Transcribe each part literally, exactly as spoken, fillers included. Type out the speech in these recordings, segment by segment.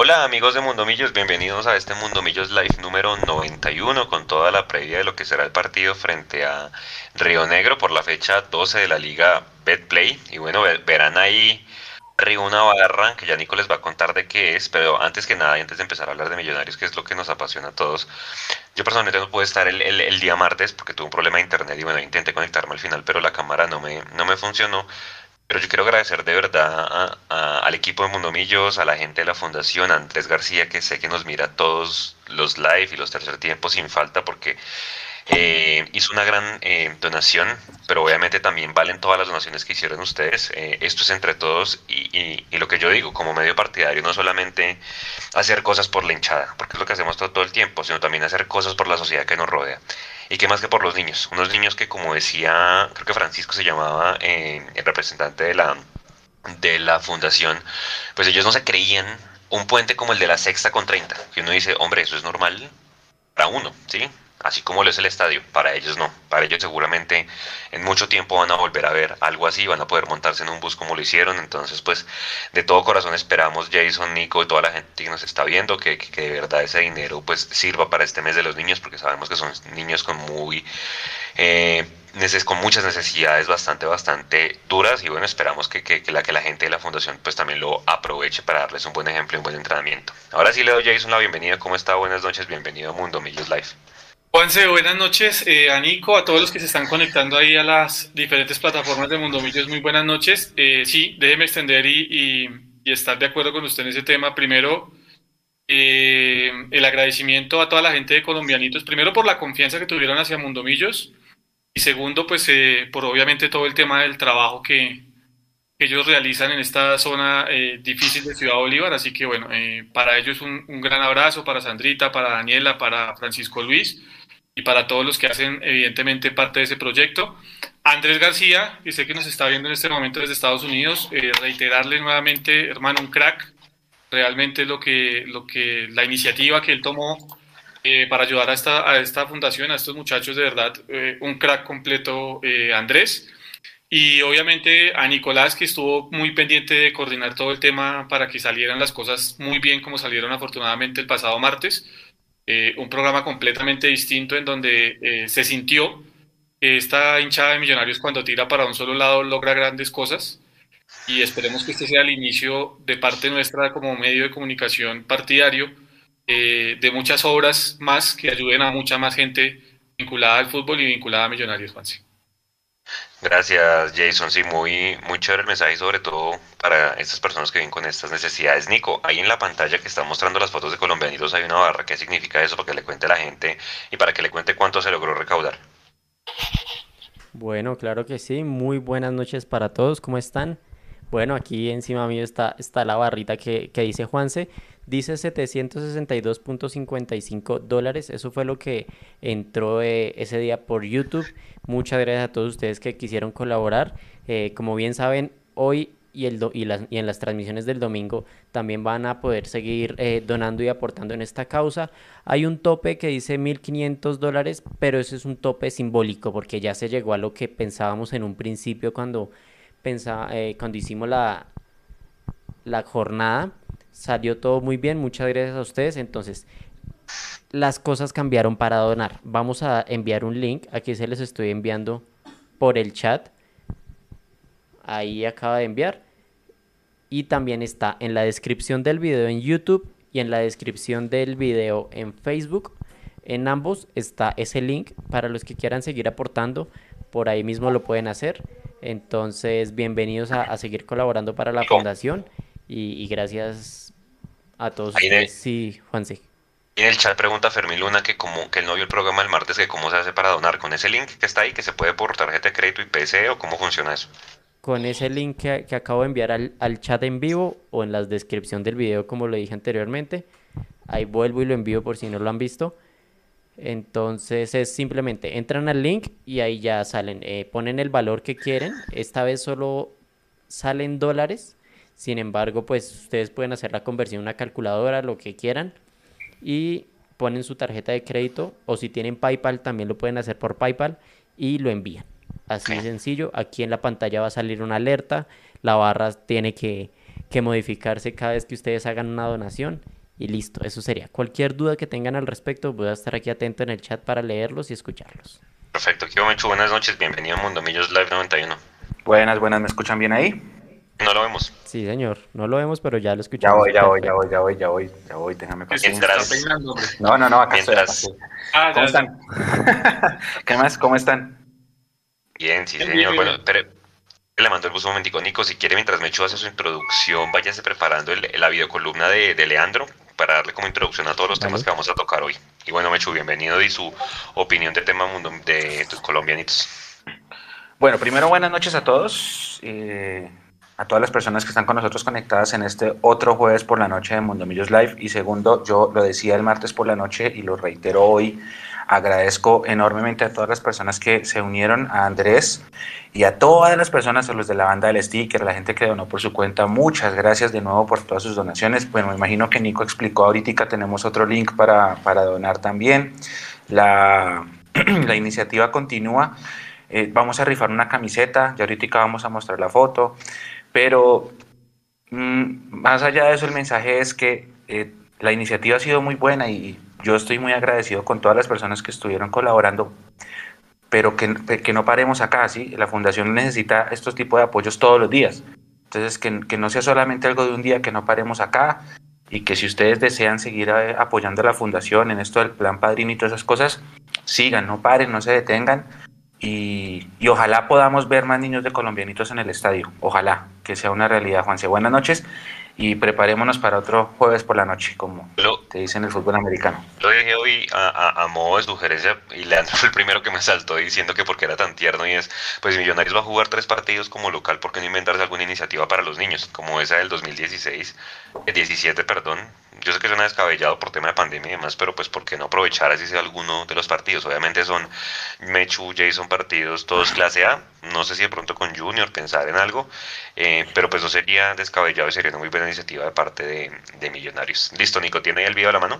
Hola amigos de Mundomillos, bienvenidos a este Mundomillos Live número noventa y uno con toda la previa de lo que será el partido frente a Río Negro por la fecha doce de la Liga Betplay. Y bueno, ve- verán ahí arriba una barra que ya Nico les va a contar de qué es, pero antes que nada y antes de empezar a hablar de Millonarios, que es lo que nos apasiona a todos, yo personalmente no pude estar el, el- el día martes porque tuve un problema de internet y bueno, intenté conectarme al final, pero la cámara no me, no me funcionó. Pero yo quiero agradecer de verdad a- a- al equipo de Mundomillos, a la gente de la fundación, a Andrés García, que sé que nos mira todos los live y los tercer tiempos sin falta, porque eh, hizo una gran eh, donación, pero obviamente también valen todas las donaciones que hicieron ustedes. Eh, esto es entre todos y, y- y lo que yo digo, como medio partidario, no solamente hacer cosas por la hinchada, porque es lo que hacemos todo, todo el tiempo, sino también hacer cosas por la sociedad que nos rodea. Y qué más que por los niños. Unos niños que, como decía, creo que Francisco se llamaba, eh, el representante de la, de la fundación, pues ellos no se creían un puente como el de la Sexta con treinta, que uno dice, hombre, eso es normal para uno, ¿sí? Así como lo es el estadio, para ellos no. Para ellos seguramente en mucho tiempo van a volver a ver algo así, van a poder montarse en un bus como lo hicieron. Entonces, pues, de todo corazón esperamos, Jason, Nico y toda la gente que nos está viendo, que, que, que de verdad ese dinero pues sirva para este mes de los niños, porque sabemos que son niños con muy eh, neces- con muchas necesidades bastante, bastante duras y bueno, esperamos que, que, que la, que la gente de la fundación pues también lo aproveche para darles un buen ejemplo y un buen entrenamiento. Ahora sí le doy a Jason la bienvenida. ¿Cómo está? Buenas noches, bienvenido a Mundo Millos Live. Juanse, buenas noches. Eh, a Nico, a todos los que se están conectando ahí a las diferentes plataformas de Mundo Millos, muy buenas noches. Eh, sí, déjeme extender y, y- y estar de acuerdo con usted en ese tema. Primero, eh, el agradecimiento a toda la gente de Colombianitos, primero por la confianza que tuvieron hacia Mundo Millos y segundo, pues eh, por obviamente todo el tema del trabajo que, que ellos realizan en esta zona eh, difícil de Ciudad Bolívar. Así que bueno, eh, para ellos un, un gran abrazo, para Sandrita, para Daniela, para Francisco Luis y para todos los que hacen evidentemente parte de ese proyecto. Andrés García, que sé que nos está viendo en este momento desde Estados Unidos, eh, reiterarle nuevamente, hermano, un crack, realmente lo que, lo que, la iniciativa que él tomó eh, para ayudar a esta, a esta fundación, a estos muchachos, de verdad, eh, un crack completo, eh, Andrés. Y obviamente a Nicolás, que estuvo muy pendiente de coordinar todo el tema para que salieran las cosas muy bien como salieron afortunadamente el pasado martes. Eh, un programa completamente distinto en donde eh, se sintió que esta hinchada de Millonarios cuando tira para un solo lado logra grandes cosas y esperemos que este sea el inicio de parte nuestra como medio de comunicación partidario eh, de muchas obras más que ayuden a mucha más gente vinculada al fútbol y vinculada a Millonarios, Juanse. Gracias, Jason. Sí, muy, muy chévere el mensaje, sobre todo para estas personas que vienen con estas necesidades. Nico, ahí en la pantalla que está mostrando las fotos de colombianitos hay una barra. ¿Qué significa eso? Para que le cuente a la gente y para que le cuente cuánto se logró recaudar. Bueno, claro que sí. Muy buenas noches para todos. ¿Cómo están? Bueno, aquí encima mío está, está la barrita que, que dice Juanse. Dice setecientos sesenta y dos punto cincuenta y cinco dólares. Eso fue lo que entró eh, ese día por YouTube. Muchas gracias a todos ustedes que quisieron colaborar. Eh, como bien saben, hoy y, el do- y, las, y en las transmisiones del domingo también van a poder seguir eh, donando y aportando en esta causa. Hay un tope que dice mil quinientos dólares, pero eso es un tope simbólico porque ya se llegó a lo que pensábamos en un principio cuando, pensaba, eh, cuando hicimos la, la jornada. Salió todo muy bien, muchas gracias a ustedes. Entonces, las cosas cambiaron para donar. Vamos a enviar un link, aquí se les estoy enviando por el chat. Ahí acaba de enviar. Y también está en la descripción del video en YouTube y en la descripción del video en Facebook. En ambos está ese link para los que quieran seguir aportando. Por ahí mismo lo pueden hacer. Entonces, bienvenidos a, a seguir colaborando para la Nico, fundación. Y, y gracias a todos ahí en ustedes. el, Sí, Juanse. en el chat pregunta Fermín Luna que, como, que él no vio el programa el martes, que cómo se hace para donar con ese link que está ahí, que se puede por tarjeta de crédito y P C o cómo funciona eso. Con ese link que, que acabo de enviar al, al chat en vivo o en la descripción del video, como lo dije anteriormente. Ahí vuelvo y lo envío por si no lo han visto. Entonces es simplemente entran al link y ahí ya salen, eh, ponen el valor que quieren. Esta vez solo salen dólares. Sin embargo, pues ustedes pueden hacer la conversión a una calculadora, lo que quieran. Y ponen su tarjeta de crédito. O si tienen PayPal, también lo pueden hacer por PayPal. Y lo envían. Así de Ok. sencillo. Aquí en la pantalla va a salir una alerta. La barra tiene que, que modificarse cada vez que ustedes hagan una donación. Y listo, eso sería. Cualquier duda que tengan al respecto, voy a estar aquí atento en el chat para leerlos y escucharlos. Perfecto, Kio Mechu, buenas noches, bienvenido a Mundo Millos Live noventa y uno. Buenas, buenas, ¿me escuchan bien ahí? No lo vemos. Sí, señor, no lo vemos, pero ya lo Ya escuchamos voy, ya voy, ya perfecto. voy, ya voy, ya voy, ya voy, déjame Que se pasar. está Mientras, peinando, hombre. No, no, no, acá estoy, acá mientras, estoy. Ah, ¿Cómo ya, ya. están? ¿Qué más? ¿Cómo están? bien, sí Bien, bien, señor, bien, bueno, bien. pero le mando el bus un momentico, Nico, si quiere, mientras Mechu hace su introducción, váyase preparando el- la videocolumna de, de Leandro para darle como introducción a todos los temas Vale. que vamos a tocar hoy. Y bueno, Mechu, bienvenido y su opinión de tema mundo de tus colombianitos. Bueno, primero buenas noches a todos, eh, a todas las personas que están con nosotros conectadas en este otro jueves por la noche de Mundomillos Live. Y segundo, yo lo decía el martes por la noche y lo reitero hoy, agradezco enormemente a todas las personas que se unieron, a Andrés y a todas las personas, a los de la banda del sticker, a la gente que donó por su cuenta. Muchas gracias de nuevo por todas sus donaciones. Bueno, me imagino que Nico explicó ahorita, tenemos otro link para, para donar también. La, la iniciativa continúa. Eh, vamos a rifar una camiseta, ya ahorita vamos a mostrar la foto, pero mmm, más allá de eso el mensaje es que eh, la iniciativa ha sido muy buena y yo estoy muy agradecido con todas las personas que estuvieron colaborando, pero que, que no paremos acá, ¿sí? La fundación necesita estos tipos de apoyos todos los días, entonces que, que no sea solamente algo de un día, que no paremos acá y que si ustedes desean seguir eh, apoyando a la fundación en esto del plan padrino y todas esas cosas, sigan, no paren, no se detengan. Y, y ojalá podamos ver más niños de colombianitos en el estadio. Ojalá que sea una realidad, Juanse. Buenas noches y preparémonos para otro jueves por la noche, como Lo, te dice en el fútbol americano. lo dejé hoy a, a, a modo de sugerencia y Leandro fue el primero que me saltó diciendo que porque era tan tierno y es, pues Millonarios va a jugar tres partidos como local, ¿por qué no inventarse alguna iniciativa para los niños? Como esa del dos mil dieciséis, eh, diecisiete, perdón. Yo sé que suena descabellado por tema de pandemia y demás, pero pues ¿por qué no aprovechar así sea alguno de los partidos? Obviamente son Mechu, Jason partidos, todos clase A. No sé si de pronto con Junior pensar en algo, eh, pero pues no sería descabellado y sería una muy buena iniciativa de parte de, de Millonarios. Listo, Nico, ¿tiene ahí el video a la mano?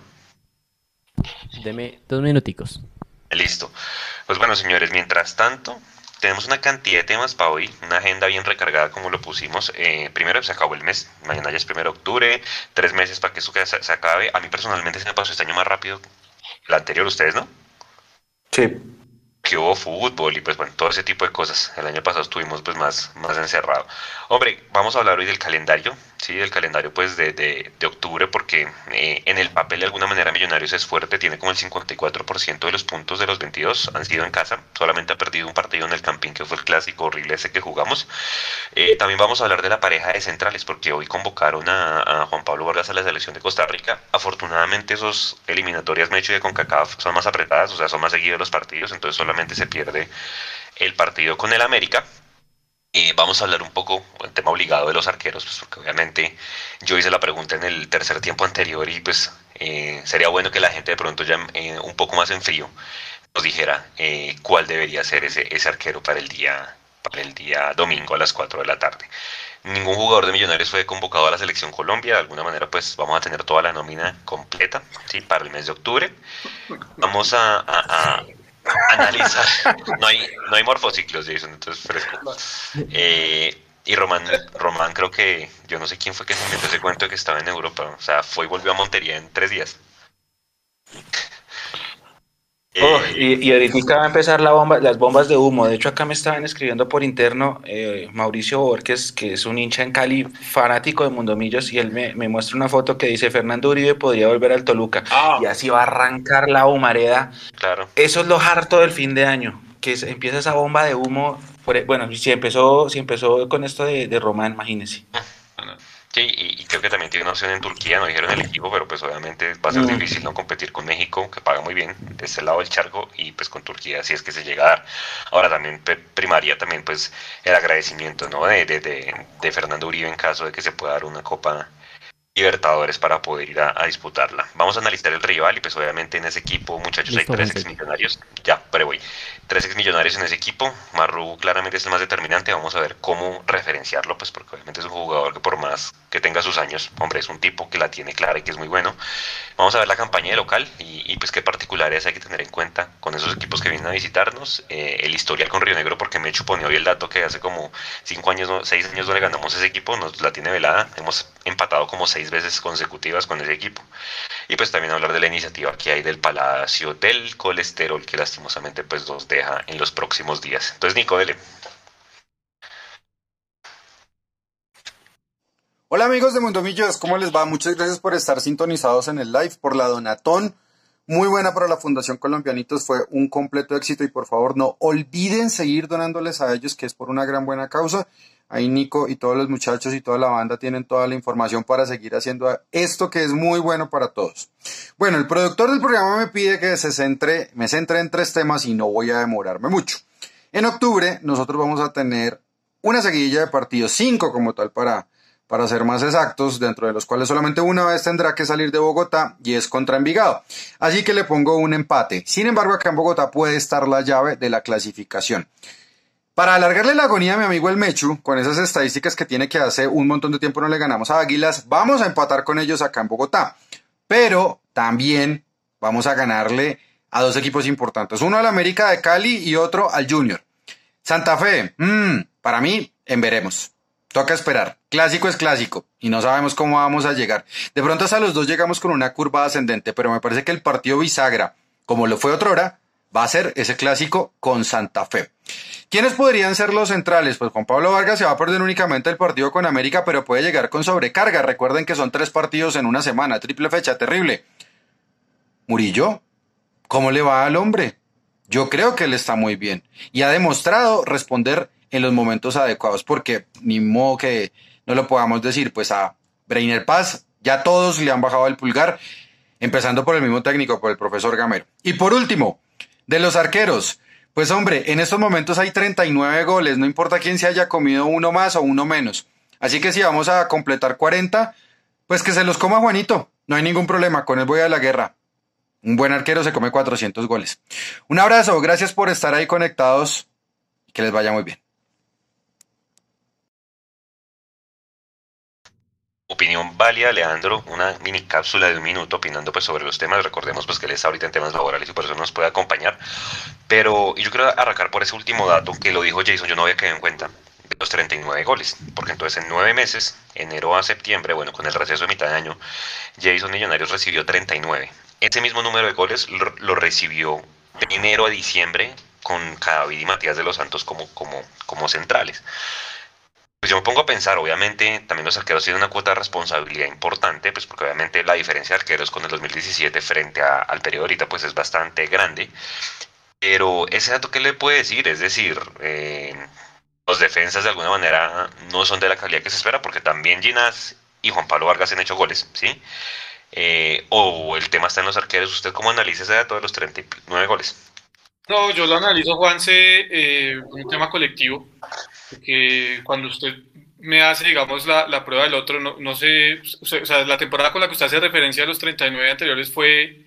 Deme dos minuticos. Listo. Pues bueno, señores, mientras tanto, tenemos una cantidad de temas para hoy, una agenda bien recargada como lo pusimos. Eh, primero, se acabó el mes, mañana ya es primero de octubre, tres meses para que esto se, se acabe. A mí personalmente se me pasó este año más rápido que el anterior, ustedes, ¿no? Sí. Que hubo fútbol y pues bueno, todo ese tipo de cosas. El año pasado estuvimos pues más, más encerrado. Hombre, vamos a hablar hoy del calendario, sí, del calendario pues de, de, de octubre, porque eh, en el papel de alguna manera Millonarios es fuerte, tiene como el cincuenta y cuatro por ciento de los puntos de los veintidós han sido en casa, solamente ha perdido un partido en el Campín que fue el clásico horrible ese que jugamos. Eh, también vamos a hablar de la pareja de centrales, porque hoy convocaron a, a Juan Pablo Vargas a la selección de Costa Rica. Afortunadamente esos eliminatorias Mecho y de CONCACAF son más apretadas, o sea, son más seguidos los partidos, entonces solamente se pierde el partido con el América. Eh, vamos a hablar un poco, el tema obligado de los arqueros, pues porque obviamente yo hice la pregunta en el tercer tiempo anterior y pues eh, sería bueno que la gente de pronto ya eh, un poco más en frío nos dijera eh, cuál debería ser ese, ese arquero para el día para el día domingo a las cuatro de la tarde. Ningún jugador de Millonarios fue convocado a la selección Colombia, de alguna manera pues vamos a tener toda la nómina completa, ¿sí? Para el mes de octubre. Vamos a, a, a analizar, no hay, no hay morfociclos, Jason, entonces fresco. Eh, y Román, Román creo que, yo no sé quién fue que se inventó ese cuento de que estaba en Europa, o sea, fue y volvió a Montería en tres días. Oh, Eh, y, y ahorita va a empezar la bomba, las bombas de humo. De hecho, acá me estaban escribiendo por interno eh, Mauricio Borges, que es un hincha en Cali, fanático de Mundomillos, y él me, me muestra una foto que dice Fernando Uribe podría volver al Toluca. Ah, Y así va a arrancar la humareda. claro. Eso es lo harto del fin de año, que se- empieza esa bomba de humo. Por, e- bueno, si empezó, si empezó con esto de, de Román, imagínese. Sí, y, y creo que también tiene una opción en Turquía, no dijeron el equipo, pero pues obviamente va a ser Mm. difícil no competir con México, que paga muy bien, de este lado del charco, y pues con Turquía, si es que se llega a dar. Ahora también pe- primaría también pues el agradecimiento, ¿no? De, de, de, de Fernando Uribe en caso de que se pueda dar una Copa Libertadores para poder ir a, a disputarla. Vamos a analizar el rival y pues obviamente en ese equipo, muchachos, hay Listo, tres Juanse. ex millonarios. Ya, pero voy. Tres ex millonarios en ese equipo. Marru claramente es el más determinante. Vamos a ver cómo referenciarlo, pues porque obviamente es un jugador que por más que tenga sus años, hombre, es un tipo que la tiene clara y que es muy bueno. Vamos a ver la campaña de local y, y pues qué particularidades hay que tener en cuenta con esos equipos que vienen a visitarnos, eh, el historial con Río Negro, porque me pone hoy el dato que hace como cinco años, no, seis años no le ganamos a ese equipo, nos la tiene velada, hemos empatado como seis veces consecutivas con ese equipo. Y pues también hablar de la iniciativa que hay del Palacio del Colesterol, que lastimosamente pues nos deja en los próximos días. Entonces, Nico, dele. Hola amigos de Mundomillos, ¿cómo les va? Muchas gracias por estar sintonizados en el live, por la donatón. Muy buena para la Fundación Colombianitos, fue un completo éxito y por favor no olviden seguir donándoles a ellos, que es por una gran buena causa. Ahí Nico y todos los muchachos y toda la banda tienen toda la información para seguir haciendo esto que es muy bueno para todos. Bueno, el productor del programa me pide que se centre, me centre en tres temas y no voy a demorarme mucho. En octubre nosotros vamos a tener una seguidilla de partidos, cinco como tal para... para ser más exactos, dentro de los cuales solamente una vez tendrá que salir de Bogotá y es contra Envigado. Así que le pongo un empate. Sin embargo, acá en Bogotá puede estar la llave de la clasificación. Para alargarle la agonía a mi amigo el Mechu, con esas estadísticas que tiene que hace un montón de tiempo no le ganamos a Águilas, vamos a empatar con ellos acá en Bogotá. Pero también vamos a ganarle a dos equipos importantes. Uno al América de Cali y otro al Junior. Santa Fe, mmm, para mí, en veremos. Toca esperar. Clásico es clásico y no sabemos cómo vamos a llegar. De pronto hasta los dos llegamos con una curva ascendente, pero me parece que el partido bisagra, como lo fue otrora, va a ser ese clásico con Santa Fe. ¿Quiénes podrían ser los centrales? Pues Juan Pablo Vargas se va a perder únicamente el partido con América, pero puede llegar con sobrecarga. Recuerden que son tres partidos en una semana, triple fecha, terrible. Murillo, ¿cómo le va al hombre? Yo creo que él está muy bien y ha demostrado responder en los momentos adecuados, porque ni modo que no lo podamos decir, pues a Breiner Paz ya todos le han bajado el pulgar, empezando por el mismo técnico, por el profesor Gamero. Y por último, de los arqueros, pues hombre, en estos momentos hay treinta y nueve goles, no importa quién se haya comido uno más o uno menos, así que si vamos a completar cuarenta, pues que se los coma Juanito, no hay ningún problema, con él voy a la guerra. Un buen arquero se come cuatrocientos goles. Un abrazo, gracias por estar ahí conectados y que les vaya muy bien. Opinión válida, Leandro, una mini cápsula de un minuto opinando pues sobre los temas. Recordemos pues que él está ahorita en temas laborales y por eso no nos puede acompañar. Pero yo quiero arrancar por ese último dato que lo dijo Jason, yo no había caído en cuenta, de los treinta y nueve goles. Porque entonces en nueve meses, enero a septiembre, bueno, con el receso de mitad de año, Jason Millonarios recibió treinta y nueve. Ese mismo número de goles lo, lo recibió de enero a diciembre con Cadavid y Matías de los Santos como, como, como centrales. Pues yo me pongo a pensar, obviamente también los arqueros tienen una cuota de responsabilidad importante, pues porque obviamente la diferencia de arqueros con el dos mil diecisiete frente a, al periodo ahorita pues es bastante grande, pero ese dato que le puede decir, es decir, eh, los defensas de alguna manera no son de la calidad que se espera, porque también Ginás y Juan Pablo Vargas han hecho goles, ¿sí? Eh, o el tema está en los arqueros. ¿Usted cómo analiza ese dato de los treinta y nueve goles? No, yo lo analizo, Juanse, eh, un tema colectivo, porque cuando usted me hace, digamos, la, la prueba del otro, no, no sé, o sea, la temporada con la que usted hace referencia a los treinta y nueve anteriores fue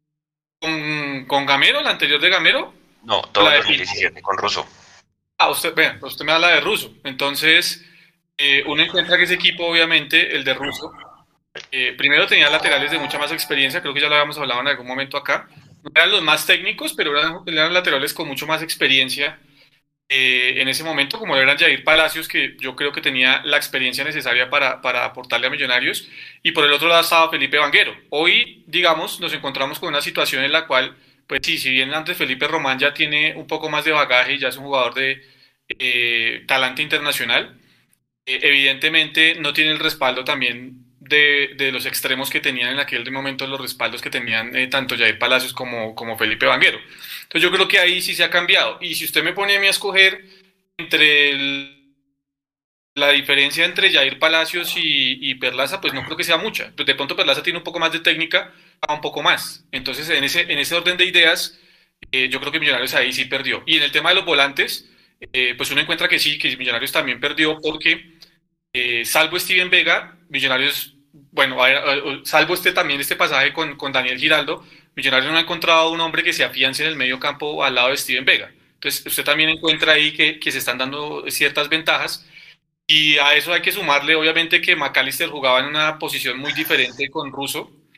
con, con Gamero, la anterior de Gamero. No, todo el dos mil diecisiete, con Russo. Ah, usted, vean, usted me habla de Russo, entonces eh, uno encuentra que ese equipo, obviamente, el de Russo, eh, primero tenía laterales de mucha más experiencia, creo que ya lo habíamos hablado en algún momento acá. No eran los más técnicos, pero eran, eran laterales con mucho más experiencia eh, en ese momento, como eran Jair Palacios, que yo creo que tenía la experiencia necesaria para, para aportarle a Millonarios, y por el otro lado estaba Felipe Vanguero. Hoy, digamos, nos encontramos con una situación en la cual, pues sí, si bien antes Felipe Román ya tiene un poco más de bagaje y ya es un jugador de eh, talante internacional, eh, evidentemente no tiene el respaldo también de, de los extremos que tenían en aquel momento, los respaldos que tenían eh, tanto Jair Palacios como, como Felipe Vanguero. Entonces yo creo que ahí sí se ha cambiado. Y si usted me pone a mí a escoger entre el, la diferencia entre Jair Palacios y, y Perlaza, pues no creo que sea mucha. Pues de pronto Perlaza tiene un poco más de técnica, a un poco más. Entonces en ese, en ese orden de ideas, eh, yo creo que Millonarios ahí sí perdió. Y en el tema de los volantes, eh, pues uno encuentra que sí, que Millonarios también perdió porque eh, salvo Steven Vega, Millonarios, bueno, a ver, salvo este también este pasaje con, con Daniel Giraldo, Millonarios no ha encontrado un hombre que se afiance en el medio campo al lado de Steven Vega. Entonces usted también encuentra ahí que, que se están dando ciertas ventajas, y a eso hay que sumarle obviamente que McAllister jugaba en una posición muy diferente con Russo,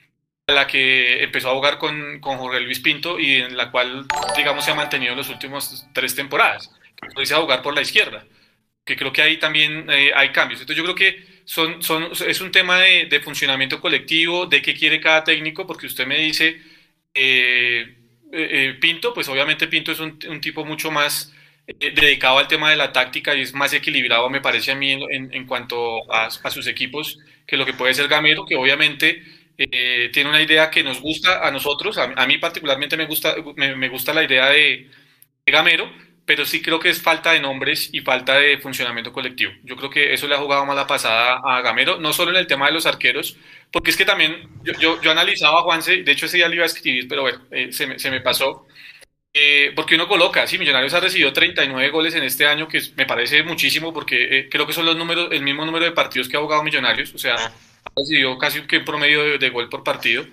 a la que empezó a jugar con, con Jorge Luis Pinto y en la cual, digamos, se ha mantenido en las últimas tres temporadas, que empieza a jugar por la izquierda, que creo que ahí también eh, hay cambios. Entonces yo creo que son, son, es un tema de, de funcionamiento colectivo, de qué quiere cada técnico, porque usted me dice, eh, eh, Pinto, pues obviamente Pinto es un, un tipo mucho más eh, dedicado al tema de la táctica y es más equilibrado, me parece a mí, en, en, en cuanto a, a sus equipos, que lo que puede ser Gamero, que obviamente eh, tiene una idea que nos gusta a nosotros, a, a mí particularmente me gusta, me, me gusta la idea de, de Gamero, pero sí creo que es falta de nombres y falta de funcionamiento colectivo. Yo creo que eso le ha jugado más la pasada a Gamero, no solo en el tema de los arqueros, porque es que también yo, yo, yo analizaba a Juanse, de hecho ese día le iba a escribir, pero bueno, eh, se, me, se me pasó, eh, porque uno coloca, sí, Millonarios ha recibido treinta y nueve goles en este año, que es, me parece muchísimo, porque eh, creo que son los números, el mismo número de partidos que ha jugado Millonarios, o sea, ha recibido casi un, un promedio de, de gol por partido,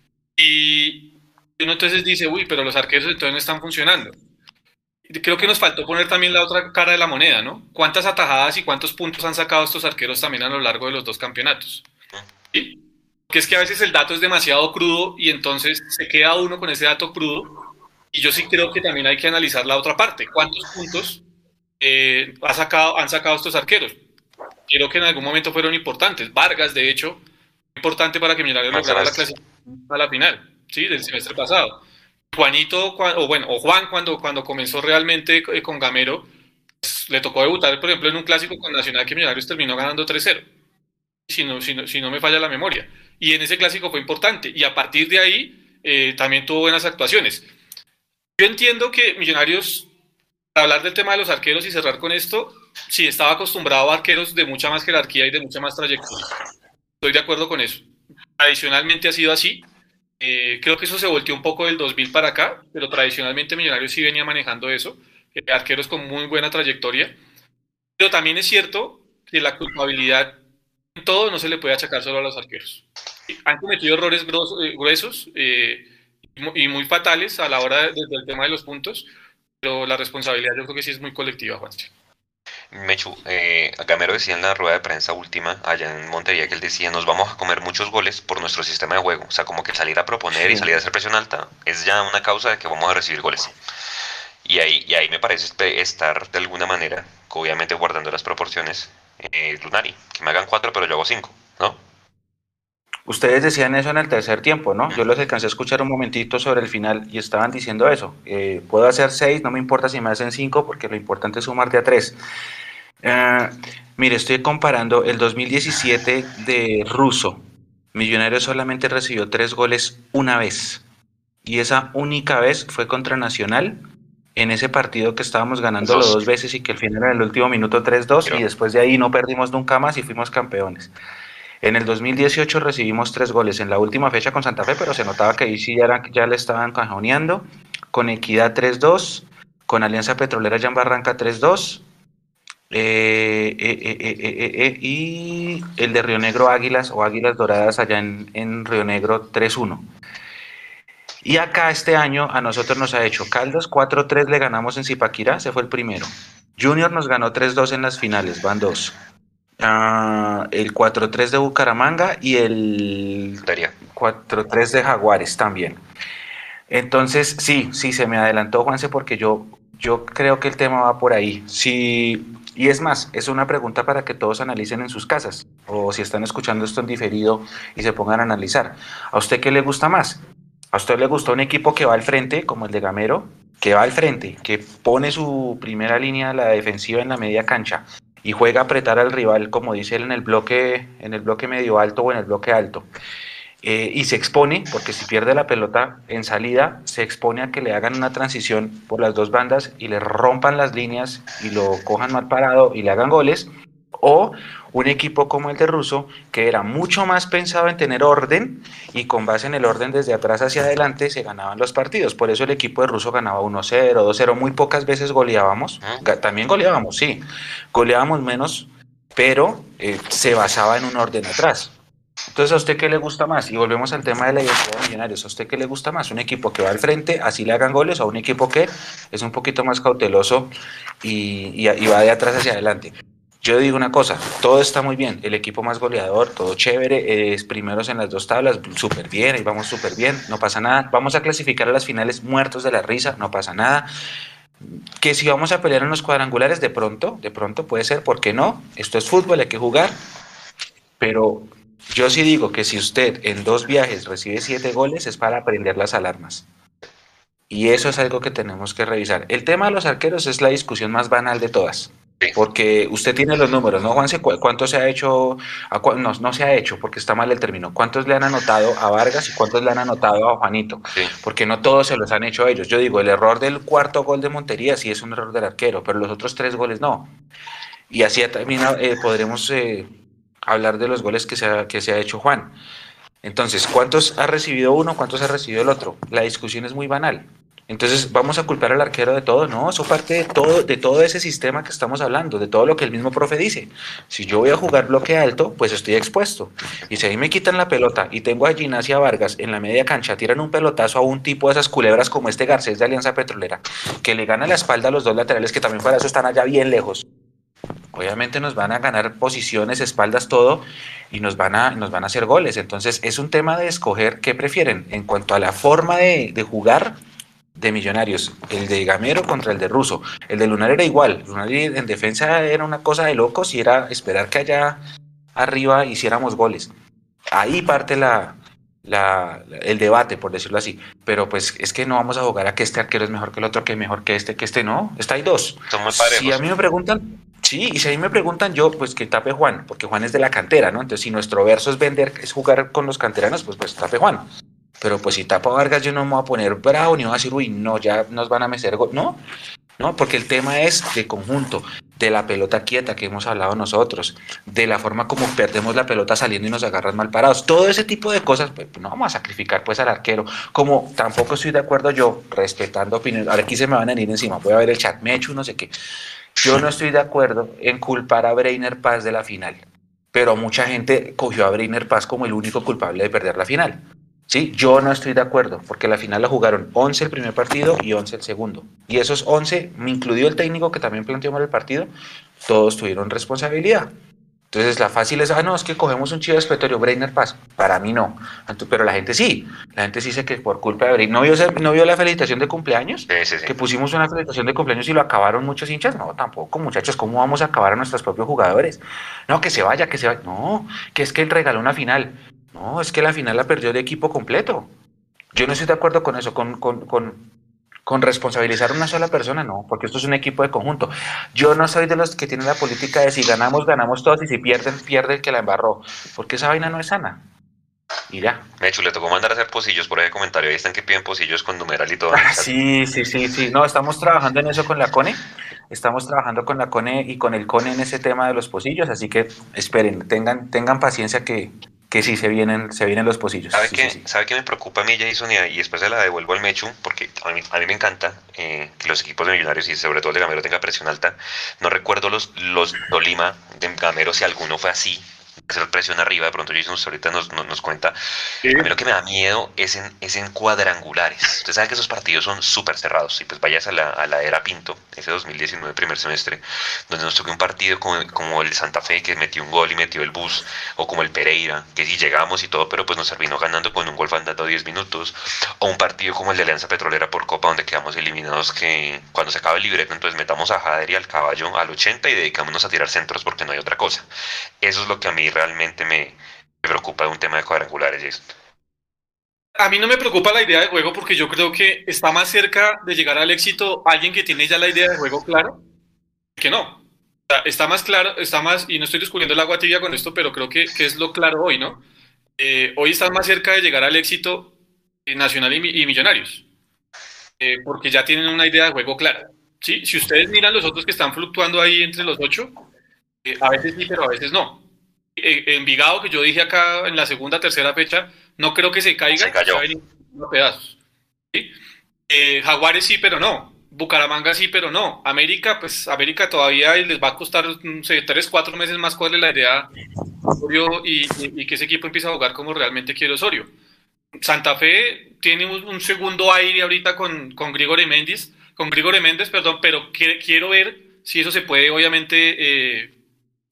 y uno entonces dice, uy, pero los arqueros entonces no están funcionando. Creo que nos faltó poner también la otra cara de la moneda, ¿no? ¿Cuántas atajadas y cuántos puntos han sacado estos arqueros también a lo largo de los dos campeonatos? ¿Sí? Porque es que a veces el dato es demasiado crudo y entonces se queda uno con ese dato crudo. Y yo sí creo que también hay que analizar la otra parte. ¿Cuántos puntos eh, ha sacado, han sacado estos arqueros? Creo que en algún momento fueron importantes. Vargas, de hecho, importante para que Millonarios lograra la clasificación a la final, ¿sí? Del semestre pasado. Juanito, o bueno, o Juan cuando, cuando comenzó realmente con Gamero, pues, le tocó debutar, por ejemplo, en un clásico con Nacional que Millonarios terminó ganando tres cero, si no, si, no, si no me falla la memoria. Y en ese clásico fue importante, y a partir de ahí eh, también tuvo buenas actuaciones. Yo entiendo que Millonarios, para hablar del tema de los arqueros y cerrar con esto, sí, estaba acostumbrado a arqueros de mucha más jerarquía y de mucha más trayectoria. Estoy de acuerdo con eso. Tradicionalmente ha sido así. Eh, creo que eso se volteó un poco del dos mil para acá, pero tradicionalmente Millonarios sí venía manejando eso, eh, arqueros con muy buena trayectoria, pero también es cierto que la culpabilidad en todo no se le puede achacar solo a los arqueros. Han cometido errores gruesos, eh, gruesos eh, y muy fatales a la hora de, del tema de los puntos, pero la responsabilidad yo creo que sí es muy colectiva, Juanse. Mechu, eh, Gamero decía en la rueda de prensa última allá en Montería que él decía nos vamos a comer muchos goles por nuestro sistema de juego, o sea como que salir a proponer sí. y salir a hacer presión alta es ya una causa de que vamos a recibir goles y ahí, y ahí me parece estar de alguna manera, obviamente guardando las proporciones, eh, Lunari, que me hagan cuatro pero yo hago cinco, ¿no? Ustedes decían eso en el tercer tiempo, ¿no? Yo los alcancé a escuchar un momentito sobre el final y estaban diciendo eso. Eh, puedo hacer seis, no me importa si me hacen cinco, porque lo importante es sumar de a tres. Uh, mire, estoy comparando el dos mil diecisiete de Russo. Millonarios solamente recibió tres goles una vez. Y esa única vez fue contra Nacional, en ese partido que estábamos ganándolo dos veces y que al final era el último minuto tres dos, y después de ahí no perdimos nunca más y fuimos campeones. En el dos mil dieciocho recibimos tres goles en la última fecha con Santa Fe, pero se notaba que ahí sí ya, era, ya le estaban cajoneando. Con Equidad tres dos, con Alianza Petrolera allá en Barranca tres dos, eh, eh, eh, eh, eh, eh, y el de Río Negro Águilas o Águilas Doradas allá en, en Río Negro tres uno. Y acá este año a nosotros nos ha hecho Caldas cuatro tres, le ganamos en Zipaquirá, ese fue el primero. Junior nos ganó tres dos en las finales, van dos. Uh, el cuatro tres de Bucaramanga y el cuatro tres de Jaguares también. Entonces, sí, sí, se me adelantó, Juanse, porque yo, yo creo que el tema va por ahí. Sí, y es más, es una pregunta para que todos analicen en sus casas, o si están escuchando esto en diferido y se pongan a analizar. ¿A usted qué le gusta más? ¿A usted le gusta un equipo que va al frente, como el de Gamero, que va al frente, que pone su primera línea, la defensiva, en la media cancha y juega a apretar al rival, como dice él, en el bloque, en el bloque medio alto o en el bloque alto? Eh, y se expone, porque si pierde la pelota en salida, se expone a que le hagan una transición por las dos bandas y le rompan las líneas y lo cojan mal parado y le hagan goles, o un equipo como el de Russo, que era mucho más pensado en tener orden y con base en el orden desde atrás hacia adelante se ganaban los partidos. Por eso el equipo de Russo ganaba uno cero, dos cero, muy pocas veces goleábamos, también goleábamos, sí, goleábamos menos, pero eh, se basaba en un orden atrás. Entonces, ¿a usted qué le gusta más? Y volvemos al tema de la identidad de Millonarios. ¿A usted qué le gusta más? ¿Un equipo que va al frente, así le hagan goles, o un equipo que es un poquito más cauteloso y, y, y va de atrás hacia adelante? yo digo una cosa, todo está muy bien, el equipo más goleador, todo chévere, es primeros en las dos tablas, súper bien, ahí vamos súper bien, no pasa nada, vamos a clasificar a las finales muertos de la risa, no pasa nada, que si vamos a pelear en los cuadrangulares, de pronto, de pronto puede ser, ¿por qué no? Esto es fútbol, hay que jugar, pero yo sí digo que si usted en dos viajes recibe siete goles es para prender las alarmas. Y eso es algo que tenemos que revisar. El tema de los arqueros es la discusión más banal de todas. Sí. Porque usted tiene los números, ¿no, Juanse? ¿Cu- ¿Cuánto se ha hecho? A cua- no, no se ha hecho porque está mal el término. ¿Cuántos le han anotado a Vargas y cuántos le han anotado a Juanito? Sí. Porque no todos se los han hecho a ellos. Yo digo, el error del cuarto gol de Montería sí es un error del arquero, pero los otros tres goles no. Y así también eh, podremos eh, hablar de los goles que se, ha, que se ha hecho Juan. Entonces, ¿cuántos ha recibido uno? ¿Cuántos ha recibido el otro? La discusión es muy banal. Entonces, ¿vamos a culpar al arquero de todo? No, eso parte de todo, de todo ese sistema que estamos hablando, de todo lo que el mismo profe dice. Si yo voy a jugar bloque alto, pues estoy expuesto. Y si ahí me quitan la pelota y tengo a Ginacia Vargas en la media cancha, tiran un pelotazo a un tipo de esas culebras como este Garcés de Alianza Petrolera, que le gana la espalda a los dos laterales que también para eso están allá bien lejos. Obviamente nos van a ganar posiciones, espaldas, todo, y nos van a, nos van a hacer goles. Entonces es un tema de escoger qué prefieren en cuanto a la forma de, de jugar de Millonarios, el de Gamero contra el de Russo. El de Lunar era igual, Lunar en defensa era una cosa de locos y era esperar que allá arriba hiciéramos goles. Ahí parte la, la, el debate, por decirlo así. Pero pues es que no vamos a jugar a que este arquero es mejor que el otro, que mejor que este, que este no. Está ahí dos. Son muy parejos. Si a mí me preguntan, sí, y si a mí me preguntan yo, pues que tape Juan, porque Juan es de la cantera, ¿no? Entonces si nuestro verso es vender, es jugar con los canteranos, pues pues tape Juan. Pero pues si tapa Vargas yo no me voy a poner bravo ni voy a decir, uy, no, ya nos van a meter gol. No, no, porque el tema es de conjunto, de la pelota quieta que hemos hablado nosotros, de la forma como perdemos la pelota saliendo y nos agarran mal parados. Todo ese tipo de cosas, pues no vamos a sacrificar pues al arquero. Como tampoco estoy de acuerdo yo, respetando opiniones, ahora aquí se me van a venir encima, voy a ver el chat, me echo no sé qué. Yo no estoy de acuerdo en culpar a Breiner Paz de la final, pero mucha gente cogió a Breiner Paz como el único culpable de perder la final. Sí, yo no estoy de acuerdo, porque la final la jugaron once el primer partido y once el segundo. Y esos once, me incluyó el técnico que también planteó mal el partido, todos tuvieron responsabilidad. Entonces la fácil es, ah, no, es que cogemos un chivo expiatorio, Breiner Paz. Para mí no. Entonces, pero la gente sí. La gente sí dice que por culpa de Breiner. ¿No vio, ¿No vio la felicitación de cumpleaños? Sí, sí, sí. Que pusimos una felicitación de cumpleaños y lo acabaron muchos hinchas. No, tampoco, muchachos. ¿Cómo vamos a acabar a nuestros propios jugadores? No, que se vaya, que se vaya. No, que es que él regaló una final. No, es que la final la perdió el equipo completo. Yo no estoy de acuerdo con eso, con, con, con, con responsabilizar a una sola persona, no, porque esto es un equipo de conjunto. Yo no soy de los que tienen la política de si ganamos, ganamos todos y si pierden, pierde el que la embarró, porque esa vaina no es sana. Y ya. Mechu, le tocó mandar a hacer pocillos por ese comentario. Ahí están que piden pocillos con numeral y todo. Ah, sí, sí, sí, sí. No, estamos trabajando en eso con la CONE. Estamos trabajando con la CONE y con el CONE en ese tema de los pocillos, así que esperen, tengan, tengan paciencia que, que sí se vienen, se vienen los pocillos. ¿Sabe sí, qué? sí, sí. ¿Sabe qué me preocupa a mí, Jason? Y, y después se la devuelvo al Mechu, porque a mí, a mí me encanta eh, que los equipos de Millonarios y sobre todo el de Gamero tenga presión alta. No recuerdo los, los Tolima de Gamero si alguno fue así. Hacer presión arriba, de pronto Jason usted ahorita nos, nos, nos cuenta. Sí. A mí lo que me da miedo es en, es en cuadrangulares. Usted sabe que esos partidos son súper cerrados. Y pues vayas a la, a la era Pinto, ese dos mil diecinueve primer semestre, donde nos tocó un partido como, como el Santa Fe, que metió un gol y metió el bus, o como el Pereira, que sí llegamos y todo, pero pues nos terminó ganando con un gol faltando diez minutos, o un partido como el de Alianza Petrolera por Copa, donde quedamos eliminados, que cuando se acaba el libreto, entonces metamos a Jader y al Caballo al ochenta y dedicámonos a tirar centros porque no hay otra cosa. Eso es lo que a mí realmente me, me preocupa de un tema de cuadrangulares, Jason. A mí no me preocupa la idea de juego porque yo creo que está más cerca de llegar al éxito alguien que tiene ya la idea de juego claro que no. O sea, está más claro, está más, y no estoy descubriendo el agua tibia con esto, pero creo que, que es lo claro hoy, ¿no? Eh, hoy están más cerca de llegar al éxito eh, Nacional y, y Millonarios, eh, porque ya tienen una idea de juego clara. ¿Sí? Si ustedes miran los otros que están fluctuando ahí entre los ocho, eh, a veces sí, pero a veces no. Envigado, que yo dije acá en la segunda, tercera fecha, no creo que se caiga, se cayó a pedazos. ¿Sí? Eh, Jaguares sí, pero no. Bucaramanga sí, pero no. América, pues América todavía les va a costar, no sé, tres, cuatro meses más cuál es la idea Osorio y, y, y que ese equipo empiece a jugar como realmente quiere Osorio. Santa Fe tiene un, un segundo aire ahorita con, con Grigore Méndez, con Grigore Méndez, perdón, pero que, quiero ver si eso se puede, obviamente, eh,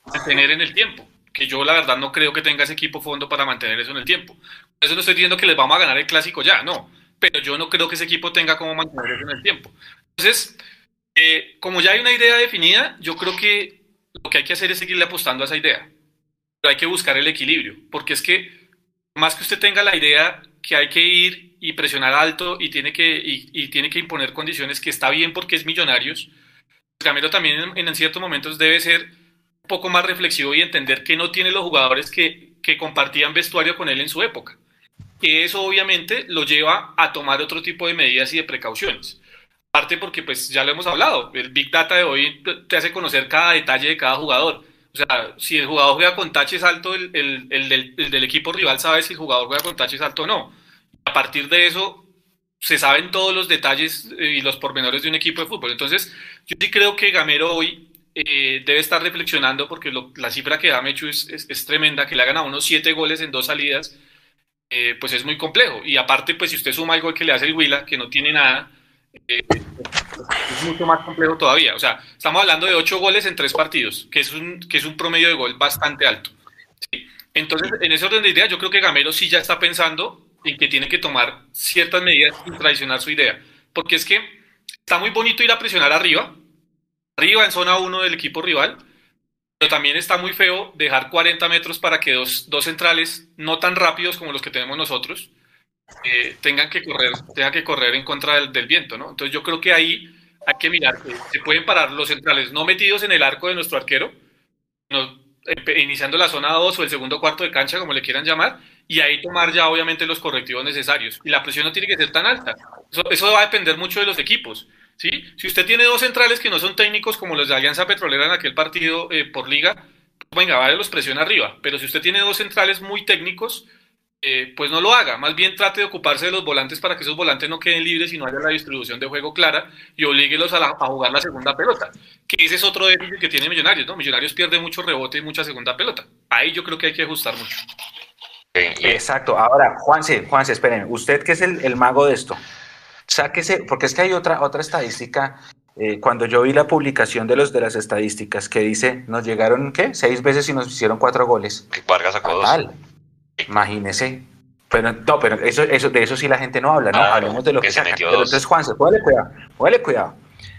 mantener en el tiempo, que yo la verdad no creo que tenga ese equipo fondo para mantener eso en el tiempo. Por eso no estoy diciendo que les vamos a ganar el clásico ya, no, pero yo no creo que ese equipo tenga cómo mantener eso en el tiempo. Entonces, eh, como ya hay una idea definida, yo creo que lo que hay que hacer es seguirle apostando a esa idea, pero hay que buscar el equilibrio, porque es que más que usted tenga la idea que hay que ir y presionar alto y tiene que, y, y tiene que imponer condiciones, que está bien porque es Millonarios, Gamero también en, en ciertos momentos debe ser un poco más reflexivo y entender que no tiene los jugadores que, que compartían vestuario con él en su época. Que eso obviamente lo lleva a tomar otro tipo de medidas y de precauciones. Aparte porque pues ya lo hemos hablado, el Big Data de hoy te hace conocer cada detalle de cada jugador. O sea, si el jugador juega con taches alto, el, el, el, del, el del equipo rival sabe si el jugador juega con taches alto o no. A partir de eso se saben todos los detalles y los pormenores de un equipo de fútbol. Entonces, yo sí creo que Gamero hoy eh, debe estar reflexionando porque lo, la cifra que da Mechu es, es, es tremenda, que le ha ganado unos siete goles en dos salidas, eh, pues es muy complejo. Y aparte, pues si usted suma el gol que le hace el Huila, que no tiene nada, eh, es mucho más complejo todavía. O sea, estamos hablando de ocho goles en tres partidos, que es un, que es un promedio de gol bastante alto. ¿Sí? Entonces, en ese orden de ideas, yo creo que Gamero sí ya está pensando en que tiene que tomar ciertas medidas y traicionar su idea. Porque es que está muy bonito ir a presionar arriba, arriba en zona uno del equipo rival, pero también está muy feo dejar cuarenta metros para que dos, dos centrales, no tan rápidos como los que tenemos nosotros, eh, tengan, que correr, tengan que correr en contra del, del viento, ¿no? Entonces yo creo que ahí hay que mirar que se pueden parar los centrales no metidos en el arco de nuestro arquero, no, eh, iniciando la zona dos o el segundo cuarto de cancha, como le quieran llamar, y ahí tomar ya obviamente los correctivos necesarios. Y la presión no tiene que ser tan alta. Eso, eso va a depender mucho de los equipos. ¿Sí? Si usted tiene dos centrales que no son técnicos como los de Alianza Petrolera en aquel partido eh, por liga, venga, vale, los presiona arriba. Pero si usted tiene dos centrales muy técnicos, eh, pues no lo haga. Más bien trate de ocuparse de los volantes para que esos volantes no queden libres y no haya la distribución de juego clara y oblíguelos a, la, a jugar la segunda pelota. Que ese es otro déficit que tiene Millonarios, ¿no? Millonarios pierde mucho rebote y mucha segunda pelota. Ahí yo creo que hay que ajustar mucho. Exacto. Ahora, Juanse, Juanse, esperen, usted que es el, el mago de esto, sáquese, porque es que hay otra, otra estadística. Eh, cuando yo vi la publicación de los de las estadísticas que dice, nos llegaron, ¿qué? Seis veces y nos hicieron cuatro goles. Vargas sacó dos. Imagínese. Pero no, pero eso, eso, de eso sí la gente no habla, ¿no? Ah, Hablemos de lo que, que se sacan. metió Pero dos. entonces, Juanse, póngale cuidado, póngale cuidado.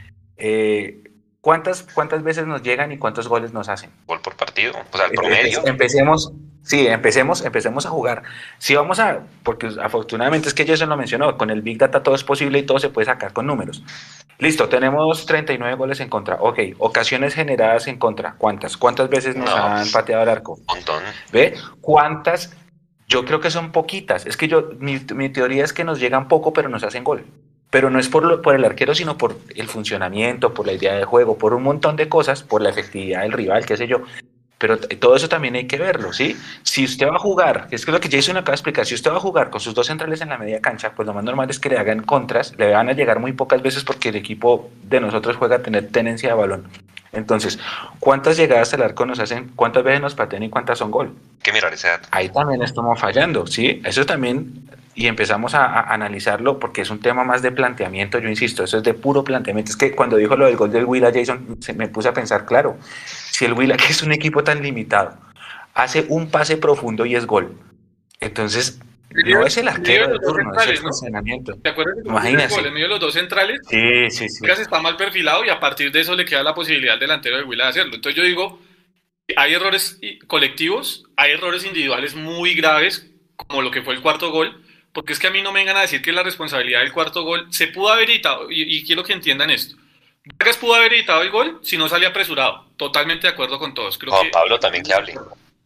Eh, ¿cuántas, ¿Cuántas veces nos llegan y cuántos goles nos hacen? Gol por partido, o sea, el promedio. Empecemos, sí, empecemos, empecemos a jugar. Si vamos a, porque afortunadamente es que Jason lo mencionó, con el Big Data todo es posible y todo se puede sacar con números. Listo, tenemos treinta y nueve goles en contra. Ok, ocasiones generadas en contra. ¿Cuántas? ¿Cuántas veces nos No, han pateado al arco? Un montón. ¿Ve? ¿Cuántas? Yo creo que son poquitas. Es que yo, mi, mi teoría es que nos llegan poco, pero nos hacen gol. Pero no es por, lo, por el arquero, sino por el funcionamiento, por la idea de juego, por un montón de cosas, por la efectividad del rival, qué sé yo. Pero todo eso también hay que verlo, ¿sí? Si usted va a jugar, es que es lo que Jason acaba de explicar, si usted va a jugar con sus dos centrales en la media cancha, pues lo más normal es que le hagan contras, le van a llegar muy pocas veces porque el equipo de nosotros juega a tener tenencia de balón. Entonces, ¿cuántas llegadas al arco nos hacen? ¿Cuántas veces nos patean y cuántas son gol? Hay que mirar ese dato. Ahí también estamos fallando, ¿sí? Eso también, y empezamos a, a analizarlo porque es un tema más de planteamiento, yo insisto, eso es de puro planteamiento. Es que cuando dijo lo del gol del Huila, Jason, se me puse a pensar, claro, si el Huila, que es un equipo tan limitado, hace un pase profundo y es gol, entonces no es el arquero de turno, es el funcionamiento. ¿Te acuerdas que Imagínese. en medio de los dos centrales? Sí, sí, sí. Está mal perfilado y a partir de eso le queda la posibilidad al delantero del Huila de hacerlo. Entonces yo digo, hay errores colectivos, hay errores individuales muy graves, como lo que fue el cuarto gol, porque es que a mí no me vengan a decir que la responsabilidad del cuarto gol se pudo haber evitado, y, y quiero que entiendan esto. Vargas pudo haber evitado el gol si no salía apresurado. Totalmente de acuerdo con todos. Creo Juan que, Pablo también que hable.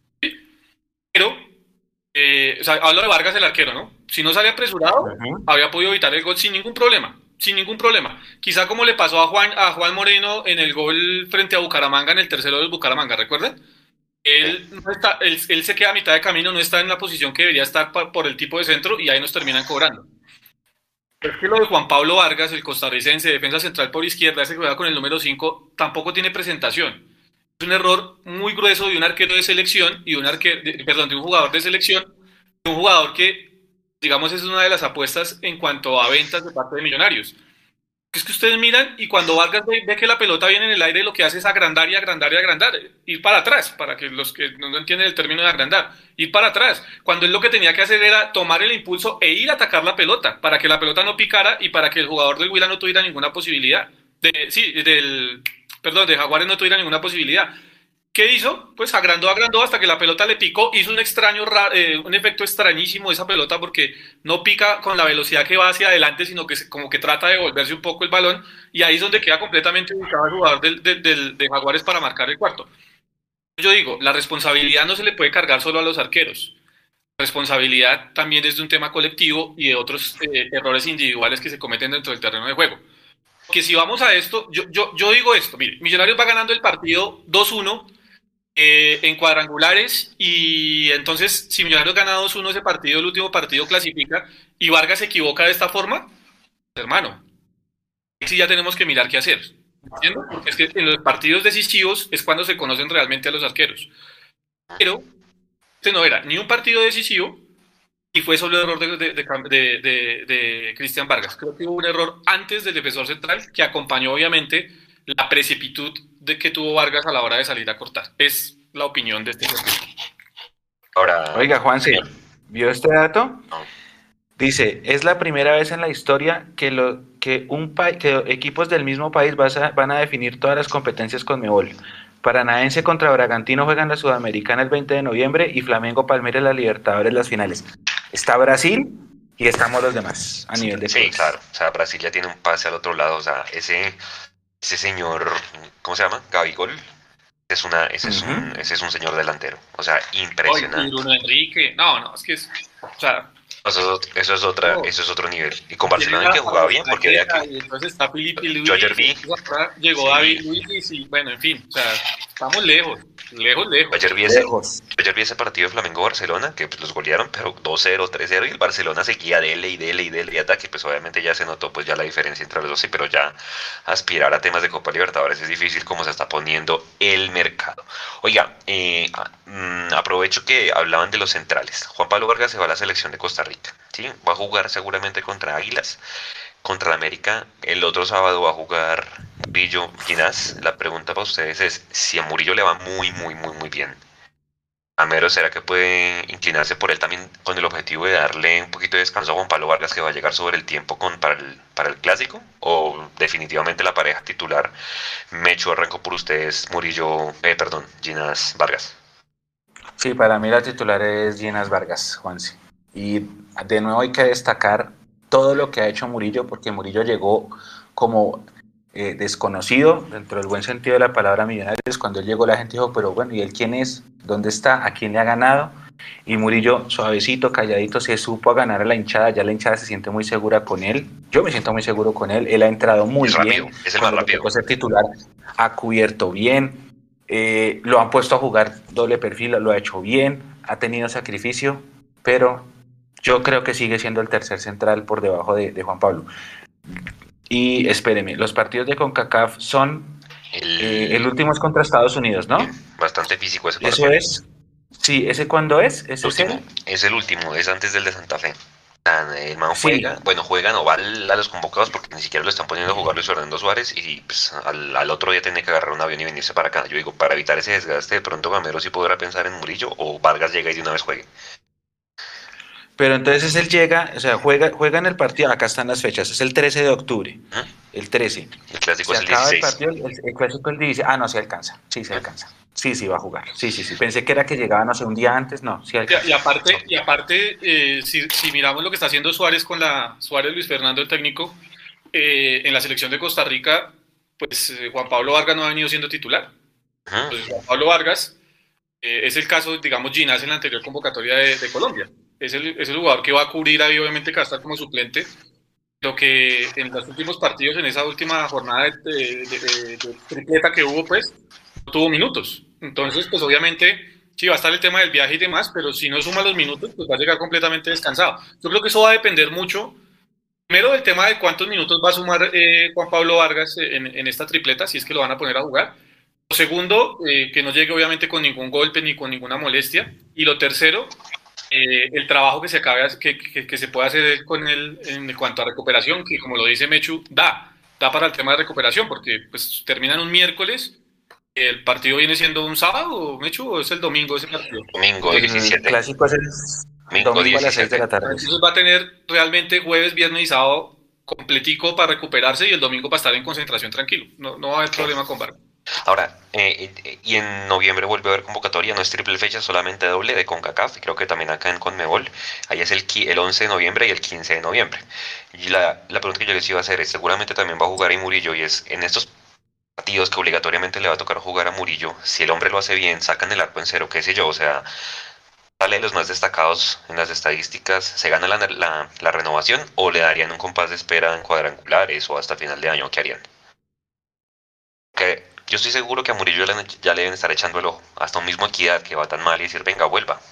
Pero, eh, o sea, hablo de Vargas, el arquero, ¿no? Si no salía apresurado, uh-huh. había podido evitar el gol sin ningún problema. Sin ningún problema. Quizá como le pasó a Juan, a Juan Moreno en el gol frente a Bucaramanga, en el tercero del Bucaramanga, ¿recuerdan? Él, no está, él, él se queda a mitad de camino, no está en la posición que debería estar pa, por el tipo de centro y ahí nos terminan cobrando. Es que lo de Juan Pablo Vargas, el costarricense, defensa central por izquierda, ese que juega con el número cinco, tampoco tiene presentación. Es un error muy grueso de un arquero de selección y un arquero, de, perdón, de un jugador de selección, de un jugador que, digamos, es una de las apuestas en cuanto a ventas de parte de Millonarios. Es que ustedes miran y cuando Vargas ve, ve que la pelota viene en el aire, lo que hace es agrandar y agrandar y agrandar, ir para atrás, para que los que no entienden el término de agrandar, ir para atrás. Cuando él lo que tenía que hacer era tomar el impulso e ir a atacar la pelota, para que la pelota no picara y para que el jugador del Huila no tuviera ninguna posibilidad. De, sí, del, perdón, de Jaguares no tuviera ninguna posibilidad. ¿Qué hizo? Pues agrandó, agrandó hasta que la pelota le picó, hizo un extraño, eh, un efecto extrañísimo esa pelota porque no pica con la velocidad que va hacia adelante, sino que se, como que trata de volverse un poco el balón y ahí es donde queda completamente ubicado el jugador del, del, del, de Jaguares para marcar el cuarto. Yo digo, la responsabilidad no se le puede cargar solo a los arqueros. La responsabilidad también es de un tema colectivo y de otros eh, errores individuales que se cometen dentro del terreno de juego. Que si vamos a esto, yo, yo, yo digo esto, mire, Millonarios va ganando el partido dos uno eh, en cuadrangulares y entonces si Millonarios gana dos uno ese partido, el último partido clasifica y Vargas se equivoca de esta forma, hermano, sí ya tenemos que mirar qué hacer, ¿entiendes? Porque es que en los partidos decisivos es cuando se conocen realmente a los arqueros, pero este no era ni un partido decisivo y fue solo error de, de, de, de, de Cristian Vargas. Creo que hubo un error antes del defensor central que acompañó obviamente la precipitud de que tuvo Vargas a la hora de salir a cortar. Es la opinión de este ejercicio. Ahora, oiga, Juanse, ¿vio este dato? No. Dice, es la primera vez en la historia que, lo, que, un pa que equipos del mismo país vas a, van a definir todas las competencias con Conmebol. Paranaense contra Bragantino juegan la Sudamericana el veinte de noviembre y Flamengo Palmeiras la Libertadores las finales. Está Brasil y estamos los demás a nivel de sí, clubes. Claro, o sea, Brasil ya tiene un pase al otro lado, o sea, ese, ese señor, ¿cómo se llama? Gabigol, es una, ese, uh-huh. es un, ese es un señor delantero, o sea, impresionante. Oye, Bruno Enrique, no, no, es que es, o sea... Eso es, eso es otra, no. eso es otro nivel. Y con Barcelona que jugaba bien, porque había que... Entonces está Filipe Luis, yo ayer vi... llegó sí. David Luis y bueno, en fin, o sea, estamos lejos, lejos, lejos. Ayer vi ese, lejos. Ayer vi ese partido de Flamengo-Barcelona, que pues, los golearon, pero dos cero, tres cero, y el Barcelona seguía dele y dele y dele y ataque, pues obviamente ya se notó pues ya la diferencia entre los dos, sí, pero ya aspirar a temas de Copa Libertadores es difícil como se está poniendo el mercado. Oiga, eh, mmm, aprovecho que hablaban de los centrales. Juan Pablo Vargas se va a la selección de Costa Rica. ¿Sí? Va a jugar seguramente contra Águilas, contra América. El otro sábado va a jugar Murillo Ginás. La pregunta para ustedes es si a Murillo le va muy, muy, muy, muy bien. Amero, ¿será que puede inclinarse por él también con el objetivo de darle un poquito de descanso a Juan Pablo Vargas, que va a llegar sobre el tiempo con, para, el, para el Clásico? ¿O definitivamente la pareja titular, Mecho, arranco por ustedes, Murillo, eh, perdón, Ginás Vargas? Sí, para mí la titular es Ginás Vargas, Juanse. Y de nuevo hay que destacar todo lo que ha hecho Murillo, porque Murillo llegó como eh, desconocido, dentro del buen sentido de la palabra Millonarios. Cuando él llegó la gente dijo, pero bueno, ¿y él quién es? ¿Dónde está? ¿A quién le ha ganado? Y Murillo, suavecito, calladito, se supo a ganar a la hinchada. Ya la hinchada se siente muy segura con él. Yo me siento muy seguro con él. Él ha entrado muy es bien. Rápido, es el más rápido. Ser titular, ha cubierto bien. Eh, lo han puesto a jugar doble perfil, lo ha hecho bien. Ha tenido sacrificio, pero... yo creo que sigue siendo el tercer central por debajo de, de Juan Pablo. Y espéreme, los partidos de CONCACAF son... El, eh, el último es contra Estados Unidos, ¿no? Bastante físico ese partido. Eso es. Sí, ¿ese cuándo es? ¿Ese el último, es, el? es el último, es antes del de Santa Fe. El man juega, sí. bueno, juega, no va a los convocados porque ni siquiera lo están poniendo a jugar Luis Fernando Suárez y pues, al, al otro día tiene que agarrar un avión y venirse para acá. Yo digo, para evitar ese desgaste, de pronto Gamero sí podrá pensar en Murillo o Vargas llega y de una vez juegue. Pero entonces él llega, o sea, juega, juega en el partido, acá están las fechas, es el trece de octubre, ¿eh? el trece. El clásico se es el dieciséis. El, partido, el, el clásico es el dieciséis. Ah, no, sí alcanza, sí, sí alcanza. Sí, sí va a jugar. Sí, sí, sí. Pensé que era que llegaba, no sé, un día antes, no, sí alcanza. Y, y aparte, y aparte eh, si, si miramos lo que está haciendo Suárez con la, Suárez Luis Fernando, el técnico, eh, en la selección de Costa Rica, pues eh, Juan Pablo Vargas no ha venido siendo titular. Uh-huh. Pues, Juan Pablo Vargas eh, es el caso, digamos, Ginás en la anterior convocatoria de, de Colombia. Es el, es el jugador que va a cubrir ahí, obviamente, que va a estar como suplente. Lo que en los últimos partidos, en esa última jornada de, de, de, de, de tripleta que hubo, pues, no tuvo minutos. Entonces, pues, obviamente, sí, va a estar el tema del viaje y demás, pero si no suma los minutos, pues va a llegar completamente descansado. Yo creo que eso va a depender mucho, primero, del tema de cuántos minutos va a sumar eh, Juan Pablo Vargas en, en esta tripleta, si es que lo van a poner a jugar. Lo segundo, eh, que no llegue, obviamente, con ningún golpe ni con ninguna molestia. Y lo tercero, Eh, el trabajo que se acabe que, que, que se puede hacer con él en cuanto a recuperación, que como lo dice Mechu, da. da para el tema de recuperación, porque pues terminan un miércoles, el partido viene siendo un sábado, Mechu, o es el domingo ese partido. Domingo El diecisiete. clásico es el Domingo domingo a las seis de diecisiete. la tarde. Entonces va a tener realmente jueves, viernes y sábado completico para recuperarse y el domingo para estar en concentración tranquilo. No, no va a haber problema con Vargas. Ahora, eh, eh, y en noviembre vuelve a haber convocatoria, no es triple fecha, solamente doble de CONCACAF, y creo que también acá en CONMEBOL, ahí es el, qui- el once de noviembre y el quince de noviembre. Y la, la pregunta que yo les iba a hacer es, seguramente también va a jugar ahí Murillo, y es, en estos partidos que obligatoriamente le va a tocar jugar a Murillo, si el hombre lo hace bien, sacan el arco en cero, qué sé yo, o sea, sale de los más destacados en las estadísticas, se gana la, la, la renovación, o le darían un compás de espera en cuadrangulares o hasta final de año, ¿qué harían? Que yo estoy seguro que a Murillo ya le, ya le deben estar echando el ojo, hasta un mismo Equidad que va tan mal y decir, venga, vuelva.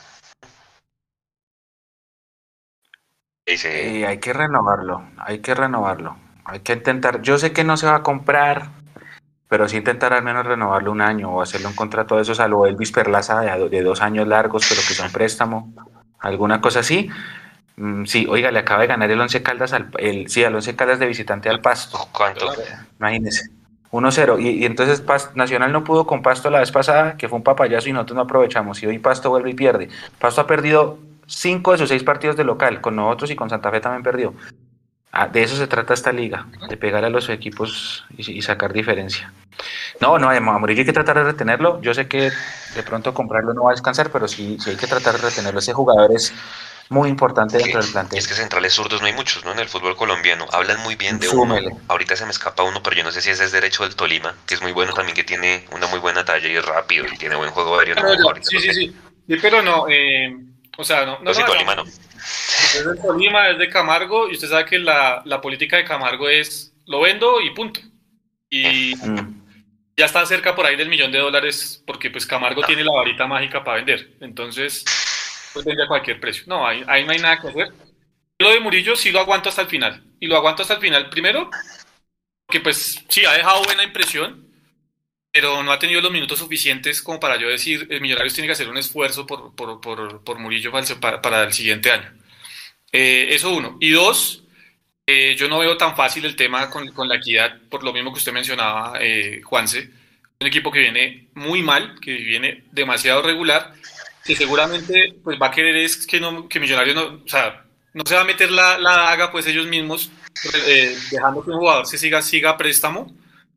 Y dice, Eh, hay que renovarlo, hay que renovarlo. Hay que intentar, yo sé que no se va a comprar, pero sí intentar al menos renovarlo un año o hacerle un contrato de esos a lo Elvis Perlaza de, a do- de dos años largos, pero que sea un préstamo, alguna cosa así. Mm, sí, oiga, le acaba de ganar el Once Caldas al, el, sí, al Once Caldas de visitante al Pasto. ¿cuánto? Imagínese. uno cero. Y, y entonces Pas- Nacional no pudo con Pasto la vez pasada, que fue un papayazo y nosotros no aprovechamos. Y hoy Pasto vuelve y pierde. Pasto ha perdido cinco de sus seis partidos de local. Con nosotros y con Santa Fe también perdió. Ah, de eso se trata esta liga, de pegar a los equipos y, y sacar diferencia. No, no, a Murillo hay que tratar de retenerlo. Yo sé que de pronto comprarlo no va a descansar, pero sí, sí hay que tratar de retenerlo. Ese jugador es muy importante Que- dentro del y plantel. es que centrales zurdos no hay muchos, ¿no? En el fútbol colombiano. Hablan muy bien de uno. Súmele. Ahorita se me escapa uno, pero yo no sé si ese es derecho del Tolima, que es muy bueno también, que tiene una muy buena talla y es rápido y tiene buen juego aéreo. Ah, No, no, ya, ahorita sí, no sí, sé. sí. Sí, pero no, eh, o sea, no, no No nos sé, hagamos. Tolima no. Es de Tolima, es de Camargo, y usted sabe que la, la política de Camargo es lo vendo y punto. Y Mm. ya está cerca por ahí del millón de dólares, porque pues Camargo tiene la varita mágica para vender. Entonces, pues vende a cualquier precio. No, ahí, ahí no hay nada que hacer. Lo de Murillo sí lo aguanto hasta el final. Y lo aguanto hasta el final, primero, porque pues sí, ha dejado buena impresión, pero no ha tenido los minutos suficientes como para yo decir, el Millonarios tiene que hacer un esfuerzo por, por, por, por Murillo para el, para- para el siguiente año. Eh, eso uno. Y dos, eh, yo no veo tan fácil el tema con, con la equidad, por lo mismo que usted mencionaba, eh, Juanse. Un equipo que viene muy mal, que viene demasiado regular, que seguramente pues va a querer es que, no, que Millonarios no, o sea, no se va a meter la, la daga pues ellos mismos, eh, dejando que un jugador se siga, siga a préstamo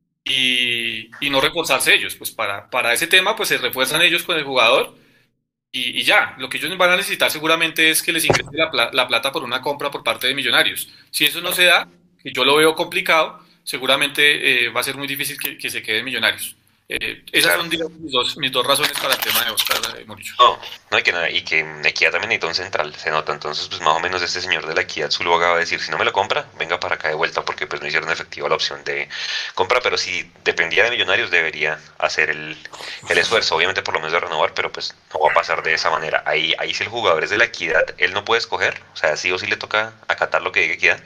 y, y no reforzarse ellos. Pues para, para ese tema pues se refuerzan ellos con el jugador y, y ya, lo que ellos van a necesitar seguramente es que les ingrese la, pla- la plata por una compra por parte de Millonarios. Si eso no se da, que yo lo veo complicado, seguramente eh, va a ser muy difícil que, que se queden Millonarios. Eh, esas Claro. son digamos, mis, dos, mis dos razones para el tema de Oscar eh, Murillo. No, no hay que nada, y que en Equidad también necesita un central, se nota. Entonces, pues más o menos este señor de la Equidad Zuluaga va a decir, si no me lo compra, venga para acá de vuelta, porque pues no hicieron efectiva la opción de compra, pero si dependía de Millonarios debería hacer el, el esfuerzo, obviamente por lo menos de renovar, pero pues no va a pasar de esa manera. Ahí, ahí si el jugador es de la Equidad, él no puede escoger, o sea, sí o sí le toca acatar lo que diga Equidad.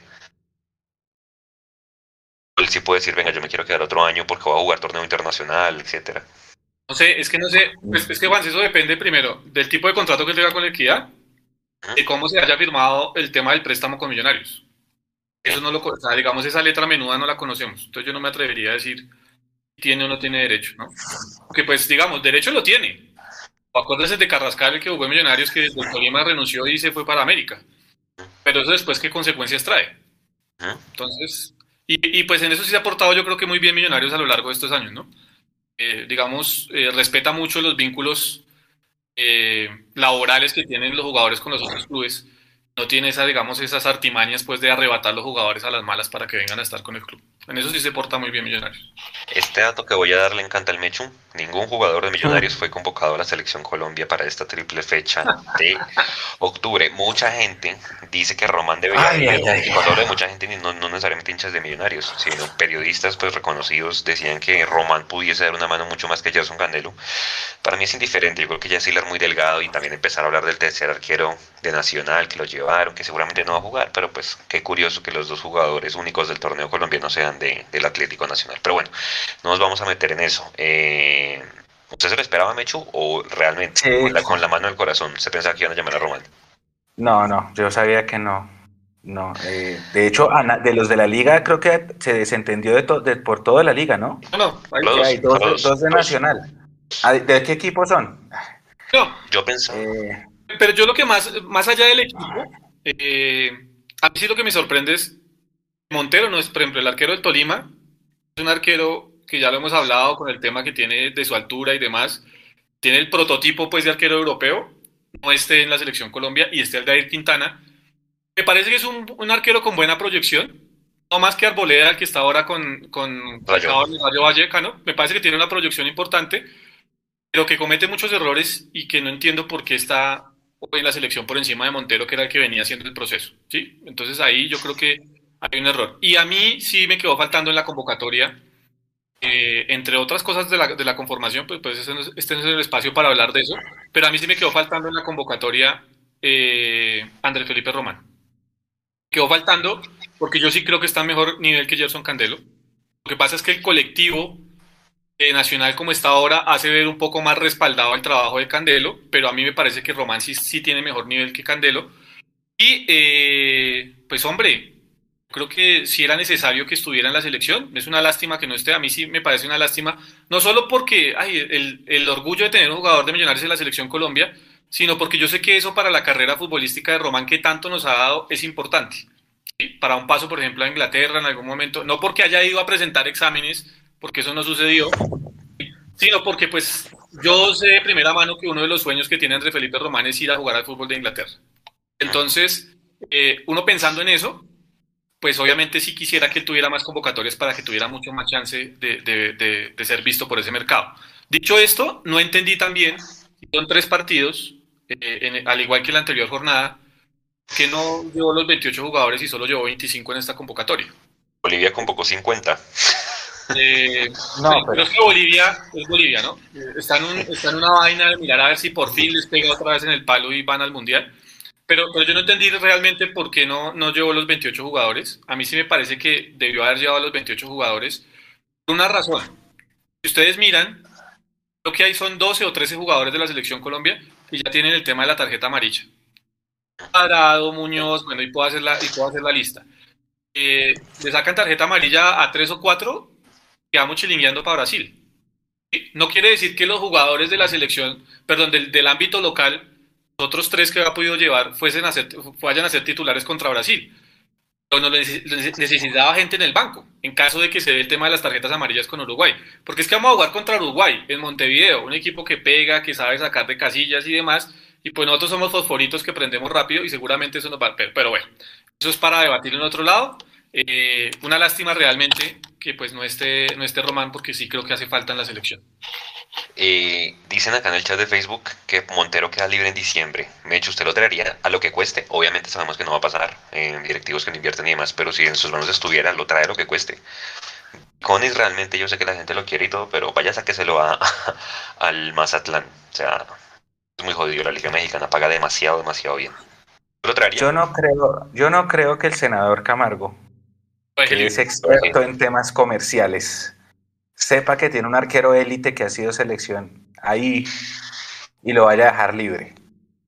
Él sí puede decir, venga, yo me quiero quedar otro año porque voy a jugar torneo internacional, etcétera. No sé, es que no sé, pues, es que Juan, eso depende primero del tipo de contrato que tenga con la equidad, de cómo se haya firmado el tema del préstamo con Millonarios. Eso no lo, co- o sea, digamos, esa letra menuda no la conocemos. Entonces yo no me atrevería a decir si tiene o no tiene derecho, ¿no? Porque pues, digamos, derecho lo tiene. Acuérdese de Carrascal, el que jugó en Millonarios, que desde el Tolima renunció y se fue para América. Pero eso después, ¿qué consecuencias trae? Ujú. Entonces, y, y pues en eso sí se ha portado yo creo que muy bien Millonarios a lo largo de estos años, ¿no? Eh, digamos, eh, respeta mucho los vínculos eh, laborales que tienen los jugadores con los otros clubes. No tiene esa, digamos, esas artimañas pues de arrebatar los jugadores a las malas para que vengan a estar con el club. En eso sí se porta muy bien Millonarios. Este dato que voy a dar le encanta al Mechu. Ningún jugador de Millonarios fue convocado a la selección Colombia para esta triple fecha de octubre. Mucha gente dice que Román debería Ay, ir. ay, ay. Y cuando hablo de mucha gente, no, no necesariamente hinchas de Millonarios, sino periodistas pues reconocidos decían que Román pudiese dar una mano mucho más que Gerson Candelo. Para mí es indiferente. Yo creo que ya es hilar muy delgado y también empezar a hablar del tercer arquero de Nacional que lo llevaron, que seguramente no va a jugar, pero pues qué curioso que los dos jugadores únicos del torneo colombiano sean de, del Atlético Nacional. Pero bueno, no nos vamos a meter en eso. Eh, ¿Usted se lo esperaba, Mechu? ¿O realmente, Sí. con la, con la mano en el corazón, se pensaba que iban a llamar a Román? No, no, yo sabía que no. No, eh, de hecho, Ana- de los de la liga creo que se desentendió de, to- de- por toda la liga, ¿no? No, no, ahí Solo Que sí. hay dos, dos solo de, dos, dos de dos. Nacional. Ah, ¿De, de qué equipo son? No, Yo pensaba, Eh, pero yo lo que más, más allá del equipo, eh, a mí sí lo que me sorprende es Montero, no es, por ejemplo, el arquero del Tolima, es un arquero que ya lo hemos hablado con el tema que tiene de su altura y demás, tiene el prototipo pues de arquero europeo, no esté en la selección Colombia y esté el Dair Quintana. Me parece que es un, un arquero con buena proyección, no más que Arboleda, el que está ahora con, con Rayo. Falcao en el Rayo Vallecano, me parece que tiene una proyección importante, pero que comete muchos errores y que no entiendo por qué está hoy en la selección por encima de Montero, que era el que venía haciendo el proceso, ¿sí? Entonces ahí yo creo que hay un error. Y a mí sí me quedó faltando en la convocatoria, eh, entre otras cosas de la, de la conformación, pues, pues este, no es, este no es el espacio para hablar de eso, pero a mí sí me quedó faltando en la convocatoria eh, Andrés Felipe Román. Quedó faltando porque yo sí creo que está a mejor nivel que Gerson Candelo. Lo que pasa es que el colectivo eh, nacional como está ahora hace ver un poco más respaldado el trabajo de Candelo, pero a mí me parece que Román sí, sí tiene mejor nivel que Candelo. Y eh, pues hombre, creo que sí era necesario que estuviera en la selección. Es una lástima que no esté. A mí sí me parece una lástima, no solo porque ay, el, el orgullo de tener un jugador de Millonarios en la selección Colombia, sino porque yo sé que eso para la carrera futbolística de Román que tanto nos ha dado es importante. ¿Sí? Para un paso, por ejemplo, a Inglaterra en algún momento, no porque haya ido a presentar exámenes, porque eso no sucedió, sino porque pues yo sé de primera mano que uno de los sueños que tiene André Felipe Román es ir a jugar al fútbol de Inglaterra. Entonces, eh, uno pensando en eso, pues obviamente sí quisiera que él tuviera más convocatorias para que tuviera mucho más chance de, de, de, de ser visto por ese mercado. Dicho esto, no entendí también, son tres partidos, eh, en, al igual que la anterior jornada, que no llevó los veintiocho jugadores y solo llevó veinticinco en esta convocatoria. Bolivia convocó cincuenta. Eh, no, pero, pero es que Bolivia es Bolivia, ¿no? Eh, Está en, un, está en una vaina de mirar a ver si por fin les pega otra vez en el palo y van al Mundial. Pero, pero yo no entendí realmente por qué no, no llevó los veintiocho jugadores. A mí sí me parece que debió haber llevado a los veintiocho jugadores por una razón. Si ustedes miran, lo que hay son doce o trece jugadores de la selección Colombia que ya tienen el tema de la tarjeta amarilla. Cuadrado, Muñoz, bueno, y puedo hacer la, y puedo hacer la lista. Eh, le sacan tarjeta amarilla a tres o cuatro, quedamos chilingueando para Brasil. ¿Sí? No quiere decir que los jugadores de la selección, perdón, del, del ámbito local, los otros tres que ha podido llevar, fuesen a ser, vayan a ser titulares contra Brasil. Pero no necesitaba gente en el banco, en caso de que se dé el tema de las tarjetas amarillas con Uruguay. Porque es que vamos a jugar contra Uruguay, en Montevideo, un equipo que pega, que sabe sacar de casillas y demás, y pues nosotros somos fosforitos que prendemos rápido y seguramente eso nos va... Pero, pero bueno, eso es para debatir en otro lado. Eh, una lástima realmente que pues no esté, no esté Román porque sí creo que hace falta en la selección. Eh, dicen acá en el chat de Facebook que Montero queda libre en diciembre. Mecho, ¿usted lo traería a lo que cueste? Obviamente sabemos que no va a pasar, en directivos que no invierten y demás, pero si en sus manos estuviera, lo trae a lo que cueste. Conis realmente yo sé que la gente lo quiere y todo, pero vaya sáqueselo a, a, al Mazatlán. O sea, es muy jodido, la Liga Mexicana paga demasiado, demasiado bien. ¿Lo traería? yo no creo, yo no creo que el senador Camargo, que es experto en temas comerciales, sepa que tiene un arquero élite que ha sido selección ahí y lo vaya a dejar libre.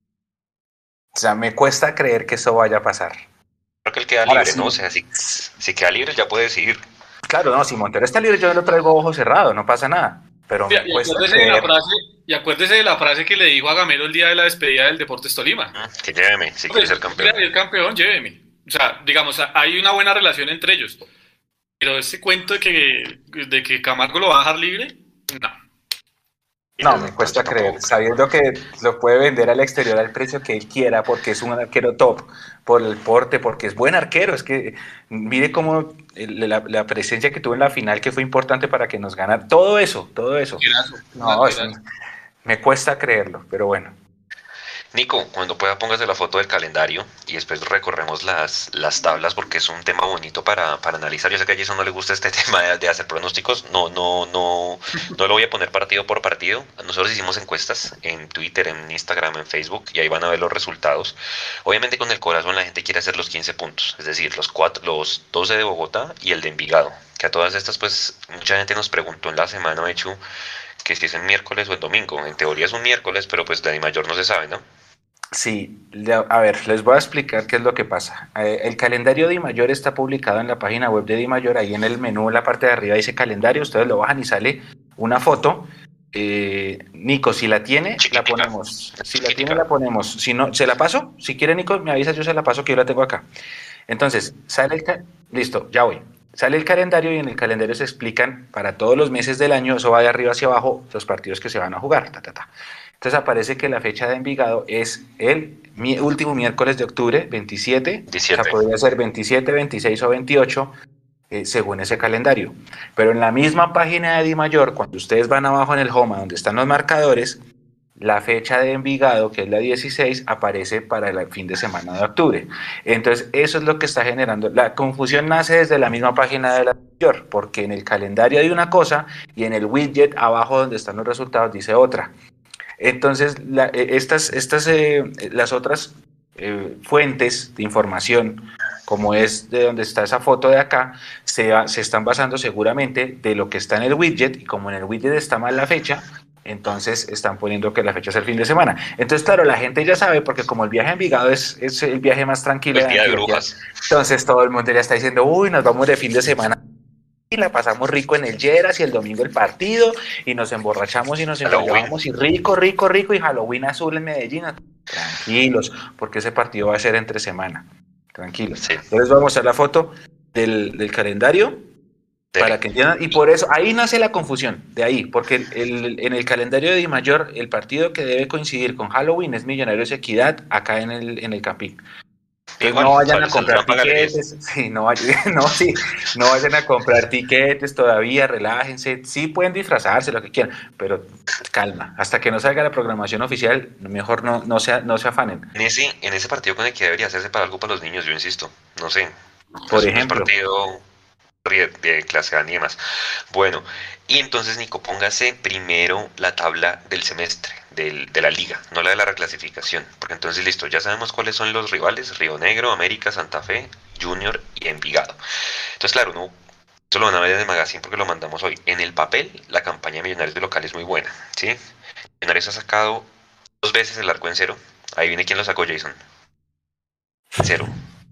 O sea, me cuesta creer que eso vaya a pasar. Creo que él queda Ahora libre, sí. ¿no? O sea, si, si queda libre ya puede decidir. Claro, no, si Montero está libre yo lo traigo a ojo cerrado, no pasa nada. Pero me Y, y, cuesta acuérdese de la creer. frase, y acuérdese de la frase que le dijo a Gamero el día de la despedida del Deportes Tolima. Que lléveme, si quiere ser campeón. Si quiere ser campeón, lléveme. O sea, digamos, hay una buena relación entre ellos. Pero ese cuento de que, de que Camargo lo va a dejar libre, no. No, me cuesta creer, sabiendo que lo puede vender al exterior al precio que él quiera, porque es un arquero top, por el porte, porque es buen arquero. Es que mire cómo el, la, la presencia que tuvo en la final, que fue importante para que nos ganara. Todo eso, todo eso. No, es, me cuesta creerlo, pero bueno. Nico, cuando pueda póngase la foto del calendario y después recorremos las, las tablas porque es un tema bonito para, para analizar. Yo sé que a Jason no le gusta este tema de, de hacer pronósticos, no, no, no, no lo voy a poner partido por partido. Nosotros hicimos encuestas en Twitter, en Instagram, en Facebook y ahí van a ver los resultados. Obviamente con el corazón la gente quiere hacer los quince puntos, es decir, los, cuatro, los doce de Bogotá y el de Envigado. Que a todas estas pues mucha gente nos preguntó en la semana, de hecho, que si es el miércoles o el domingo. En teoría es un miércoles, pero pues de Mayor no se sabe, ¿no? Sí, le- a ver, les voy a explicar qué es lo que pasa. Eh, el calendario de Mayor está publicado en la página web de Mayor, ahí en el menú, en la parte de arriba dice calendario, ustedes lo bajan y sale una foto. Eh, Nico, si la tiene, la Chiquitica, ponemos. Si la tiene, chiquitica. la ponemos. Si no, ¿se la paso? Si quiere, Nico, me avisa, yo se la paso, que yo la tengo acá. Entonces, sale el... ca- Listo, ya voy. Sale el calendario y en el calendario se explican para todos los meses del año, eso va de arriba hacia abajo, los partidos que se van a jugar. Ta, ta, ta. Entonces aparece que la fecha de Envigado es el mi- último miércoles de octubre, veintisiete, o sea, diecisiete. podría ser veintisiete, veintiséis o veintiocho, eh, según ese calendario. Pero en la misma página de Di Mayor, cuando ustedes van abajo en el home, donde están los marcadores, la fecha de Envigado, que es la dieciséis, aparece para el fin de semana de octubre. Entonces, eso es lo que está generando. La confusión nace desde la misma página de la anterior, porque en el calendario hay una cosa y en el widget abajo donde están los resultados dice otra. Entonces, la, eh, estas, estas eh, las otras eh, fuentes de información, como es de donde está esa foto de acá, se, se están basando seguramente de lo que está en el widget, y como en el widget está mal la fecha, entonces están poniendo que la fecha es el fin de semana. Entonces, claro, la gente ya sabe, porque como el viaje a Envigado es, es el viaje más tranquilo El de día de Antioquia, brujas. entonces todo el mundo ya está diciendo, uy, nos vamos de fin de semana y la pasamos rico en el Lleras y el domingo el partido y nos emborrachamos y nos Halloween. embriagamos y rico, rico, rico y Halloween azul en Medellín. Tranquilos, porque ese partido va a ser entre semana. Tranquilos. Sí, Yo les voy a mostrar la foto del, del calendario dele. para que entiendan. Y por eso, ahí nace la confusión, de ahí, porque el, el, en el calendario de Di Mayor, el partido que debe coincidir con Halloween es Millonarios Equidad acá en el, en el Campín. Entonces Igual, no o sea, vayan a les comprar saldrán para galerías. tiquetes, sí, no, vayan, no, sí, no vayan a comprar tiquetes todavía, relájense, sí pueden disfrazarse, lo que quieran, pero calma, hasta que no salga la programación oficial, mejor no, no, se, no se afanen. En ese, en ese partido con el que debería hacerse para algo para los niños, yo insisto. No sé. Por Pues no es ejemplo, partido de, de clase A ni demás. Bueno, y entonces, Nico, póngase primero la tabla del semestre, del, de la liga, no la de la reclasificación. Porque entonces, listo, ya sabemos cuáles son los rivales: Río Negro, América, Santa Fe, Junior y Envigado. Entonces, claro, no, eso lo van a ver en el magazine porque lo mandamos hoy. En el papel, la campaña de Millonarios de local es muy buena, ¿sí? Millonarios ha sacado dos veces el arco en cero. Ahí viene quién lo sacó, Jason. En cero.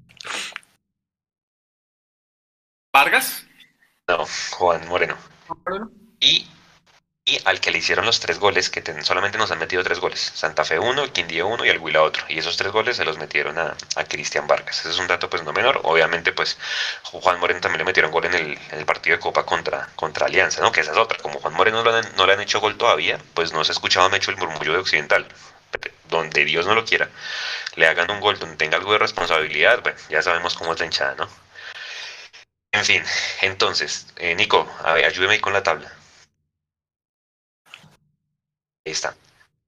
¿Vargas? No, Juan Moreno. Y, y al que le hicieron los tres goles, que ten- solamente nos han metido tres goles. Santa Fe uno, el Quindío uno y el Huila otro. Y esos tres goles se los metieron a, a Cristian Vargas. Ese es un dato pues no menor. Obviamente pues Juan Moreno también le metieron gol en el, en el partido de Copa contra, contra Alianza, ¿no? Que esa es otra. Como Juan Moreno no le, han, no le han hecho gol todavía, pues no se escuchaba mucho el murmullo de Occidental. Donde Dios no lo quiera, le hagan un gol donde tenga algo de responsabilidad, bueno, ya sabemos cómo es la hinchada, ¿no? En fin, entonces, eh, Nico, a ver, ayúdeme ahí con la tabla. Ahí está.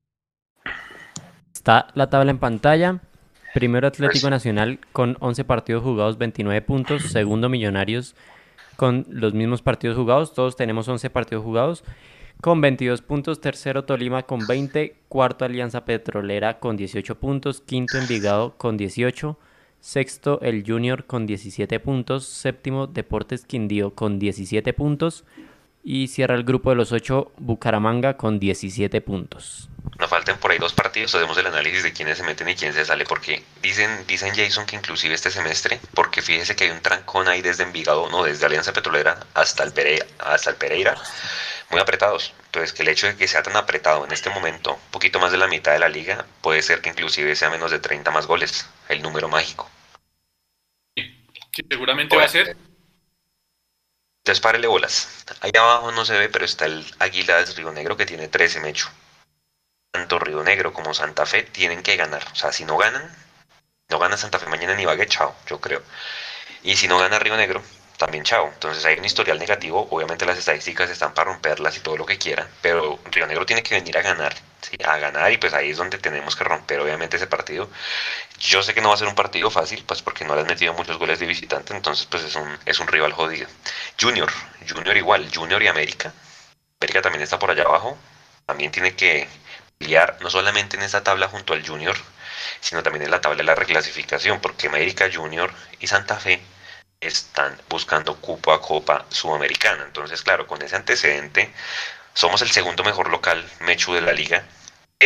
Está la tabla en pantalla. Primero Atlético Pues, Nacional con once partidos jugados, veintinueve puntos. Segundo Millonarios con los mismos partidos jugados. Todos tenemos once partidos jugados con veintidós puntos. Tercero Tolima con veinte. Cuarto Alianza Petrolera con dieciocho puntos. Quinto Envigado con dieciocho. Sexto el Junior con diecisiete puntos. Séptimo Deportes Quindío con diecisiete puntos. Y cierra el grupo de los ocho Bucaramanga con diecisiete puntos. nos faltan por ahí dos partidos, hacemos el análisis de quiénes se meten y quién se sale, porque dicen, dicen Jason que inclusive este semestre, porque fíjese que hay un trancón ahí desde Envigado, no, desde Alianza Petrolera hasta el Pereira, hasta el Pereira, muy apretados. Entonces, que el hecho de que sea tan apretado en este momento, un poquito más de la mitad de la liga, puede ser que inclusive sea menos de treinta más goles, el número mágico. Sí, seguramente va a Bueno, ser. entonces párele bolas. Ahí abajo no se ve, pero está el Águilas Río Negro que tiene trece, Mecho. Tanto Río Negro como Santa Fe tienen que ganar. O sea, si no ganan, no gana Santa Fe mañana en Ibagué, chao, yo creo. Y si no gana Río Negro, también chao. Entonces hay un historial negativo. Obviamente las estadísticas están para romperlas y todo lo que quiera. Pero Río Negro tiene que venir a ganar. ¿Sí? A ganar, y pues ahí es donde tenemos que romper obviamente ese partido. Yo sé que no va a ser un partido fácil, pues porque no le han metido muchos goles de visitante. Entonces pues es un, es un rival jodido. Junior, Junior igual. Junior y América. América también está por allá abajo. También tiene que pelear no solamente en esa tabla junto al Junior, sino también en la tabla de la reclasificación, porque América, Junior y Santa Fe están buscando cupo a Copa Sudamericana. Entonces, claro, con ese antecedente, somos el segundo mejor local, Mechu, de la liga, pero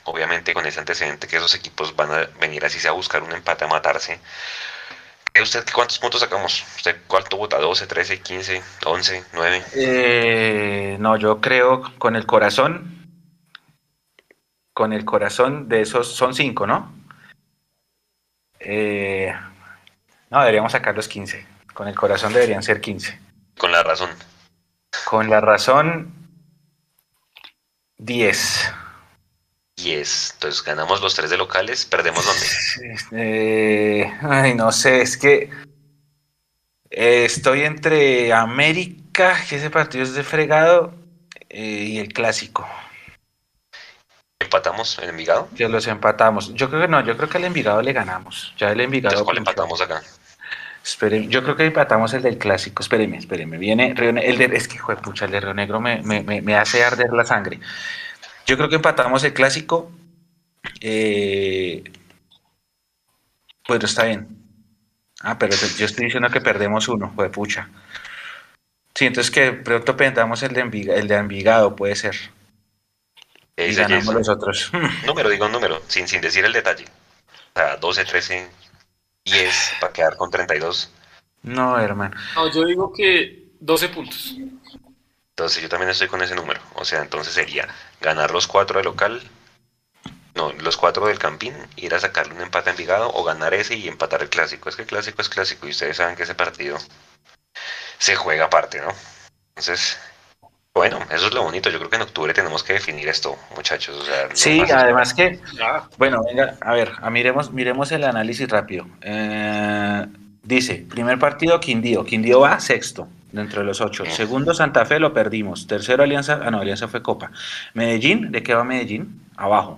obviamente con ese antecedente que esos equipos van a venir así sea a buscar un empate a matarse. ¿Cree usted que cuántos puntos sacamos? ¿Usted cuánto vota? ¿doce, trece, quince, once, nueve? Eh, no, yo creo con el corazón, con el corazón de esos son cinco, ¿no? Eh, no, deberíamos sacar los quince. Con el corazón deberían ser quince. Con la razón. Con la razón, diez. diez. Entonces ganamos los tres de locales, perdemos dónde. Eh, ay, no sé, es que eh, estoy entre América, que ese partido es de fregado, eh, y el clásico, ¿Empatamos en Envigado? que los empatamos. Yo creo que no, yo creo que al Envigado le ganamos. Ya el Envigado. Entonces, ¿cuál pinchó. empatamos acá? Esperen, yo creo que empatamos el del clásico. Espérenme, espérenme. Viene Río Ne- el de, es que, hijo de pucha, el de Río Negro me, me, me, me hace arder la sangre. Yo creo que empatamos el clásico. Eh, bueno, está bien. Ah, pero yo estoy diciendo que perdemos uno, hijo de pucha. Sí, entonces que pronto perdamos el de, Enviga- el de Envigado, puede ser. ¿Qué Y dice ganamos Jason? los otros. Número, digo un número, sin, sin decir el detalle. O sea, doce, trece, diez, para quedar con treinta y dos. No, hermano. No, yo digo que doce puntos. Entonces yo también estoy con ese número. O sea, entonces sería ganar los cuatro de local, no, los cuatro del Campín, ir a sacarle un empate a Envigado o ganar ese y empatar el clásico. Es que el clásico es clásico y ustedes saben que ese partido se juega aparte, ¿no? Entonces, bueno, eso es lo bonito. Yo creo que en octubre tenemos que definir esto, muchachos. O sea, no Sí, más además que, Ya. bueno, venga, a ver, a miremos, miremos el análisis rápido. Eh, dice, primer partido, Quindío. Quindío va sexto, dentro de los ocho. Bien. Segundo, Santa Fe, lo perdimos. Tercero, Alianza, ah, no, Alianza fue Copa. Medellín, ¿de qué va Medellín? Abajo.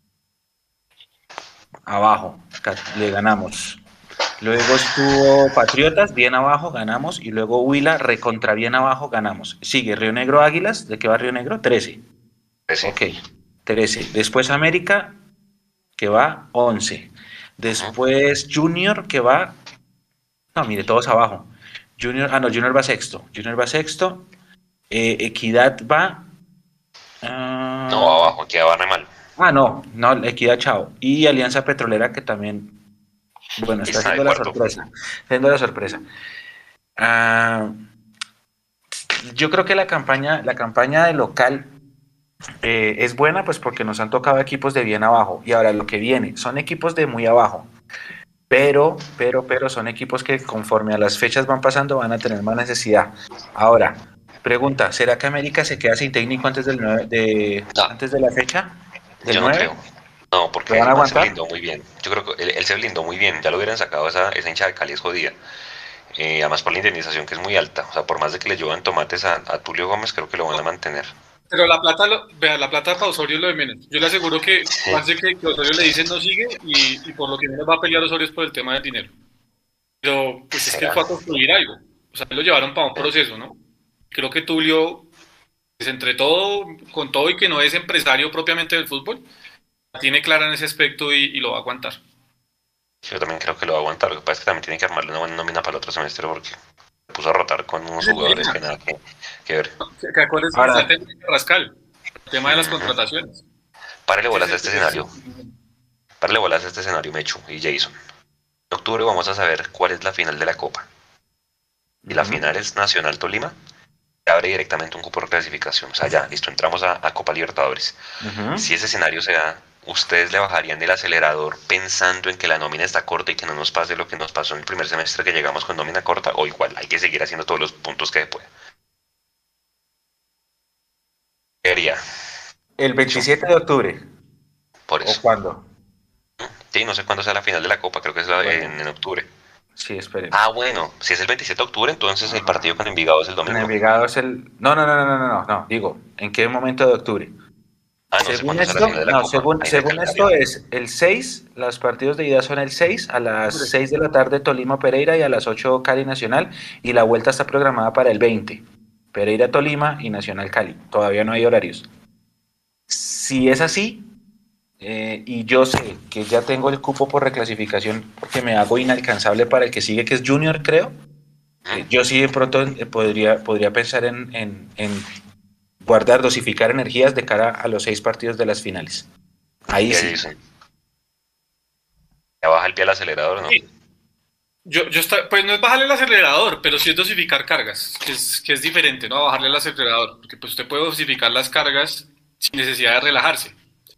Abajo, ca- le ganamos. Luego estuvo Patriotas, bien abajo, ganamos. Y luego Huila, recontra bien abajo, ganamos. Sigue Río Negro Águilas, ¿de qué va Río Negro? trece. ese. Ok, trece. Después América, que va once. Después Junior, que va. No, mire, todos abajo. Junior, ah, no, Junior va sexto. Junior va sexto. Eh, Equidad va. ah, No, abajo, quedaba re mal. ah, no, no, Equidad, chao. Y Alianza Petrolera, que también. Bueno, está Está de haciendo la cuarto. sorpresa. Está haciendo la sorpresa. Ah, yo creo que la campaña, la campaña de local eh, es buena, pues porque nos han tocado equipos de bien abajo. Y ahora lo que viene son equipos de muy abajo. Pero, pero, pero son equipos que conforme a las fechas van pasando van a tener más necesidad. Ahora, pregunta, ¿será que América se queda sin técnico antes del nueve de, No. antes de la fecha? ¿Del Yo no nueve? creo. No, porque ¿Lo van a el man se aguantar? blindó muy bien. Yo creo que él, él se blindó muy bien. Ya lo hubieran sacado esa, esa hincha de Cali es jodida. Eh, además por la indemnización que es muy alta. O sea, por más de que le llevan tomates a, a Tulio Gómez, creo que lo van a mantener. Pero la plata, lo, vea, la plata para Osorio es lo de menos. Yo le aseguro que, más de que, que Osorio le dicen no sigue y, y por lo que menos va a pelear Osorio es por el tema del dinero. Pero pues es que él fue a construir algo. O sea, lo llevaron para un proceso, ¿no? Creo que Tulio, pues entre todo, con todo y que no es empresario propiamente del fútbol, la tiene clara en ese aspecto y, y lo va a aguantar. Yo también creo que lo va a aguantar. Lo que pasa es que también tiene que armarle una buena nómina para el otro semestre porque se puso a rotar con unos jugadores que nada que, que ver. Que, que acuérdense Ahora- que está el tema de Rascal, el tema de las contrataciones. Párele bolas a Ese- este ese- escenario. Párele bolas a este escenario, Mechu y Jason. En octubre vamos a saber cuál es la final de la Copa. Y la Ujú. final es Nacional Tolima. Se abre directamente un cupo de clasificación. O sea, ya, listo, entramos a, a Copa Libertadores. Ujú. Si ese escenario se da, ¿ustedes le bajarían el acelerador pensando en que la nómina está corta y que no nos pase lo que nos pasó en el primer semestre que llegamos con nómina corta? O igual, hay que seguir haciendo todos los puntos que se pueda. ¿Qué haría? El veintisiete de octubre. Por ¿O eso. cuándo? Sí, no sé cuándo sea la final de la Copa, creo que es la de- Bueno. en, en octubre. Sí, esperen. Ah, bueno, si es el veintisiete de octubre, entonces el partido con Envigado es el En domingo. Envigado es el. No, no, no, no, no, no, no, no. Digo, ¿en qué momento de octubre? Ah, no sé Según cuándo sea la esto, final de la no, Copa. según, Ahí en el según esto calendario. es el seis, los partidos de ida son el seis, a las seis de la tarde Tolima Pereira y a las ocho Cali Nacional, y la vuelta está programada para el veinte. Pereira Tolima y Nacional Cali. Todavía no hay horarios. Si es así, eh, y yo sé que ya tengo el cupo por reclasificación porque me hago inalcanzable para el que sigue, que es Junior, creo, eh, yo sí de pronto eh, podría, podría pensar en, en, en guardar, dosificar energías de cara a los seis partidos de las finales. Ahí ¿Qué sí. dicen? ¿Ya baja el pie al acelerador o no? Sí. Yo, yo está, pues no es bajarle el acelerador, pero sí es dosificar cargas, que es, que es diferente, ¿no? A bajarle el acelerador, porque pues usted puede dosificar las cargas sin necesidad de relajarse.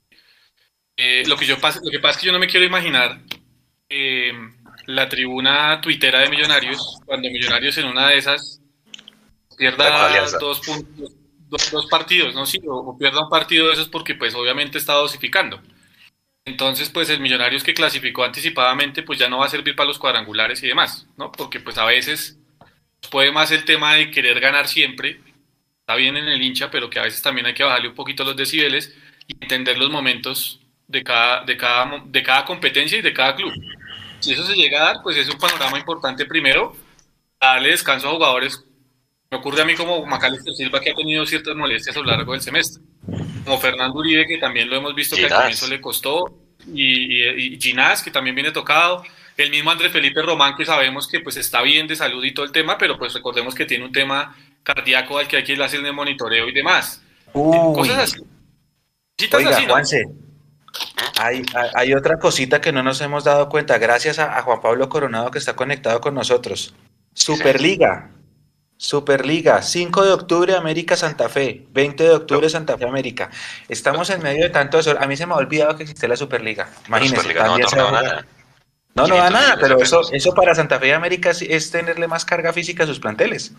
Eh, lo que yo pas- lo que pasa es que yo no me quiero imaginar eh, la tribuna tuitera de Millonarios, cuando Millonarios en una de esas La con pierda Alianza. dos puntos, dos, dos partidos, ¿no? Sí, o, o pierda un partido de esos porque pues obviamente está dosificando. Entonces, pues el Millonarios que clasificó anticipadamente, pues ya no va a servir para los cuadrangulares y demás, ¿no? Porque pues a veces puede más el tema de querer ganar siempre, está bien en el hincha, pero que a veces también hay que bajarle un poquito los decibeles y entender los momentos de cada, de cada, de cada competencia y de cada club. Si eso se llega a dar, pues es un panorama importante primero, darle descanso a jugadores. Me ocurre a mí como Macalister Silva, que ha tenido ciertas molestias a lo largo del semestre, como Fernando Uribe, que también lo hemos visto que al comienzo Ginás. le costó, y, y, y Ginás, que también viene tocado, el mismo Andrés Felipe Román, que sabemos que pues está bien de salud y todo el tema, pero pues recordemos que tiene un tema cardíaco al que hay que ir a hacerle monitoreo y demás. Eh, cosas Uy, así, cositas oiga, así, ¿no? Juanse, hay, hay, hay otra cosita que no nos hemos dado cuenta, gracias a, a Juan Pablo Coronado que está conectado con nosotros. Sí, señor. Superliga, Superliga, cinco de octubre América Santa Fe, veinte de octubre Santa Fe América. Estamos en medio de tanto desorden. A mí se me ha olvidado que existe la Superliga. Pero Imagínense, Superliga no da también se va a torneo jugar. nada. No, no da quinientos nada, millones de pero eso, pesos. eso para Santa Fe y América es, es tenerle más carga física a sus planteles.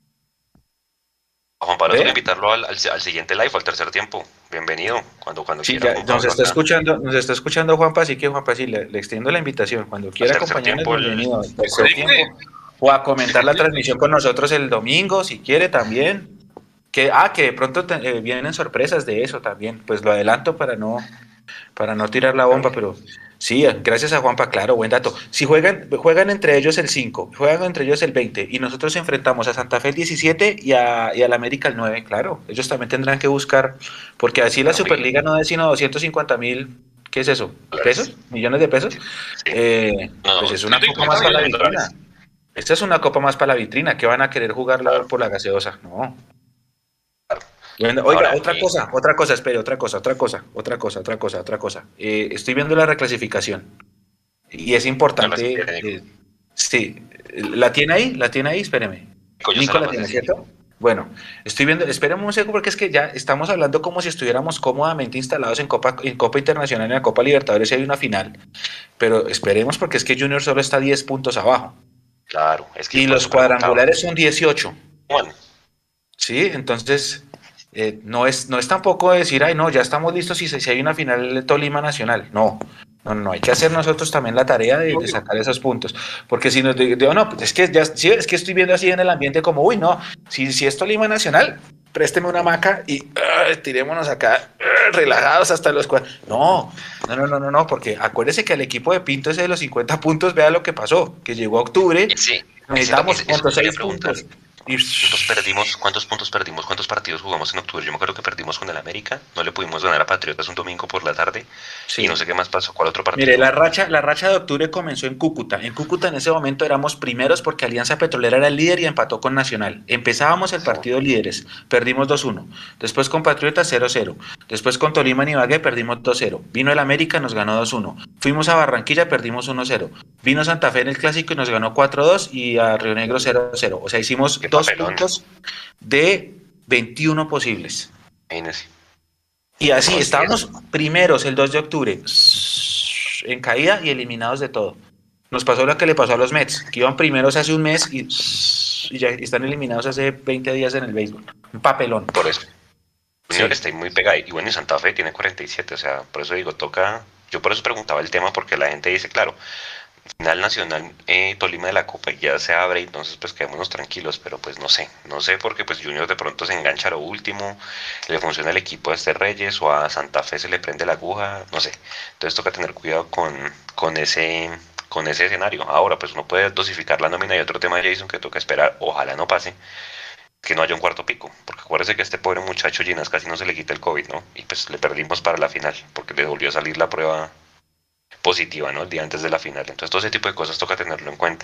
A Juan Pablo toca ¿Ve? invitarlo al, al, al siguiente live, al tercer tiempo. Bienvenido, cuando, cuando Sí, quiera, ya Juan nos Pablo, está acá. escuchando, nos está escuchando Juanpa, así que Juanpa, sí, le, le extiendo la invitación. Cuando Al quiera tercer acompañarnos, tiempo, el, bienvenido al el tercer grupo. tiempo. O a comentar la transmisión con nosotros el domingo, si quiere también. Que, ah, que de pronto te- eh, vienen sorpresas de eso también. Pues lo adelanto para no, para no tirar la bomba, pero sí, gracias a Juanpa, claro, buen dato. Si juegan, juegan entre ellos el cinco, juegan entre ellos el veinte, y nosotros enfrentamos a Santa Fe el diecisiete y a, y al América el nueve, claro, ellos también tendrán que buscar, porque así la Bueno, Superliga y no es sino doscientos cincuenta mil, ¿qué es eso? dólares. ¿Pesos? ¿Millones de pesos? Sí. Eh, No, pues no, es una ciento copa cincuenta más para la millones. vitrina. dólares. Esta es una copa más para la vitrina, que van a querer jugarlo Claro, por la gaseosa, no. claro. Bueno, oiga, Ahora, otra y cosa, otra cosa, espere, otra cosa, otra cosa, otra cosa, otra cosa, otra cosa. Eh, estoy viendo la reclasificación y es no las importante, quiere, Nico. eh, sí, ¿la tiene ahí? ¿La tiene ahí? Espéreme. Nico, yo se Nico la la mandé, tiene, sí. ¿cierto? Bueno, estoy viendo, espérame un segundo porque es que ya estamos hablando como si estuviéramos cómodamente instalados en Copa, en Copa Internacional, en la Copa Libertadores y hay una final, pero esperemos porque es que Junior solo está diez puntos abajo Claro, es que y por los eso preguntaba. cuadrangulares son dieciocho. Bueno, Sí, entonces eh, no es, no es tampoco decir, ay, no, ya estamos listos si, si hay una final de Tolima Nacional. No, no, no, hay que hacer nosotros también la tarea de, de Obvio. sacar esos puntos. Porque si nos digo, no, pues es que ya, sí, es que estoy viendo así en el ambiente como, uy, no, si, si es Tolima Nacional, présteme una hamaca y uh, tirémonos acá uh, relajados hasta los cuatro. No, no, no, no, no, no, porque acuérdese que el equipo de Pinto ese de los cincuenta puntos, vea lo que pasó, que llegó a octubre, sí, necesitamos eso ¿cuántos? quería Seis preguntar. puntos. Y ¿Cuántos perdimos? ¿Cuántos puntos perdimos? ¿Cuántos partidos jugamos en octubre? Yo me acuerdo que perdimos con el América, no le pudimos ganar a Patriotas un domingo por la tarde y no sí. sé qué más pasó. ¿Cuál otro Mire, partido? la racha, la racha de octubre comenzó en Cúcuta. En Cúcuta en ese momento éramos primeros porque Alianza Petrolera era el líder y empató con Nacional. Empezábamos el partido líderes, perdimos dos uno. Después con Patriotas cero cero. Después con Tolima en Ibagué perdimos dos cero. Vino el América, nos ganó dos uno. Fuimos a Barranquilla, perdimos uno cero. Vino Santa Fe en el Clásico y nos ganó cuatro dos y a Río Negro cero cero. O sea, hicimos Qué dos papelón. puntos de veintiuno posibles. Imagínese. Y así, No, sí, estábamos primeros el dos de octubre, en caída y eliminados de todo. Nos pasó lo que le pasó a los Mets, que iban primeros hace un mes y, y ya están eliminados hace veinte días en el béisbol. Un papelón. por eso. Junior Sí. está ahí muy pegado. Y bueno, y Santa Fe tiene cuarenta y siete, o sea, por eso digo, toca. Yo por eso preguntaba el tema, porque la gente dice, claro, final nacional eh, Tolima de la Copa y ya se abre, entonces pues quedémonos tranquilos, pero pues no sé, no sé porque pues Junior de pronto se engancha a lo último, le funciona el equipo a este Reyes o a Santa Fe se le prende la aguja, no sé, entonces toca tener cuidado con, con ese con ese escenario. Ahora pues uno puede dosificar la nómina y otro tema, Jason, que toca esperar, ojalá no pase, que no haya un cuarto pico, porque acuérdese que a este pobre muchacho Ginas casi no se le quita el COVID, ¿no? Y pues le perdimos para la final, porque le volvió a salir la prueba positiva, ¿no? El día antes de la final. Entonces todo ese tipo de cosas toca tenerlo en cuenta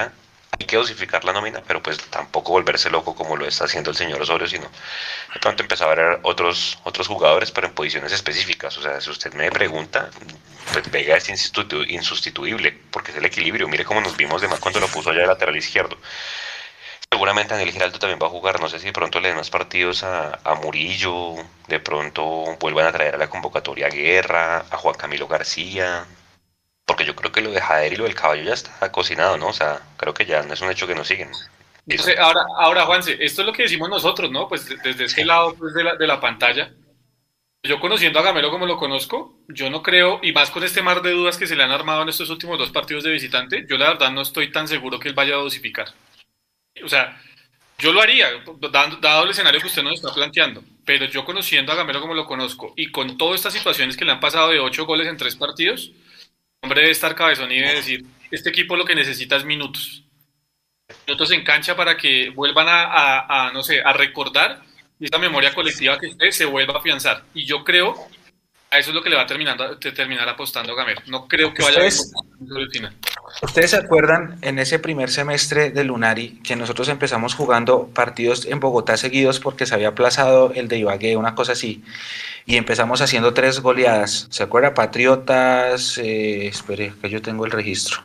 hay que dosificar la nómina, pero pues tampoco volverse loco como lo está haciendo el señor Osorio, sino de pronto empezar a ver otros, otros jugadores, pero en posiciones específicas. O sea, si usted me pregunta, pues Vega es insustitu- insustituible, porque es el equilibrio. Mire cómo nos vimos de más cuando lo puso allá de lateral izquierdo. Seguramente Daniel Giraldo también va a jugar, no sé si de pronto le den más partidos a, a Murillo, de pronto vuelvan a traer a la convocatoria a Guerra, a Juan Camilo García, porque yo creo que lo de Jader y lo del caballo ya está cocinado, ¿no? O sea, creo que ya no es un hecho que nos siguen. No sé, ahora, ahora, Juanse, esto es lo que decimos nosotros, ¿no? Pues de- desde ese lado pues, de la, de la pantalla. Yo conociendo a Gamero como lo conozco, yo no creo, y más con este mar de dudas que se le han armado en estos últimos dos partidos de visitante, yo la verdad no estoy tan seguro que él vaya a dosificar. O sea, yo lo haría, dado, dado el escenario que usted nos está planteando, pero yo conociendo a Gamero como lo conozco y con todas estas situaciones que le han pasado de ocho goles en tres partidos, el hombre debe estar cabezón y debe decir, este equipo lo que necesita es minutos. Minutos en cancha para que vuelvan a, a, a, no sé, a recordar y esta memoria colectiva que usted se vuelva a afianzar. Y yo creo a eso es lo que le va a terminar, terminar apostando Gamero. No creo que vaya a haber ¿Ustedes, sobre el final. ¿Ustedes se acuerdan en ese primer semestre de Lunari que nosotros empezamos jugando partidos en Bogotá seguidos porque se había aplazado el de Ibagué, una cosa así? Y empezamos haciendo tres goleadas. ¿Se acuerda? Patriotas, eh, espere, que yo tengo el registro.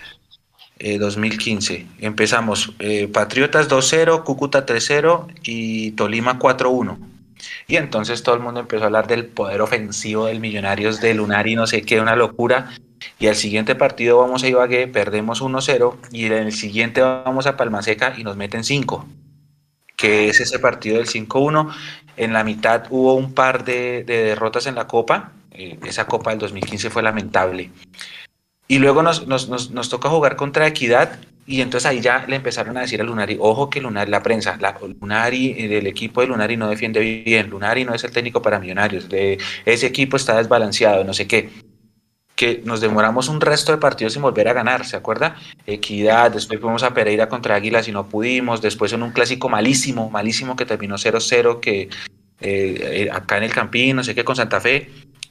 Eh, dos mil quince. Empezamos eh, Patriotas dos cero, Cúcuta tres cero y Tolima cuatro uno. Y entonces todo el mundo empezó a hablar del poder ofensivo del Millonarios de Lunari, no sé qué, una locura. Y al siguiente partido vamos a Ibagué, perdemos uno cero y en el siguiente vamos a Palmaseca y nos meten cinco, que es ese partido del cinco uno. En la mitad hubo un par de, de derrotas en la Copa. Eh, esa Copa del dos mil quince fue lamentable. Y luego nos, nos, nos, nos toca jugar contra Equidad y entonces ahí ya le empezaron a decir a Lunari, ojo que Lunari, la prensa, la, Lunari, el equipo de Lunari no defiende bien, Lunari no es el técnico para Millonarios, de, ese equipo está desbalanceado, no sé qué. Que nos demoramos un resto de partidos sin volver a ganar, ¿se acuerda? Equidad, después fuimos a Pereira contra Águilas y no pudimos, después en un clásico malísimo, malísimo que terminó cero cero, que eh, acá en el Campín, no sé qué, con Santa Fe,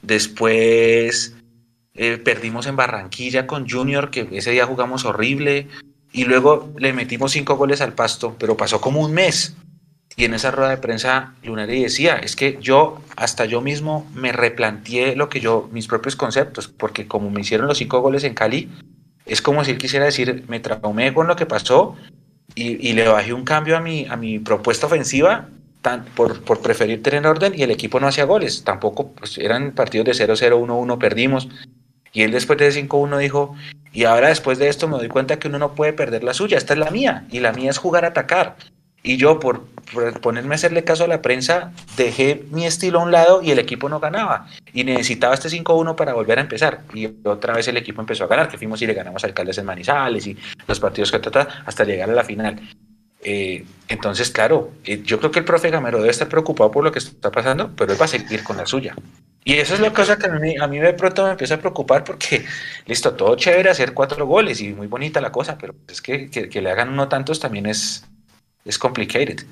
después eh, perdimos en Barranquilla con Junior, que ese día jugamos horrible, y luego le metimos cinco goles al Pasto, pero pasó como un mes. Y en esa rueda de prensa Lunari decía, es que yo, hasta yo mismo me replanteé lo que yo, mis propios conceptos, porque como me hicieron los cinco goles en Cali, es como si él quisiera decir, me traumé con lo que pasó y, y le bajé un cambio a mi, a mi propuesta ofensiva tan, por, por preferir tener orden y el equipo no hacía goles, tampoco, pues eran partidos de cero cero, uno uno, perdimos. Y él después de cinco uno dijo, y ahora después de esto me doy cuenta que uno no puede perder la suya, esta es la mía, y la mía es jugar a atacar. Y yo, por, por ponerme a hacerle caso a la prensa, dejé mi estilo a un lado y el equipo no ganaba. Y necesitaba este cinco uno para volver a empezar. Y otra vez el equipo empezó a ganar, que fuimos y le ganamos a Alcaldes en Manizales y los partidos que trata hasta llegar a la final. Eh, entonces, claro, eh, yo creo que el profe Gamero debe estar preocupado por lo que está pasando, pero él va a seguir con la suya. Y eso es la cosa que a mí, a mí de pronto me empieza a preocupar porque, listo, todo chévere hacer cuatro goles y muy bonita la cosa, pero es que, que, que le hagan uno tantos también es... es complicated.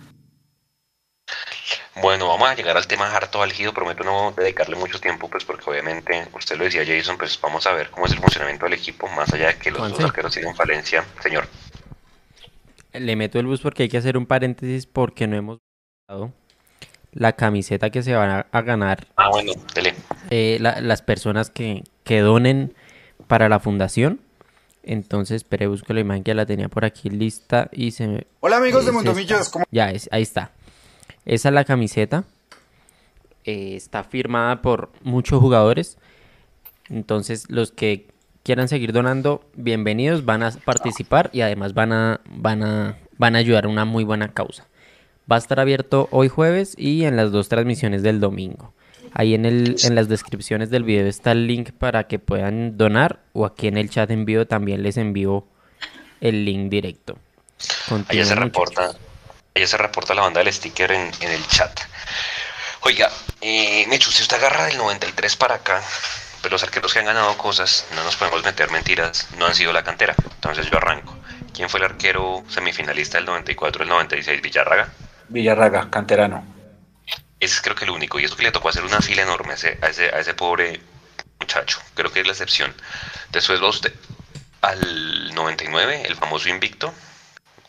Bueno, vamos a llegar al tema harto álgido, prometo no dedicarle mucho tiempo, pues porque obviamente, usted lo decía Jason, pues vamos a ver cómo es el funcionamiento del equipo, más allá de que los Juanse, dos arqueros tienen falencia, señor. le meto el bus porque hay que hacer un paréntesis porque no hemos dado la camiseta que se van a, a ganar Ah, bueno, dele. eh, la- las personas que, que donen para la fundación. Entonces, espere, busco la imagen que ya la tenía por aquí lista y se me... Hola amigos de es Mundomillos, esta. ¿cómo? Ya, es, ahí está. Esa es la camiseta. Eh, está firmada por muchos jugadores. Entonces, los que quieran seguir donando, bienvenidos, van a participar y además van a, van a, van a ayudar a una muy buena causa. Va a estar abierto hoy jueves y en las dos transmisiones del domingo. Ahí en, el, en las descripciones del video está el link para que puedan donar o aquí en el chat en vivo también les envío el link directo. Allá se Continúen, reporta, allá se reporta la banda del sticker en, en el chat. Oiga, eh, Mechu, si usted agarra del noventa y tres para acá, pues los arqueros que han ganado cosas, no nos podemos meter mentiras, no han sido la cantera. Entonces yo arranco. ¿Quién fue el arquero semifinalista del noventa y cuatro, el noventa y seis? ¿Villarraga? Villarraga, canterano. Ese es creo que el único, y eso que le tocó hacer una fila enorme a ese, a ese, a ese pobre muchacho. Creo que es la excepción. Después va usted al noventa y nueve, el famoso invicto,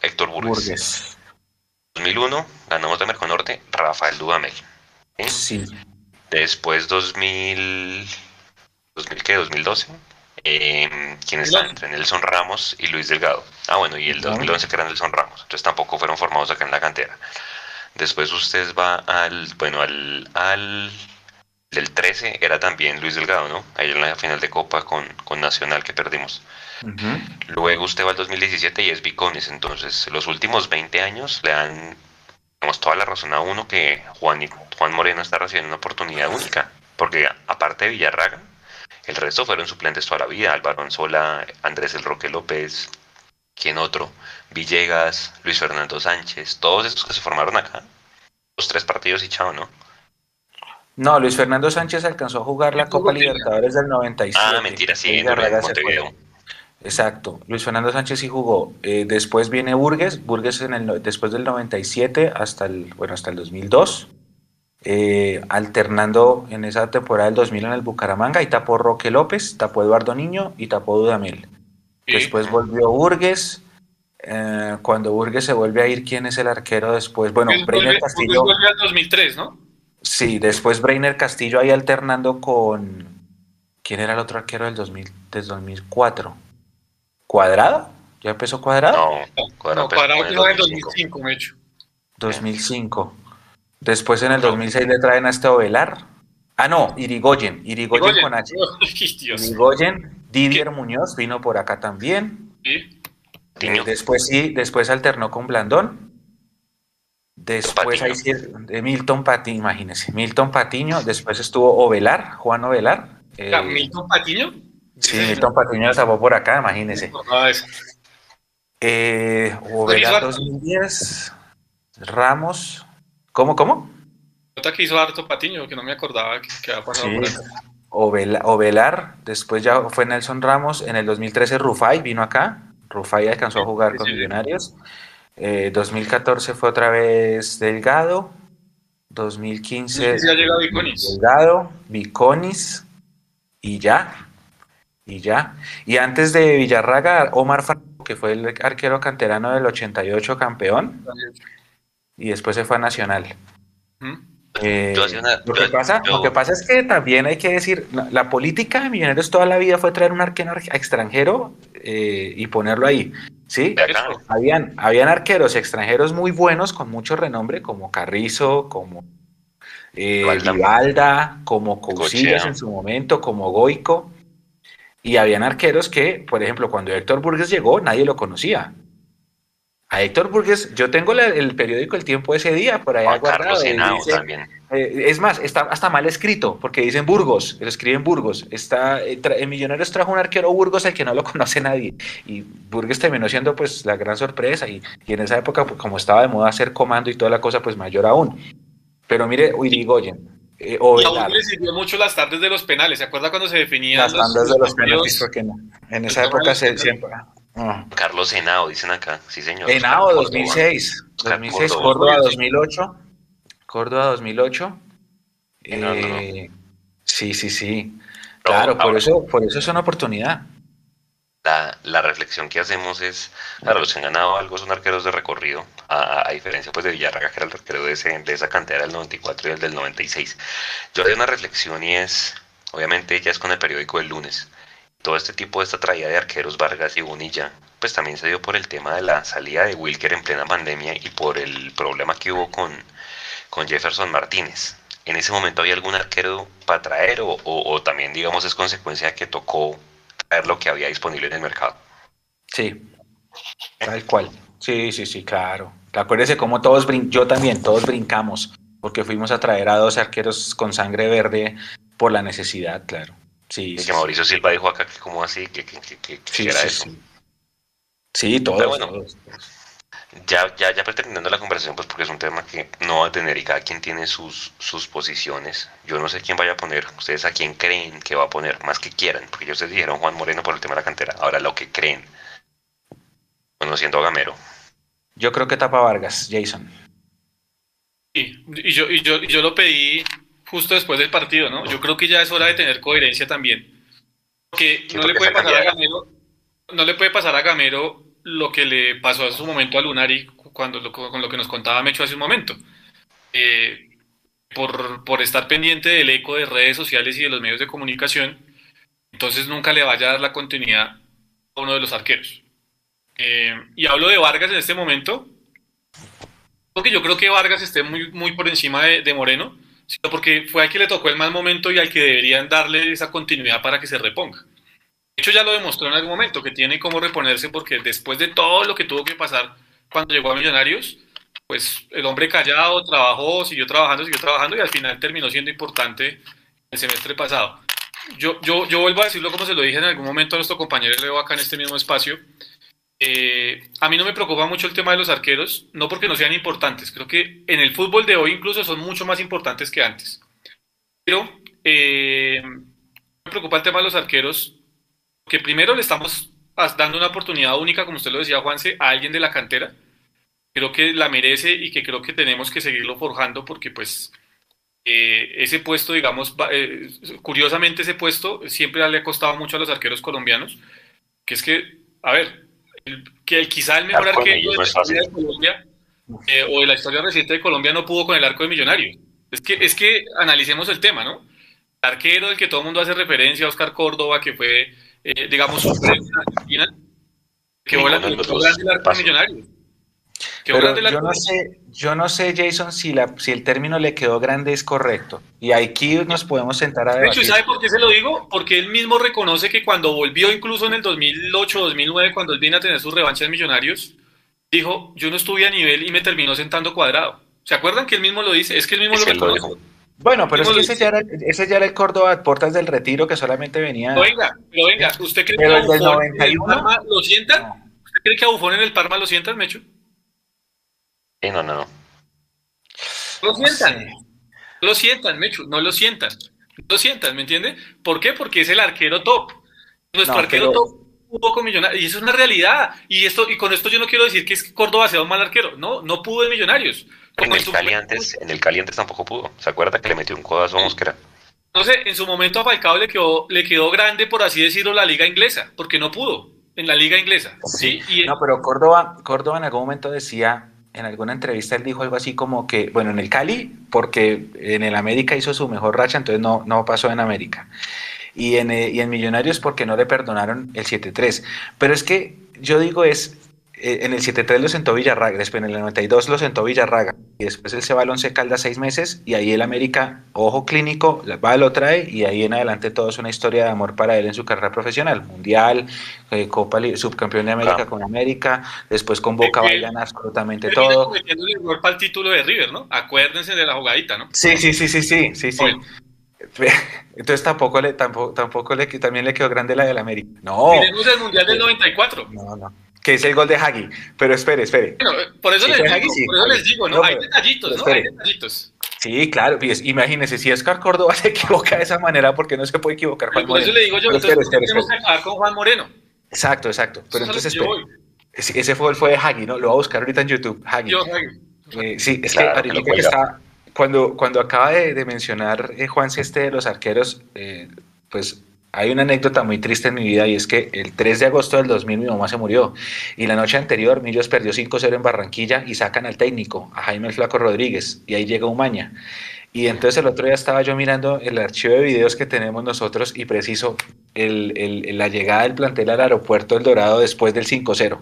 Héctor Burgues. Burgues. dos mil uno, ganamos de Merconorte, Rafael Dudamel. ¿Sí? Sí. Después dos mil... ¿dos mil qué? ¿dos mil doce? Eh, ¿Quién está? Entre Nelson Ramos y Luis Delgado. Ah, bueno, y el dos mil once que era Nelson Ramos. Entonces tampoco fueron formados acá en la cantera. Después usted va al... Bueno, al... al del trece era también Luis Delgado, ¿no? Ahí en la final de Copa con, con Nacional que perdimos. Uh-huh. Luego usted va al dos mil diecisiete y es Vicones. Entonces, los últimos veinte años le dan, digamos, toda la razón a uno que Juan, Juan Moreno está recibiendo una oportunidad única. Porque aparte de Villarraga, el resto fueron suplentes toda la vida. Álvaro Anzola, Andrés El Roque López, ¿quién otro? Villegas, Luis Fernando Sánchez, todos estos que se formaron acá. Los tres partidos y chao, ¿no? No, Luis Fernando Sánchez alcanzó a jugar la Copa Libertadores del noventa y siete. Ah, mentira, sí, en Villarraga se Montevideo. fue. Exacto, Luis Fernando Sánchez sí jugó. Eh, después viene Burgues, Burgues en el, después del noventa y siete hasta el, bueno, hasta el dos mil dos, eh, alternando en esa temporada del dos mil en el Bucaramanga, y tapó Roque López, tapó Eduardo Niño y tapó Dudamel. Sí. Después volvió Burgues. Eh, cuando Burgues se vuelve a ir, ¿quién es el arquero después? Bueno, Burgues Breiner vuelve, Castillo. Burgues vuelve al dos mil tres, ¿no? Sí, después Breiner Castillo ahí alternando con... ¿Quién era el otro arquero del dos mil, del dos mil cuatro? ¿Cuadrado? ¿Ya empezó Cuadrado? No, Cuadrado, no, Cuadrado empezó en el dos mil cinco, me hecho. dos mil cinco. Después en el dos mil seis le traen a este Ovelar. Ah, no, Irigoyen. Irigoyen, Irigoyen. con H. Dios. Irigoyen. Didier ¿Qué? Muñoz vino por acá también. Sí. Eh, después sí, después alternó con Blandón. Después ahí sí, de Milton Patiño, imagínense, Milton Patiño. Después estuvo Ovelar, Juan Ovelar. Eh, ¿Milton Patiño? Sí, Milton Patiño tapó por acá, imagínense. Eh, Ovelar dos mil diez, Ramos. ¿Cómo, cómo? Nota que hizo harto Patiño, que no me acordaba que, que había pasado sí. por acá. Ovelar, Ovelar, después ya fue Nelson Ramos. En el dos mil trece Rufai vino acá. Rufai alcanzó a jugar sí, con sí, Millonarios. Eh, dos mil catorce fue otra vez Delgado. dos mil quince sí, ya llega Viconis. Delgado, Viconis. Y ya. Y ya. Y antes de Villarraga, Omar Franco, que fue el arquero canterano del ochenta y ocho campeón. Y después se fue a Nacional. ¿Mm? Eh, una, lo, que pasa, yo... lo que pasa es que también hay que decir, la, la política de Millonarios toda la vida fue traer un arquero extranjero eh, y ponerlo ahí, ¿sí? Claro. Habían, habían arqueros extranjeros muy buenos con mucho renombre, como Carrizo, como eh, Vivalda, como Cousillas en su momento, como Goico, y habían arqueros que, por ejemplo, cuando Héctor Burgues llegó, nadie lo conocía. A Héctor Burgues, yo tengo la, el periódico El Tiempo ese día por ahí guardado. Carlos Henao también. Eh, es más, está hasta mal escrito, porque dicen Burgos, lo escriben Burgos. Está, eh, tra, en Millonarios trajo un arquero Burgos al que no lo conoce nadie. Y Burgues terminó siendo pues la gran sorpresa. Y, y en esa época, pues, como estaba de moda hacer comando y toda la cosa, pues mayor aún. Pero mire, Irigoyen. Eh, y a le sirvió mucho las tardes de los penales. ¿Se acuerda cuando se definían las tardes los, de los penales? Porque no. En esa época se siempre. Oh. Carlos Henao, dicen acá, sí señor. Henao, dos mil seis, dos mil seis, Córdoba, dos mil ocho, Córdoba dos mil ocho. Eh, no, no, no. Sí, sí, sí. Claro, por eso, por eso es una oportunidad. La, la reflexión que hacemos es, claro, los que han ganado algo son arqueros de recorrido, a, a diferencia pues de Villarraga, que era el arquero de, ese, de esa cantera del noventa y cuatro y el del noventa y seis. Yo haré una reflexión y es, obviamente ya es con el periódico del lunes. Todo este tipo de esta traída de arqueros Vargas y Bonilla, pues también se dio por el tema de la salida de Wilker en plena pandemia y por el problema que hubo con, con Jefferson Martínez. ¿En ese momento había algún arquero para traer o, o, o también, digamos, es consecuencia de que tocó traer lo que había disponible en el mercado? Sí, tal cual. Sí, sí, sí, claro. Acuérdese cómo todos, brin- yo también, todos brincamos, porque fuimos a traer a dos arqueros con sangre verde por la necesidad, claro. Sí, y sí, que Mauricio Silva dijo acá que como así, que, que, que, que sí, era sí, eso. Sí, sí todos, Pero bueno, todos, todos. Ya, ya, ya pretendiendo la conversación, pues porque es un tema que no va a tener y cada quien tiene sus, sus posiciones. Yo no sé quién vaya a poner, ustedes a quién creen que va a poner, más que quieran, porque ellos les dijeron Juan Moreno por el tema de la cantera, ahora lo que creen, conociendo a Gamero. Yo creo que tapa Vargas, Jason. Sí, y yo, y yo, y yo lo pedí justo después del partido, ¿no? Yo creo que ya es hora de tener coherencia también. Porque Sí, no porque le puede pasar cambiar. a Gamero, no le puede pasar a Gamero lo que le pasó en su momento a Lunari cuando, lo- con lo que nos contaba Mecho hace un momento. Eh, por, por estar pendiente del eco de redes sociales y de los medios de comunicación, entonces nunca le vaya a dar la continuidad a uno de los arqueros. Eh, y hablo de Vargas en este momento, porque yo creo que Vargas esté muy, muy por encima de, de Moreno, sino porque fue al que le tocó el mal momento y al que deberían darle esa continuidad para que se reponga. De hecho, ya lo demostró en algún momento, que tiene cómo reponerse, porque después de todo lo que tuvo que pasar cuando llegó a Millonarios, pues el hombre callado, trabajó, siguió trabajando, siguió trabajando y al final terminó siendo importante el semestre pasado. Yo, yo, yo vuelvo a decirlo como se lo dije en algún momento a nuestro compañero Leo acá en este mismo espacio. Eh, a mí no me preocupa mucho el tema de los arqueros, no porque no sean importantes, creo que en el fútbol de hoy incluso son mucho más importantes que antes. Pero eh, me preocupa el tema de los arqueros, porque primero le estamos dando una oportunidad única, como usted lo decía, Juanse, a alguien de la cantera. Creo que la merece y que creo que tenemos que seguirlo forjando porque pues eh, ese puesto, digamos, va- eh, curiosamente ese puesto siempre le ha costado mucho a los arqueros colombianos, que es que, a ver, el- que quizá el mejor Hablar con arquero ellos de no la es fácil. historia de Colombia eh, o de la historia reciente de Colombia no pudo con el arco de Millonarios. Es que, es que analicemos el tema, ¿no? El arquero del que todo el mundo hace referencia, Oscar Córdoba, que fue, eh, digamos, suplente en Argentina, Y que ninguno bola, de los quedó dos grande el arco de pasó. Millonarios. Quedó grande Pero el yo arco no de sé, yo no sé, Jason, si la, si el término le quedó grande es correcto. Y aquí nos podemos sentar a De hecho, ¿y debatir. sabe por qué se lo digo? Porque él mismo reconoce que cuando volvió incluso en el dos mil ocho, dos mil nueve, cuando él vino a tener sus revanchas en Millonarios, dijo, yo no estuve a nivel y me terminó sentando cuadrado. ¿Se acuerdan que él mismo lo dice? Es que él mismo lo Es que él lo reconoce. dijo. Bueno, Él pero es mismo que lo ese ya dice. era, ese ya era el Córdoba a puertas del retiro que solamente Pero venía. venga, pero venga, ¿usted cree que Pero a el del Buffon en el noventa y uno, Parma lo sientan? no. ¿Usted cree que a Buffon en el Parma lo sientan, Mecho? Sí, no, no, no. No lo No sé. sientan. No lo sientan, Mechu, no lo sientan. No lo sientan, ¿me entiende? ¿Por qué? Porque es el arquero top. Nuestro No, arquero pero top pudo con Millonarios. Y eso es una realidad. Y esto, y con esto yo no quiero decir que es que Córdoba sea un mal arquero. No, no pudo en Millonarios. En Como en el su Cali momento, antes, en el Cali antes tampoco pudo. ¿Se acuerda que le metió un codazo a Mosquera? no sé, en su momento a Falcao le quedó, le quedó grande, por así decirlo, la liga inglesa, porque no pudo en la liga inglesa. sí, ¿Sí? Y no, pero Córdoba, Córdoba en algún momento decía, en alguna entrevista él dijo algo así como que, bueno, en el Cali, porque en el América hizo su mejor racha, entonces no, no pasó en América. Y en, eh, y en Millonarios porque no le perdonaron el siete tres. Pero es que yo digo es, eh, en el siete tres lo sentó Villarraga, después en el noventa y dos lo sentó Villarraga, y después él se va al Once Caldas seis meses, y ahí el América, ojo clínico, va, lo trae, y ahí en adelante todo es una historia de amor para él en su carrera profesional, mundial, eh, Copa, subcampeón de América Ah, con América, después con que Boca va y él gana absolutamente termina todo. cometiendo el error para el título de River, ¿no? Acuérdense de la jugadita, ¿no? Sí, sí, sí, sí, sí, sí, sí. Bueno, Entonces tampoco le, tampoco, tampoco le, también le quedó grande la del América. No, miremos el Mundial del noventa y cuatro. no, no. Que es el gol de Hagi. Pero espere, espere. Bueno, eh, por eso ¿Sí les fue Hagi? digo, Sí, por eso Hagi. les digo, ¿no? No, Hay pero, detallitos, pero ¿no? Hay espere. detallitos. Sí, claro. pues, imagínese, si Oscar Córdoba se equivoca de esa manera, ¿por qué no se puede equivocar Pero Juan por eso Moreno? le digo yo, Pero entonces, espere, ¿por qué espere, tenemos espere. que acabar con Juan Moreno? Exacto, exacto. Eso Pero es a lo entonces que yo espere. voy. Ese ese fue, fue de Hagi, ¿no? Lo voy a buscar ahorita en YouTube. Hagi. Yo, Eh, sí, es que claro que ahorita lo que cuelga. está, cuando, cuando acaba de, de mencionar eh, Juan este de los arqueros, eh, pues hay una anécdota muy triste en mi vida y es que el tres de agosto del dos mil mi mamá se murió y la noche anterior Millos perdió cinco cero en Barranquilla y sacan al técnico, a Jaime el Flaco Rodríguez, y ahí llega Umaña. Y entonces el otro día estaba yo mirando el archivo de videos que tenemos nosotros y preciso el, el- la llegada del plantel al aeropuerto del Dorado después del cinco cero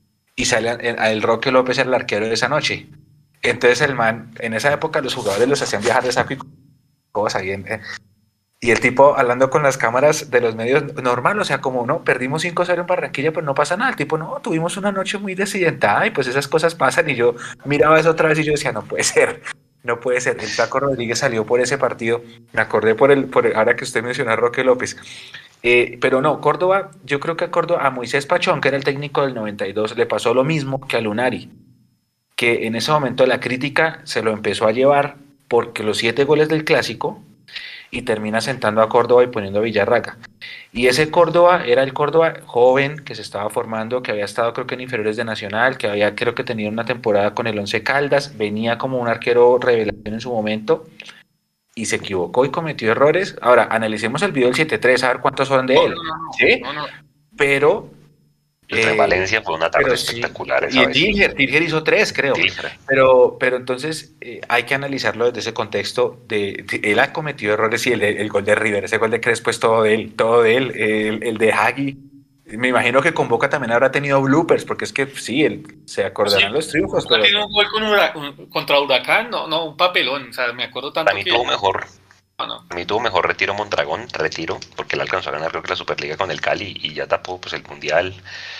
y sale el, el Roque López el arquero de esa noche. Entonces el man, en esa época los jugadores los hacían viajar de saco y cosas. Y, en- eh, y el tipo hablando con las cámaras de los medios normal, o sea, como no, perdimos cinco cero en Barranquilla, pues no pasa nada. El tipo, no, tuvimos una noche muy descidentada y pues esas cosas pasan. Y yo miraba eso otra vez y yo decía, no puede ser, no puede ser. El Flaco Rodríguez salió por ese partido. Me acordé por el, por el- ahora que usted menciona a Roque López. Eh, pero no, Córdoba, yo creo que a Córdoba, a Moisés Pachón, que era el técnico del noventa y dos, le pasó lo mismo que a Lunari, que en ese momento la crítica se lo empezó a llevar porque los siete goles del clásico y termina sentando a Córdoba y poniendo a Villarraga. Y ese Córdoba era el Córdoba joven que se estaba formando, que había estado creo que en inferiores de Nacional, que había creo que tenido una temporada con el Once Caldas, venía como un arquero revelación en su momento y se equivocó y cometió errores. Ahora, analicemos el video del siete tres a ver cuántos son de No, no, él, no, ¿sí? no, no, no. Pero El Tren Eh, Valencia fue una tarde pero sí, espectacular y esa vez. Tiger, Tiger hizo tres, creo. Tilger. Pero, pero entonces eh, hay que analizarlo desde ese contexto de, de- él ha cometido errores y el, de- el gol de River, ese gol de Crespo es todo de él, todo de él, el, el de Hagi. Me imagino que con Boca también habrá tenido bloopers, porque es que sí, él, se Sí, acordarán los triunfos, Boca pero tiene un gol con Hura- un- contra Huracán, no, no, un papelón. O sea, me acuerdo Para tanto mí que. tuvo mejor, No, no. para mí tuvo mejor retiro Mondragón, retiro, porque él alcanzó a ganar creo que la Superliga con el Cali y ya tapó pues el Mundial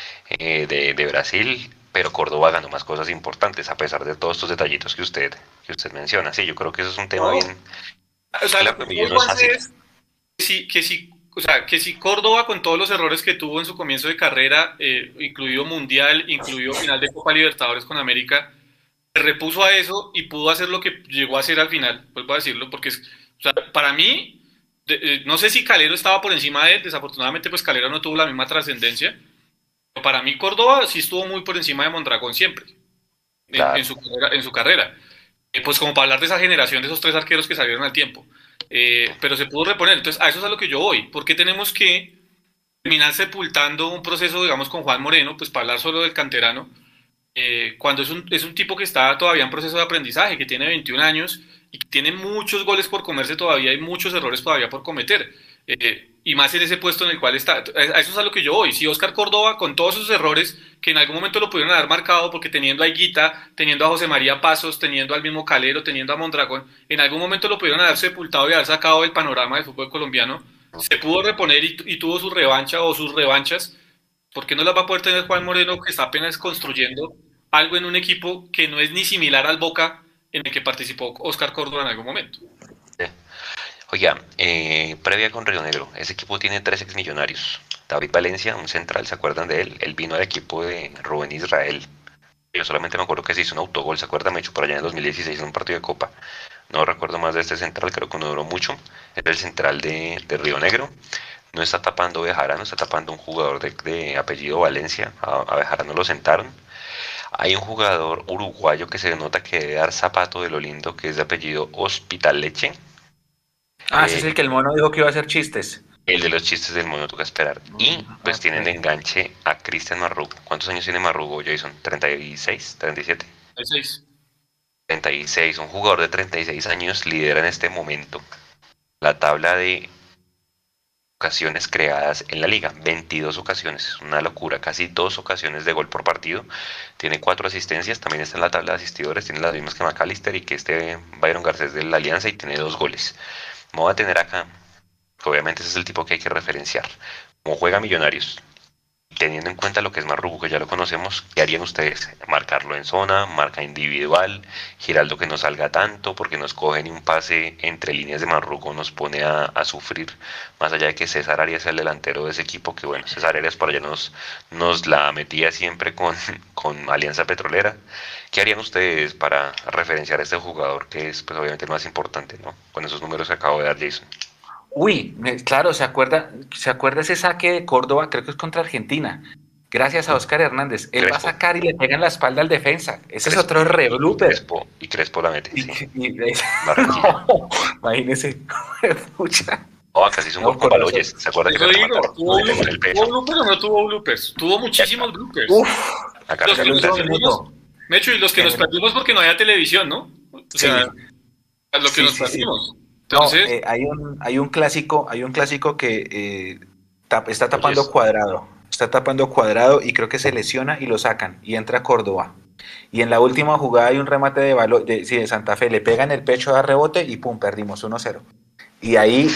eh, de, de Brasil, pero Córdoba ganó más cosas importantes a pesar de todos estos detallitos que usted, que usted menciona. Sí, yo creo que eso es un tema No, bien, o sea, lo claro que que digo, Millos no es Juanse, fácil. es que si, que si, o sea, que si Córdoba, con todos los errores que tuvo en su comienzo de carrera, eh, incluido Mundial, incluido final de Copa Libertadores con América, se repuso a eso y pudo hacer lo que llegó a hacer al final, vuelvo a decirlo, porque es, o sea, para mí, de- eh, no sé si Calero estaba por encima de él, desafortunadamente pues Calero no tuvo la misma trascendencia, pero para mí Córdoba sí estuvo muy por encima de Mondragón siempre, en, en Claro. su, carrera- en su carrera. Eh, pues como para hablar de esa generación de esos tres arqueros que salieron al tiempo. Eh, pero se pudo reponer. Entonces, a eso es a lo que yo voy. ¿Por qué tenemos que terminar sepultando un proceso, digamos, con Juan Moreno, pues para hablar solo del canterano, eh, cuando es un, es un tipo que está todavía en proceso de aprendizaje, que tiene veintiún años y que tiene muchos goles por comerse todavía y muchos errores todavía por cometer? Eh, y más en ese puesto en el cual está. A eso es a lo que yo voy. Si Oscar Córdoba, con todos esos errores, que en algún momento lo pudieron haber marcado, porque teniendo a Higuita, teniendo a José María Pasos, teniendo al mismo Calero, teniendo a Mondragón, en algún momento lo pudieron haber sepultado y haber sacado del panorama del fútbol colombiano, se pudo reponer y, y tuvo su revancha o sus revanchas. ¿Por qué no las va a poder tener Juan Moreno, que está apenas construyendo algo en un equipo que no es ni similar al Boca en el que participó Oscar Córdoba en algún momento? Sí. Oiga, eh, previa con Río Negro, ese equipo tiene tres exmillonarios. David Valencia, un central, ¿se acuerdan de él? Él vino al equipo de Rubén Israel. Yo solamente me acuerdo que se hizo un autogol, ¿se acuerdan? Me echó por allá en el dos mil dieciséis en un partido de Copa. No recuerdo más de este central, creo que no duró mucho. Era el central de, de Río Negro. No está tapando Bejarano, está tapando un jugador de, de apellido Valencia. A, a Bejarano lo sentaron. Hay un jugador uruguayo que se nota que debe dar zapato de lo lindo, que es de apellido Hospitaleche. ah, ese es Eh, el que el mono dijo que iba a hacer chistes. el de los chistes del mono toca esperar. Y pues tienen de Ok. enganche a Cristian Marrugo. ¿Cuántos años tiene Marrugo, Jason? ¿treinta y seis? ¿treinta y siete? El seis. treinta y seis. Un jugador de treinta y seis años lidera en este momento la tabla de ocasiones creadas en la liga. veintidós ocasiones. Es una locura. Casi dos ocasiones de gol por partido. Tiene cuatro asistencias. También está en la tabla de asistidores. Tiene las mismas que McAllister y que este Byron Garcés de la Alianza y tiene dos goles. Me voy a tener acá. Obviamente ese es el tipo que hay que referenciar. Como juega Millonarios, teniendo en cuenta lo que es Marrugo, que ya lo conocemos, ¿qué harían ustedes? Marcarlo en zona, marca individual, Giraldo que no salga tanto, porque nos cogen y un pase entre líneas de Marrugo nos pone a, a sufrir, más allá de que César Arias sea el delantero de ese equipo, que bueno, César Arias por allá nos, nos la metía siempre con, con Alianza Petrolera. ¿Qué harían ustedes para referenciar a este jugador, que es pues obviamente el más importante, ¿no? Con esos números que acabo de dar, Jason. Uy, me- claro, ¿se acuerda, se acuerda ese saque de Córdoba? Creo que es contra Argentina. Gracias a Oscar Hernández. Él va a Crespo. sacar y le pega en la espalda al defensa. Ese es Crespo, otro re y, y blooper. Crespo, y Crespo la mete, Y- sí. y- Barranquilla. No, imagínese. Pucha. Oh, casi hizo un No, gol con con razón. Baloyes. ¿Se acuerda que Eso le digo, remataron? ¿tuvo, Le metió en el blu- ¿tuvo pecho. bloopers o no tuvo bloopers? Tuvo muchísimos bloopers. Uf, Acá Los se que el lo nos último gracias. perdimos, minuto. Mecho, y los que nos Eh, perdimos porque no había televisión, ¿no? O sea, Sí, a lo que sí, nos sí, sí. perdimos. No, Entonces, eh, hay un, hay un clásico, hay un clásico que eh, tap- está tapando Oyes. Cuadrado, está tapando Cuadrado y creo que se lesiona y lo sacan y entra Córdoba. Y en la última jugada hay un remate de, Valo- de, sí, de Santa Fe, le pega en el pecho, da rebote y pum, perdimos uno cero. Y ahí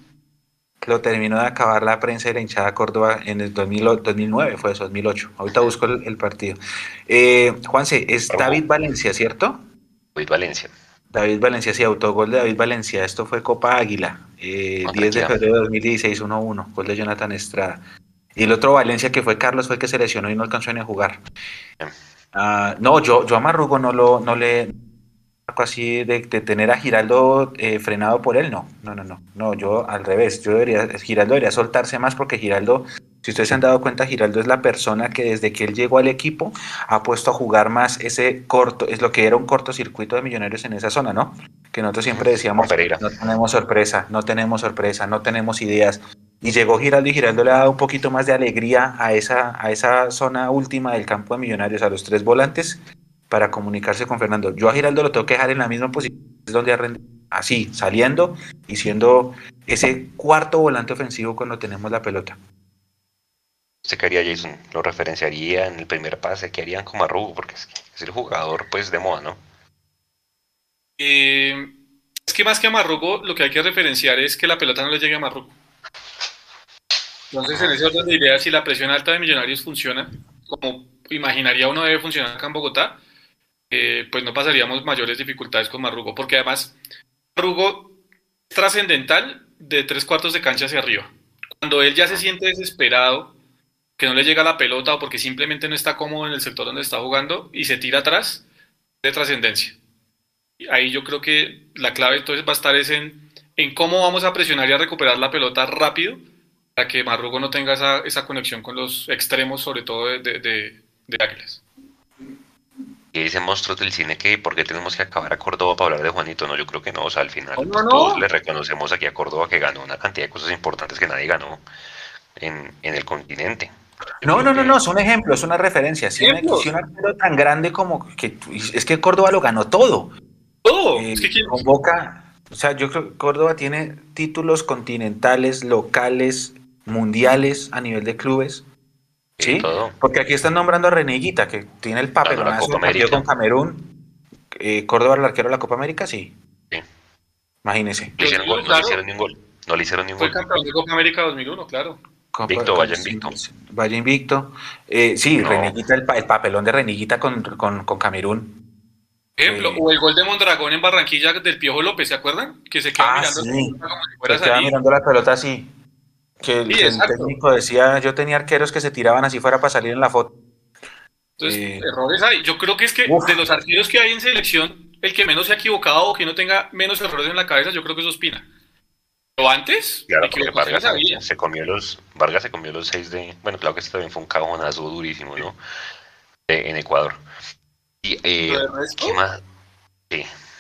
lo terminó de acabar la prensa y la hinchada Córdoba en el dos mil, o- dos mil nueve, fue eso, dos mil ocho. Ahorita busco el, el partido. Eh, Juanse, es David Valencia, ¿cierto? Luis Valencia. David Valencia, sí, autogol de David Valencia. Esto fue Copa Águila, eh, Contra diez de Equidad. febrero de dos mil dieciséis, uno uno, gol de Jonathan Estrada. Y el otro Valencia que fue Carlos fue el que se lesionó y no alcanzó ni a jugar. Bien. Ah, no, yo, yo a Marrugo no lo, no le marco así de, de tener a Giraldo eh, frenado por él, no, no, no, no, no, yo al revés, yo debería, Giraldo debería soltarse más porque Giraldo, si ustedes se han dado cuenta, Giraldo es la persona que desde que él llegó al equipo ha puesto a jugar más ese corto, es lo que era un cortocircuito de Millonarios en esa zona, ¿no? Que nosotros siempre decíamos, Con Pereira. no tenemos sorpresa, no tenemos sorpresa, no tenemos ideas. y llegó Giraldo y Giraldo le ha dado un poquito más de alegría a esa, a esa zona última del campo de Millonarios, a los tres volantes, para comunicarse con Fernando. Yo a Giraldo lo tengo que dejar en la misma posición, es donde ha rendido, así, saliendo y siendo ese cuarto volante ofensivo cuando tenemos la pelota. ¿Usted qué haría, Jason? ¿Lo referenciaría en el primer pase? ¿Qué harían con Marrugo? Porque es, es el jugador pues de moda, ¿no? Eh, es que más que a Marrugo, lo que hay que referenciar es que la pelota no le llegue a Marrugo. Entonces, en ese orden de ideas, si la presión alta de Millonarios funciona, como imaginaría uno debe funcionar acá en Bogotá, eh, pues no pasaríamos mayores dificultades con Marrugo, porque además Marrugo es trascendental de tres cuartos de cancha hacia arriba. Cuando él ya se siente desesperado, que no le llega la pelota o porque simplemente no está cómodo en el sector donde está jugando y se tira atrás, de trascendencia. Ahí yo creo que la clave entonces va a estar es en, en cómo vamos a presionar y a recuperar la pelota rápido para que Marrugo no tenga esa, esa conexión con los extremos, sobre todo de, de, de, de Águilas. Y dicen monstruos del cine que ¿por qué tenemos que acabar a Córdoba para hablar de Juanito? No, yo creo que no, o sea, al final no, no, no. todos le reconocemos aquí a Córdoba que ganó una cantidad de cosas importantes que nadie ganó en, en el continente. Yo No, no, no, que... no, son ejemplos, son una referencia. Si una, si un arquero tan grande como que es que Córdoba lo ganó todo. Todo. Eh, Es que ¿quién... convoca, o sea, yo creo que Córdoba tiene títulos continentales, locales, mundiales a nivel de clubes. ¿Sí? Todo. Porque aquí están nombrando a Reneguita, que tiene el papelonazo de partido con Camerún. Eh, Córdoba, el arquero de la Copa América, sí. Sí. Imagínese. Le hicieron gol, no le hicieron ni un gol. No le hicieron ni un Fue gol. Fue campeón de Copa América dos mil uno, claro. Copa, Invicto, vaya invicto. Vaya invicto. Eh, sí, no. Reneguita, el, el papelón de Reneguita con, con, con Camerún. Ejemplo, eh, o el gol de Mondragón en Barranquilla del Piojo López, ¿se acuerdan? Que se queda ah, mirando, sí. como si fuera se queda mirando la pelota así. Que el, sí, que el técnico decía, yo tenía arqueros que se tiraban así fuera para salir en la foto. Entonces, eh, errores hay. Yo creo que es que uf. de los arqueros que hay en selección, el que menos se ha equivocado o que no tenga menos errores en la cabeza, yo creo que es Ospina. Pero antes, claro, porque Vargas se, se comió los Vargas se comió los seis de, bueno, claro que este también fue un cajonazo durísimo, ¿no? De, en Ecuador. Y eh, ¿qué más? Sí.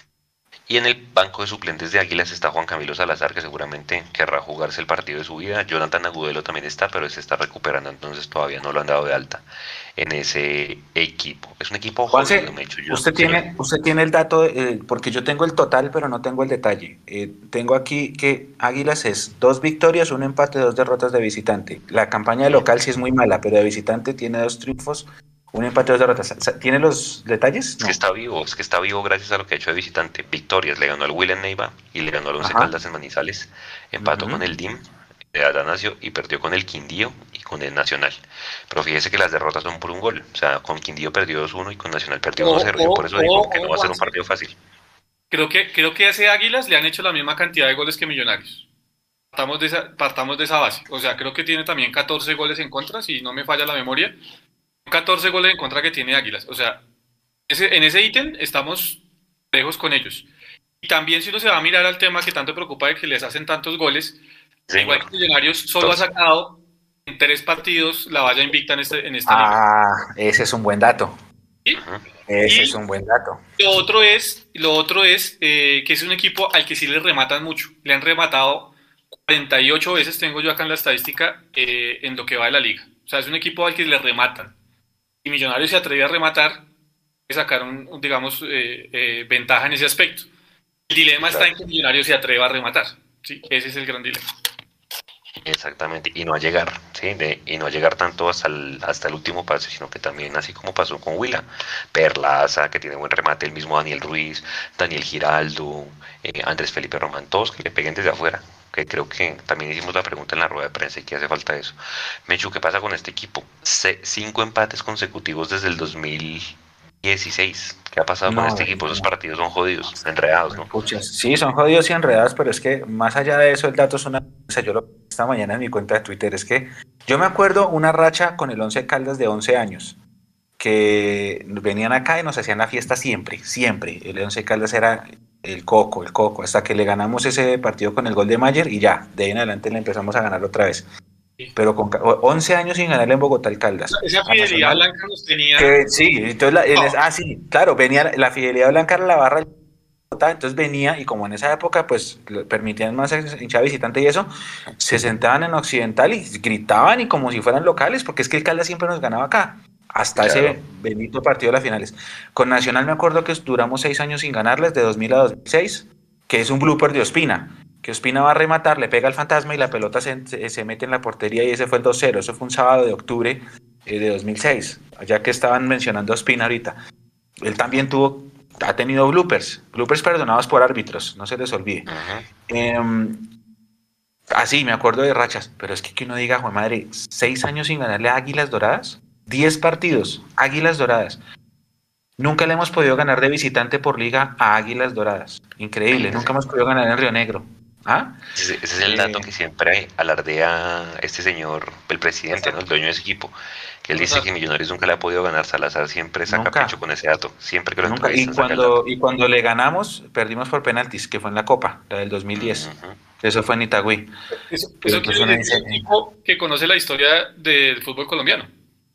Y en el banco de suplentes de Águilas está Juan Camilo Salazar, que seguramente querrá jugarse el partido de su vida. Jonathan Agudelo también está, pero se está recuperando, entonces todavía no lo han dado de alta en ese equipo. Es un equipo jodido, me he hecho yo. Usted tiene, usted tiene el dato, eh, porque yo tengo el total, pero no tengo el detalle. Eh, tengo aquí que Águilas es dos victorias, un empate, dos derrotas de visitante. La campaña de local sí es muy mala, pero de visitante tiene dos triunfos, un empate, dos derrotas. ¿Tiene los detalles? No. Es que está vivo, es que está vivo gracias a lo que ha hecho de visitante. Victorias, le ganó al William Neiva y le ganó al Once Caldas en Manizales. Empató uh-huh. con el D I M de Atanasio y perdió con el Quindío y con el Nacional. Pero fíjese que las derrotas son por un gol. O sea, con Quindío perdió dos uno y con Nacional perdió uno cero. Oh, oh, Yo por eso oh, digo que oh, no va a ser un partido fácil. Creo que, creo que a ese Águilas le han hecho la misma cantidad de goles que Millonarios. Partamos de esa, partamos de esa base. O sea, creo que tiene también catorce goles en contra, si no me falla la memoria. catorce goles en contra que tiene Águilas. O sea, ese, en ese ítem estamos lejos con ellos. Y también si uno se va a mirar al tema que tanto preocupa de que les hacen tantos goles, sí, igual que Millonarios solo Entonces, ha sacado en tres partidos la valla invicta en, este, en esta ah, liga. Ah, ese es un buen dato. ¿Sí? Ese y es un buen dato. Lo otro es, lo otro es eh, que es un equipo al que sí le rematan mucho. Le han rematado cuarenta y ocho veces, tengo yo acá en la estadística, eh, en lo que va de la liga. O sea, es un equipo al que le rematan. Y Millonarios se atreve a rematar, sacaron, un, digamos, eh, eh, ventaja en ese aspecto. El dilema claro. está en que Millonarios se atreva a rematar, ¿sí? Ese es el gran dilema. Exactamente, y no a llegar, ¿sí? De, y no a llegar tanto hasta el, hasta el último pase, sino que también, así como pasó con Huila, Perlaza, que tiene buen remate, el mismo Daniel Ruiz, Daniel Giraldo, eh, Andrés Felipe Román, todos que le peguen desde afuera, que creo que también hicimos la pregunta en la rueda de prensa y que hace falta eso. Mechu, ¿qué pasa con este equipo? C- cinco empates consecutivos desde el dos mil dieciséis. ¿Qué ha pasado no, con este equipo? Esos partidos son jodidos, enredados, ¿no? Puchas. Sí, son jodidos y enredados, pero es que más allá de eso, el dato es una... O sea, yo lo esta mañana en mi cuenta de Twitter, es que yo me acuerdo una racha con el Once Caldas de once años, que venían acá y nos hacían la fiesta siempre, siempre. El Once Caldas era el coco, el coco, hasta que le ganamos ese partido con el gol de Mayer y ya, de ahí en adelante le empezamos a ganar otra vez. Pero con once años sin ganarle en Bogotá al Caldas. Esa fidelidad blanca nos tenía... Que, sí, entonces la, no. el, ah, sí, claro, venía la fidelidad blanca era la barra Bogotá, entonces venía y como en esa época pues permitían más hinchada visitante y eso, se sentaban en Occidental y gritaban y como si fueran locales, porque es que el Caldas siempre nos ganaba acá, hasta Claro. ese bendito partido de las finales. Con Nacional me acuerdo que duramos seis años sin ganarles, de dos mil a dos mil seis, que es un blooper de Ospina, que Ospina va a rematar, le pega al fantasma y la pelota se, se, se mete en la portería y ese fue el dos cero, eso fue un sábado de octubre eh, de dos mil seis, ya que estaban mencionando a Ospina ahorita. Él también tuvo, ha tenido bloopers, bloopers perdonados por árbitros, no se les olvide. Ajá. Eh, así, me acuerdo de rachas, pero es que que uno diga, joder madre, seis años sin ganarle a Águilas Doradas, diez partidos, Águilas Doradas. Nunca le hemos podido ganar de visitante por liga a Águilas Doradas. Increíble, nunca hemos podido ganar en Río Negro. ¿Ah? Ese, ese es el dato Eh, que siempre alardea este señor, el presidente, ¿no? El dueño de ese equipo, que él dice que Millonarios nunca le ha podido ganar. Salazar siempre saca Nunca. pecho con ese dato, siempre que lo Nunca. Y entrevistan saca el dato. cuando, y cuando le ganamos, perdimos por penaltis, que fue en la Copa, la del dos mil diez. Ujú. Eso fue en Itagüí. Eso, Pero eso pues quiere uno decir dice, que es un tipo que conoce la historia del fútbol colombiano,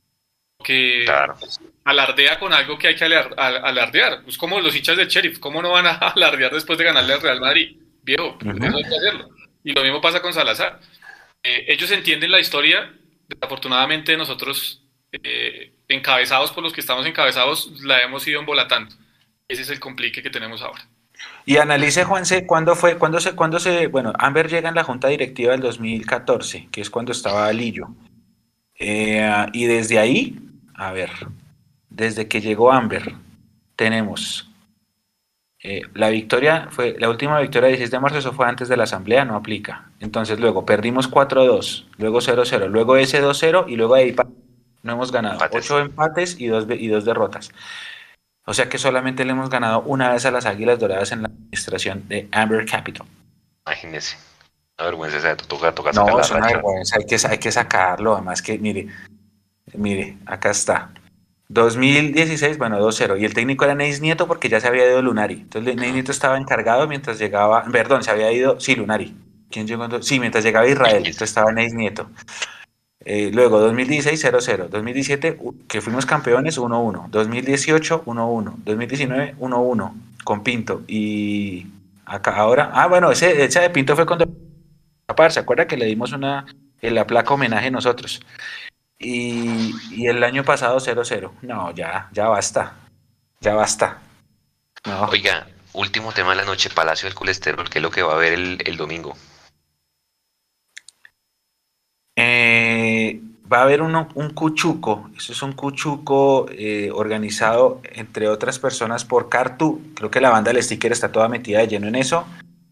que Claro. alardea con algo que hay que alar- al- alardear. Es como los hinchas del Sheriff, ¿cómo no van a alardear después de ganarle al Real Madrid? Viejo, Ujú. eso hay que hacerlo. Y lo mismo pasa con Salazar. Eh, ellos entienden la historia, desafortunadamente nosotros, eh, encabezados por los que estamos encabezados, la hemos ido embolatando. Ese es el complique que tenemos ahora. y analice, Juanse, cuándo fue, cuándo se, cuándo se, bueno, Amber llega en la Junta Directiva del dos mil catorce, que es cuando estaba Lillo. Eh, y desde ahí, a ver, desde que llegó Amber, tenemos eh, la victoria, fue la última victoria del dieciséis de marzo, eso fue antes de la asamblea, no aplica. Entonces luego perdimos cuatro dos, luego cero cero, luego ese dos cero y luego de ahí pa- no hemos ganado. Empates. Ocho empates y dos, y dos derrotas. O sea que solamente le hemos ganado una vez a las Águilas Doradas en la administración de Amber Capital. Imagínese. Una vergüenza ese dato, toca, toca No, sacar la es una racha. vergüenza, hay que, hay que sacarlo. Además que, mire, mire, acá está. dos mil dieciséis, bueno, dos cero. Y el técnico era Neis Nieto porque ya se había ido Lunari. Entonces Neis Nieto estaba encargado mientras llegaba, perdón, se había ido, sí, Lunari. ¿Quién llegó? en do- Sí, mientras llegaba Israel. Entonces estaba Neis Nieto. Eh, luego dos mil dieciséis cero cero, dos mil diecisiete u- que fuimos campeones uno uno, dos mil dieciocho uno uno, dos mil diecinueve uno uno con Pinto y acá ahora, ah bueno, ese, esa de Pinto fue cuando ¿se acuerda que le dimos una en la placa homenaje nosotros? Y, y el año pasado cero cero. No, ya, ya basta. Ya basta. No. Oiga, último tema de la noche, Palacio del Colesterol, que es lo que va a haber el, el domingo. Eh, va a haber uno, un cuchuco. Eso es un cuchuco eh, organizado, entre otras personas, por Cartu. Creo que la banda del sticker está toda metida de lleno en eso.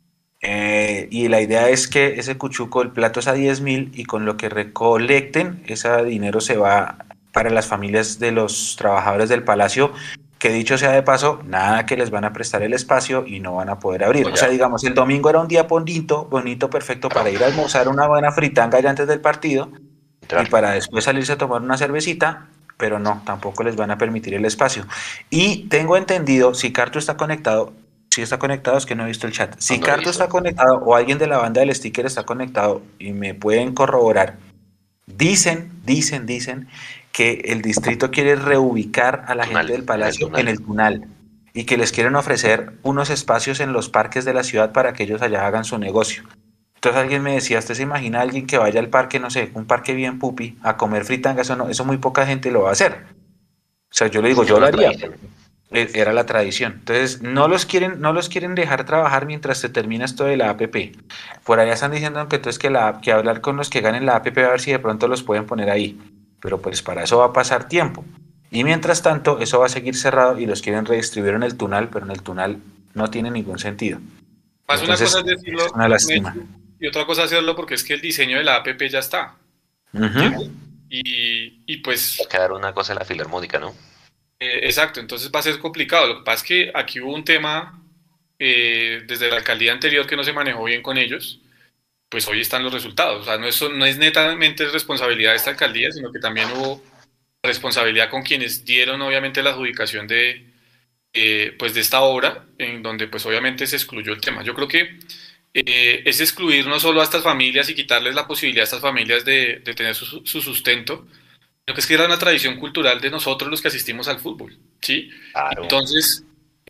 Eh, y la idea es que ese cuchuco, el plato es a diez mil y con lo que recolecten, ese dinero se va para las familias de los trabajadores del palacio, que dicho sea de paso, nada que les van a prestar el espacio y no van a poder abrir. Oye. O sea, digamos, el domingo era un día bonito, bonito, perfecto para ir a almorzar una buena fritanga ya antes del partido y Entrar. para después salirse a tomar una cervecita, pero no, tampoco les van a permitir el espacio. Y tengo entendido, si Carto está conectado, si está conectado, es que no he visto el chat. Si No, no he Carto visto. está conectado o alguien de la banda del sticker está conectado y me pueden corroborar, dicen, dicen, dicen que el distrito quiere reubicar a la Tunal, gente del Palacio en el en el Tunal y que les quieren ofrecer unos espacios en los parques de la ciudad para que ellos allá hagan su negocio. Entonces alguien me decía, ¿usted se imagina a alguien que vaya al parque, no sé, un parque bien pupi, a comer fritanga? Eso, no, eso muy poca gente lo va a hacer. O sea, yo le digo, Es yo lo una haría. tradición. Eh, Era la tradición. Entonces, no los quieren, no los quieren dejar trabajar mientras se termina esto de la A P P. Por allá están diciendo que entonces que, la, que hablar con los que ganen la A P P a ver si de pronto los pueden poner ahí. Pero pues para eso va a pasar tiempo. Y mientras tanto, eso va a seguir cerrado y los quieren redistribuir en el Tunal, pero en el Tunal no tiene ningún sentido. Más una Entonces, cosa es decirlo es una lástima. y otra cosa es hacerlo porque es que el diseño de la A P P ya está. Ujú. Y, y pues, Va a quedar una cosa de la filarmónica, ¿no? eh, exacto, entonces va a ser complicado. Lo que pasa es que aquí hubo un tema eh, desde la alcaldía anterior que no se manejó bien con ellos, pues hoy están los resultados. O sea, no es, no es netamente responsabilidad de esta alcaldía, sino que también hubo responsabilidad con quienes dieron obviamente la adjudicación de, eh, pues de esta obra, en donde pues obviamente se excluyó el tema. Yo creo que eh, es excluir no solo a estas familias y quitarles la posibilidad a estas familias de, de tener su, su sustento, sino que es que era una tradición cultural de nosotros los que asistimos al fútbol, ¿sí? Claro. Entonces,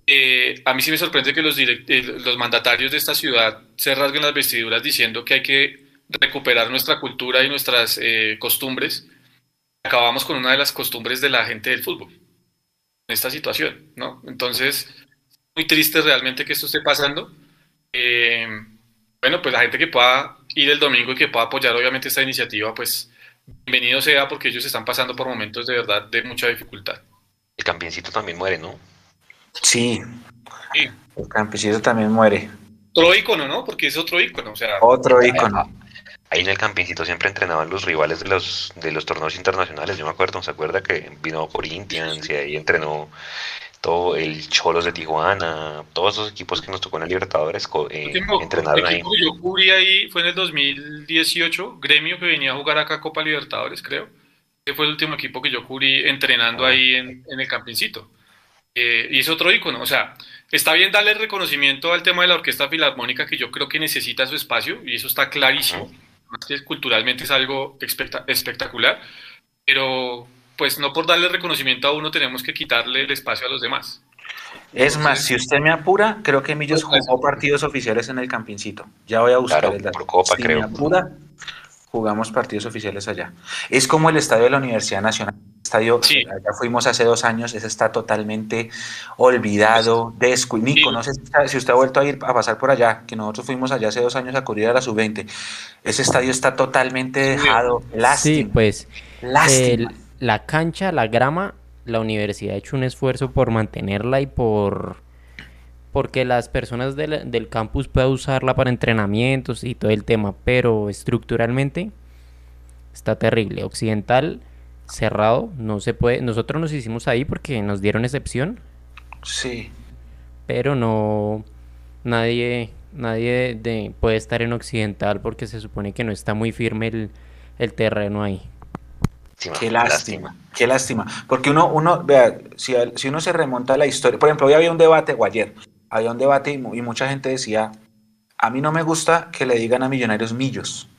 Eh, a mí sí me sorprende que los, direct- eh, los mandatarios de esta ciudad se rasguen las vestiduras diciendo que hay que recuperar nuestra cultura y nuestras eh, costumbres. Acabamos con una de las costumbres de la gente del fútbol en esta situación, ¿no? Entonces, muy triste realmente que esto esté pasando. Eh, bueno, pues la gente que pueda ir el domingo y que pueda apoyar obviamente esta iniciativa, pues bienvenido sea porque ellos están pasando por momentos de verdad de mucha dificultad. El Campiencito también muere, ¿no? Sí, Sí, el campesino también muere. otro ícono, ¿no? Porque es otro ícono, o sea, Otro Ah, ícono. Ahí en el Campiencito siempre entrenaban los rivales de los, de los torneos internacionales, yo me acuerdo, ¿se acuerda que vino Corinthians y ahí entrenó todo el Cholos de Tijuana, todos esos equipos que nos tocó en el Libertadores co- el eh, último entrenaron ahí? equipo que yo cubrí ahí fue en el dos mil dieciocho, Gremio, que venía a jugar acá Copa Libertadores, creo. Ese fue el último equipo que yo cubrí entrenando Ah, ahí en, en el Campincito. Eh, y es otro ícono, o sea, está bien darle el reconocimiento al tema de la Orquesta Filarmónica, que yo creo que necesita su espacio, y eso está clarísimo, ujú. más que culturalmente es algo especta- espectacular, pero pues no por darle reconocimiento a uno tenemos que quitarle el espacio a los demás. Es más, Entonces, si usted me apura, creo que Millos pues, jugó partidos oficiales en el Campincito. Ya voy a buscar Claro, el dato. por Copa Si me creo. apura, jugamos partidos oficiales allá. Es como el estadio de la Universidad Nacional. Estadio, sí, allá fuimos hace dos años, ese está totalmente olvidado, descuidado. Nico, sí, no sé si si usted ha vuelto a ir a pasar por allá, que nosotros fuimos allá hace dos años a cubrir a la sub veinte. Ese estadio está totalmente sí, dejado, Sí, lástima, pues lástima. el- la cancha, la grama, la universidad ha hecho un esfuerzo por mantenerla y por porque las personas del, del campus puedan usarla para entrenamientos y todo el tema, pero estructuralmente está terrible. Occidental cerrado, no se puede. Nosotros nos hicimos ahí porque nos dieron excepción, Sí. pero no nadie nadie de, puede estar en Occidental porque se supone que no está muy firme el, el terreno ahí. Lástima, Qué lástima. lástima, qué lástima. Porque uno, uno, vea, si, al- si uno se remonta a la historia, por ejemplo, hoy había un debate, o ayer, había un debate y, mu- y mucha gente decía, a mí no me gusta que le digan a millonarios millos,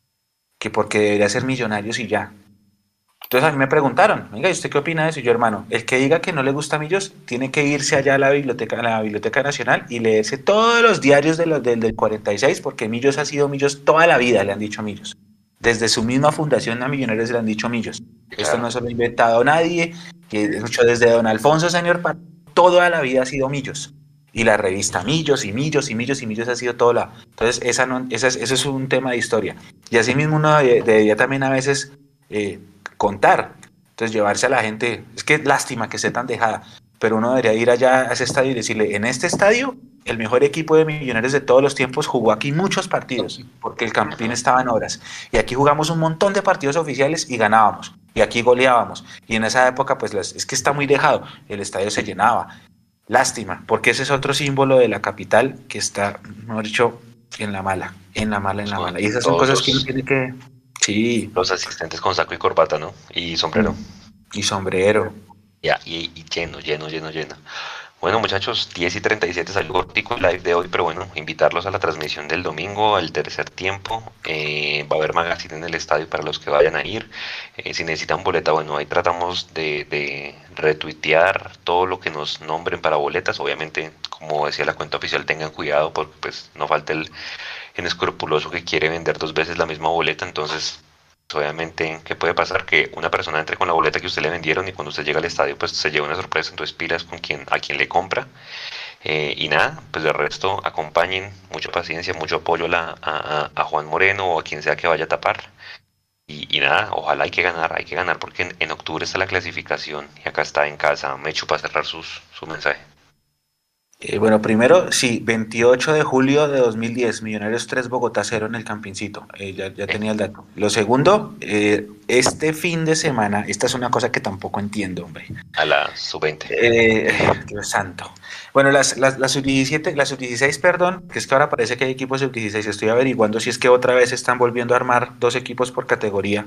que porque debería ser millonarios y ya. Entonces a mí me preguntaron, venga, ¿y usted qué opina de eso? Y yo, hermano, el que diga que no le gusta Millos tiene que irse allá a la biblioteca, a la Biblioteca Nacional y leerse todos los diarios de los, del, del cuarenta y seis, porque Millos ha sido Millos toda la vida, le han dicho Millos. Desde su misma fundación a Millonarios le han dicho Millos. Esto Claro, no se lo ha inventado nadie, que de hecho desde Don Alfonso, señor, Pa- toda la vida ha sido Millos. Y la revista Millos y Millos y Millos y Millos ha sido todo la... Entonces, esa no, esa es, eso es un tema de historia. Y así mismo uno de- debería también a veces eh, contar. Entonces, llevarse a la gente, es que lástima que esté tan dejada, pero uno debería ir allá a ese estadio y decirle, en este estadio, el mejor equipo de Millonarios de todos los tiempos jugó aquí muchos partidos, porque el Campín ujú, estaba en horas. Y aquí jugamos un montón de partidos oficiales y ganábamos. Y aquí goleábamos. Y en esa época, pues las- es que está muy dejado. El estadio se llenaba. Lástima, porque ese es otro símbolo de la capital que está, mejor dicho, en la mala, en la mala, en la son mala. Y esas son todos cosas que uno los, tiene que... Sí, los asistentes con saco y corbata, ¿no? Y mm, sombrero. y sombrero. Ya, y, y lleno, lleno, lleno, lleno. Bueno, muchachos, diez y treinta y siete salió cortico el live de hoy, pero bueno, invitarlos a la transmisión del domingo, al tercer tiempo. Eh, va a haber magazine en el estadio para los que vayan a ir. Eh, si necesitan boleta, bueno, ahí tratamos de, de retuitear todo lo que nos nombren para boletas. Obviamente, como decía la cuenta oficial, tengan cuidado porque pues no falta el inescrupuloso que quiere vender dos veces la misma boleta, entonces obviamente, ¿qué puede pasar? Que una persona entre con la boleta que usted le vendieron y cuando usted llega al estadio, pues se lleva una sorpresa, entonces pilas con quien, a quien le compra. Eh, y nada, pues de resto, acompañen, mucha paciencia, mucho apoyo a, la- a, a- a Juan Moreno o a quien sea que vaya a tapar. Y, y nada, ojalá hay que ganar, hay que ganar porque en, en octubre está la clasificación y acá está en casa Mechu para cerrar sus, su mensaje. Eh, bueno, primero, sí, veintiocho de julio de dos mil diez, Millonarios tres, Bogotá cero en el Campincito. Eh, ya, ya Eh, tenía el dato. Lo segundo, eh, este fin de semana, esta es una cosa que tampoco entiendo, hombre. a la sub veinte. Eh, Dios santo. Bueno, las, las, las sub diecisiete, las sub dieciséis, perdón, que es que ahora parece que hay equipos sub dieciséis. Estoy averiguando si es que otra vez están volviendo a armar dos equipos por categoría.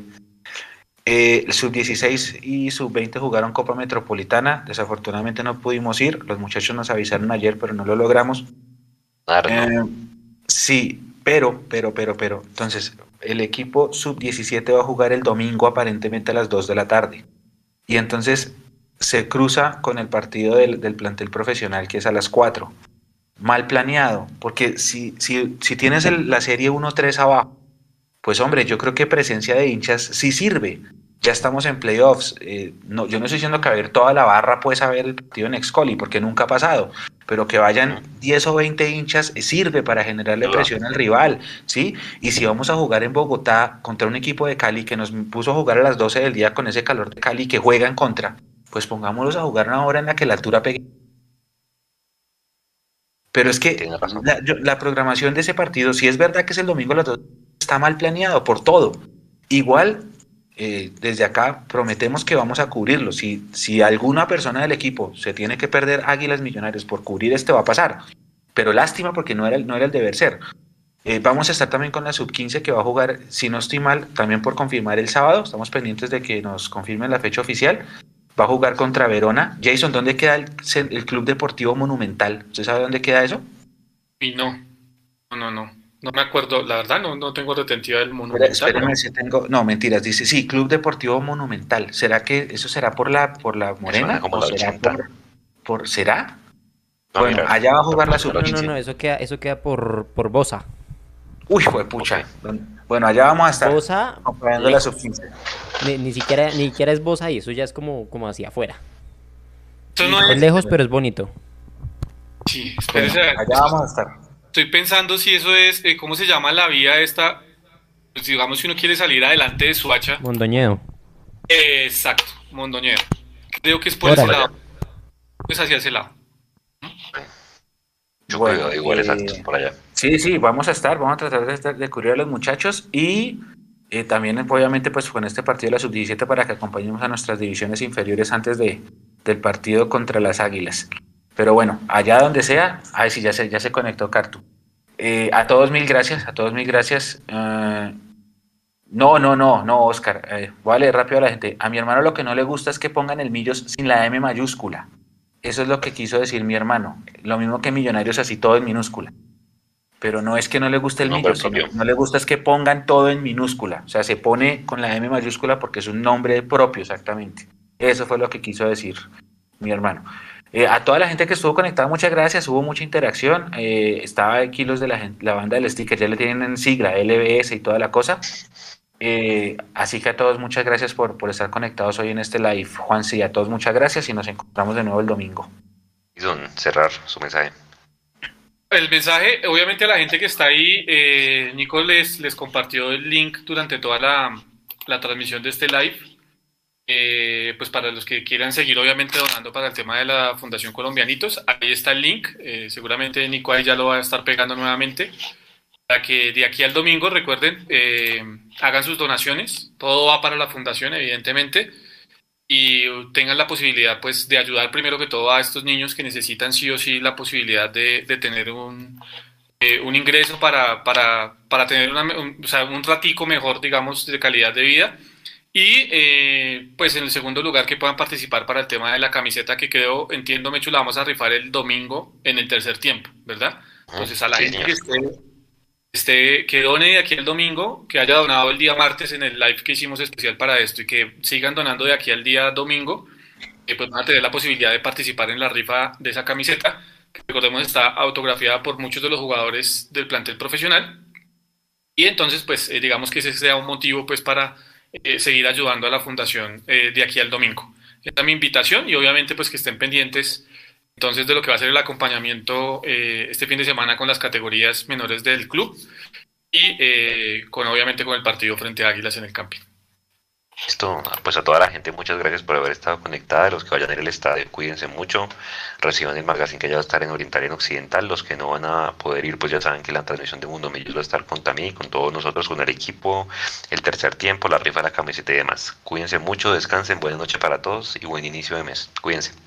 Eh, sub dieciséis y sub veinte jugaron Copa Metropolitana. Desafortunadamente no pudimos ir. Los muchachos nos avisaron ayer, pero no lo logramos. Claro, Eh, ¿no? sí, pero, pero, pero, pero. Entonces, el equipo sub diecisiete va a jugar el domingo aparentemente a las dos de la tarde. Y entonces, se cruza con el partido del, del plantel profesional, que es a las cuatro. Mal planeado, porque si, si, si tienes el, la serie uno tres abajo, pues hombre, yo creo que presencia de hinchas sí sirve. Ya estamos en playoffs. Eh, no, yo no estoy diciendo que a ver toda la barra pues a ver el partido en Excoli, porque nunca ha pasado, pero que vayan diez o veinte hinchas eh, sirve para generarle presión al rival, ¿sí? Y si vamos a jugar en Bogotá contra un equipo de Cali que nos puso a jugar a las doce del día con ese calor de Cali que juega en contra, pues pongámoslos a jugar una hora en la que la altura pegue. Pero es que Tiene razón. la, yo- la programación de ese partido, si es verdad que es el domingo a las dos, está mal planeado por todo. Igual, eh, desde acá prometemos que vamos a cubrirlo. Si, si alguna persona del equipo se tiene que perder Águilas Millonarios por cubrir este, va a pasar. Pero lástima porque no era, el- no era el deber ser. Eh, vamos a estar también con la sub quince que va a jugar, si no estoy mal, también por confirmar el sábado. Estamos pendientes de que nos confirmen la fecha oficial. Va a jugar contra Verona. Jason, ¿dónde queda el, el Club Deportivo Monumental? ¿Usted sabe dónde queda eso? Y no, no, no, no. No me acuerdo, la verdad no, no tengo retentiva del Espera- Monumental. Espérame si tengo. No, mentiras. Dice, sí, Club Deportivo Monumental. ¿Será que eso será por la, por la Morena? suena como ¿O la será ochenta. por, por- ¿Será? No, Bueno, mira, allá va a jugar la no, sub No, no, quince. no, eso queda, eso queda por, por Bosa. Uy, fue pucha. Ok. Bueno, allá vamos a estar Bosa, acompañando la lejos. sub quince. Ni, ni siquiera, ni siquiera es Bosa y eso ya es como, como hacia afuera. Eso no Es es. lejos, pero es bonito. Sí, Bueno, espérese, allá vamos a estar. estoy pensando si eso es, eh, ¿cómo se llama la vía esta? Pues digamos si uno quiere salir adelante de Suacha. Mondoñedo. Eh, exacto, Mondoñedo. Creo que es por Órale. ese lado. Pues hacia ese lado. Yo Bueno, cuido, igual eh, exacto, por allá. Sí, sí, vamos a estar, vamos a tratar de, estar- de cubrir a los muchachos y eh, también obviamente pues con este partido de la sub diecisiete para que acompañemos a nuestras divisiones inferiores antes de, del partido contra las Águilas. Pero bueno, allá donde sea, ay sí, ya se, ya se conectó Cartu. Eh, a todos mil gracias, a todos mil gracias. Eh, no, no, no, no, Oscar, eh, voy a leer rápido a la gente. A mi hermano lo que no le gusta es que pongan el Millos sin la M mayúscula. Eso es lo que quiso decir mi hermano. Lo mismo que Millonarios, así todo en minúscula. Pero no es que no le guste el Nombre Millos, sino propio. no le gusta es que pongan todo en minúscula. O sea, se pone con la M mayúscula porque es un nombre propio, exactamente. Eso fue lo que quiso decir mi hermano. Eh, a toda la gente que estuvo conectada, muchas gracias. Hubo mucha interacción. Eh, estaba aquí los de la, gen- la banda del sticker, ya le tienen en sigla, L B S y toda la cosa. Eh, así que a todos muchas gracias por, por estar conectados hoy en este live. Juan, sí, a todos muchas gracias y nos encontramos de nuevo el domingo. Jason, cerrar su mensaje. El mensaje, obviamente a la gente que está ahí, eh, Nico les, les compartió el link durante toda la, la transmisión de este live. Eh, pues para los que quieran seguir obviamente donando para el tema de la Fundación Colombianitos, ahí está el link. Eh, seguramente Nico ahí ya lo va a estar pegando nuevamente. Para que de aquí al domingo, recuerden, eh, hagan sus donaciones. Todo va para la fundación, evidentemente. Y tengan la posibilidad pues de ayudar primero que todo a estos niños que necesitan sí o sí la posibilidad de, de tener un, eh, un ingreso para, para, para tener una, un, o sea, un ratico mejor, digamos, de calidad de vida. Y eh, pues en el segundo lugar que puedan participar para el tema de la camiseta que creo, entiendo Mechu, la vamos a rifar el domingo en el tercer tiempo, ¿verdad? Entonces a la Sí, gente señor. que esté, esté, que done de aquí al domingo, que haya donado el día martes en el live que hicimos especial para esto y que sigan donando de aquí al día domingo, eh, pues van a tener la posibilidad de participar en la rifa de esa camiseta, que recordemos está autografiada por muchos de los jugadores del plantel profesional. Y entonces, pues eh, digamos que ese sea un motivo pues para eh, seguir ayudando a la fundación eh, de aquí al domingo. Esta es mi invitación y obviamente pues que estén pendientes entonces de lo que va a ser el acompañamiento eh, este fin de semana con las categorías menores del club y eh, con obviamente con el partido frente a Águilas en el Campín. Listo, pues a toda la gente muchas gracias por haber estado conectada, los que vayan a ir al estadio cuídense mucho, reciban el magazine que ya va a estar en Oriental y en Occidental, los que no van a poder ir pues ya saben que la transmisión de Mundo Millos va a estar con Tamí, con todos nosotros, con el equipo, el tercer tiempo, la rifa de la camiseta y demás. Cuídense mucho, descansen, buena noche para todos y buen inicio de mes, cuídense.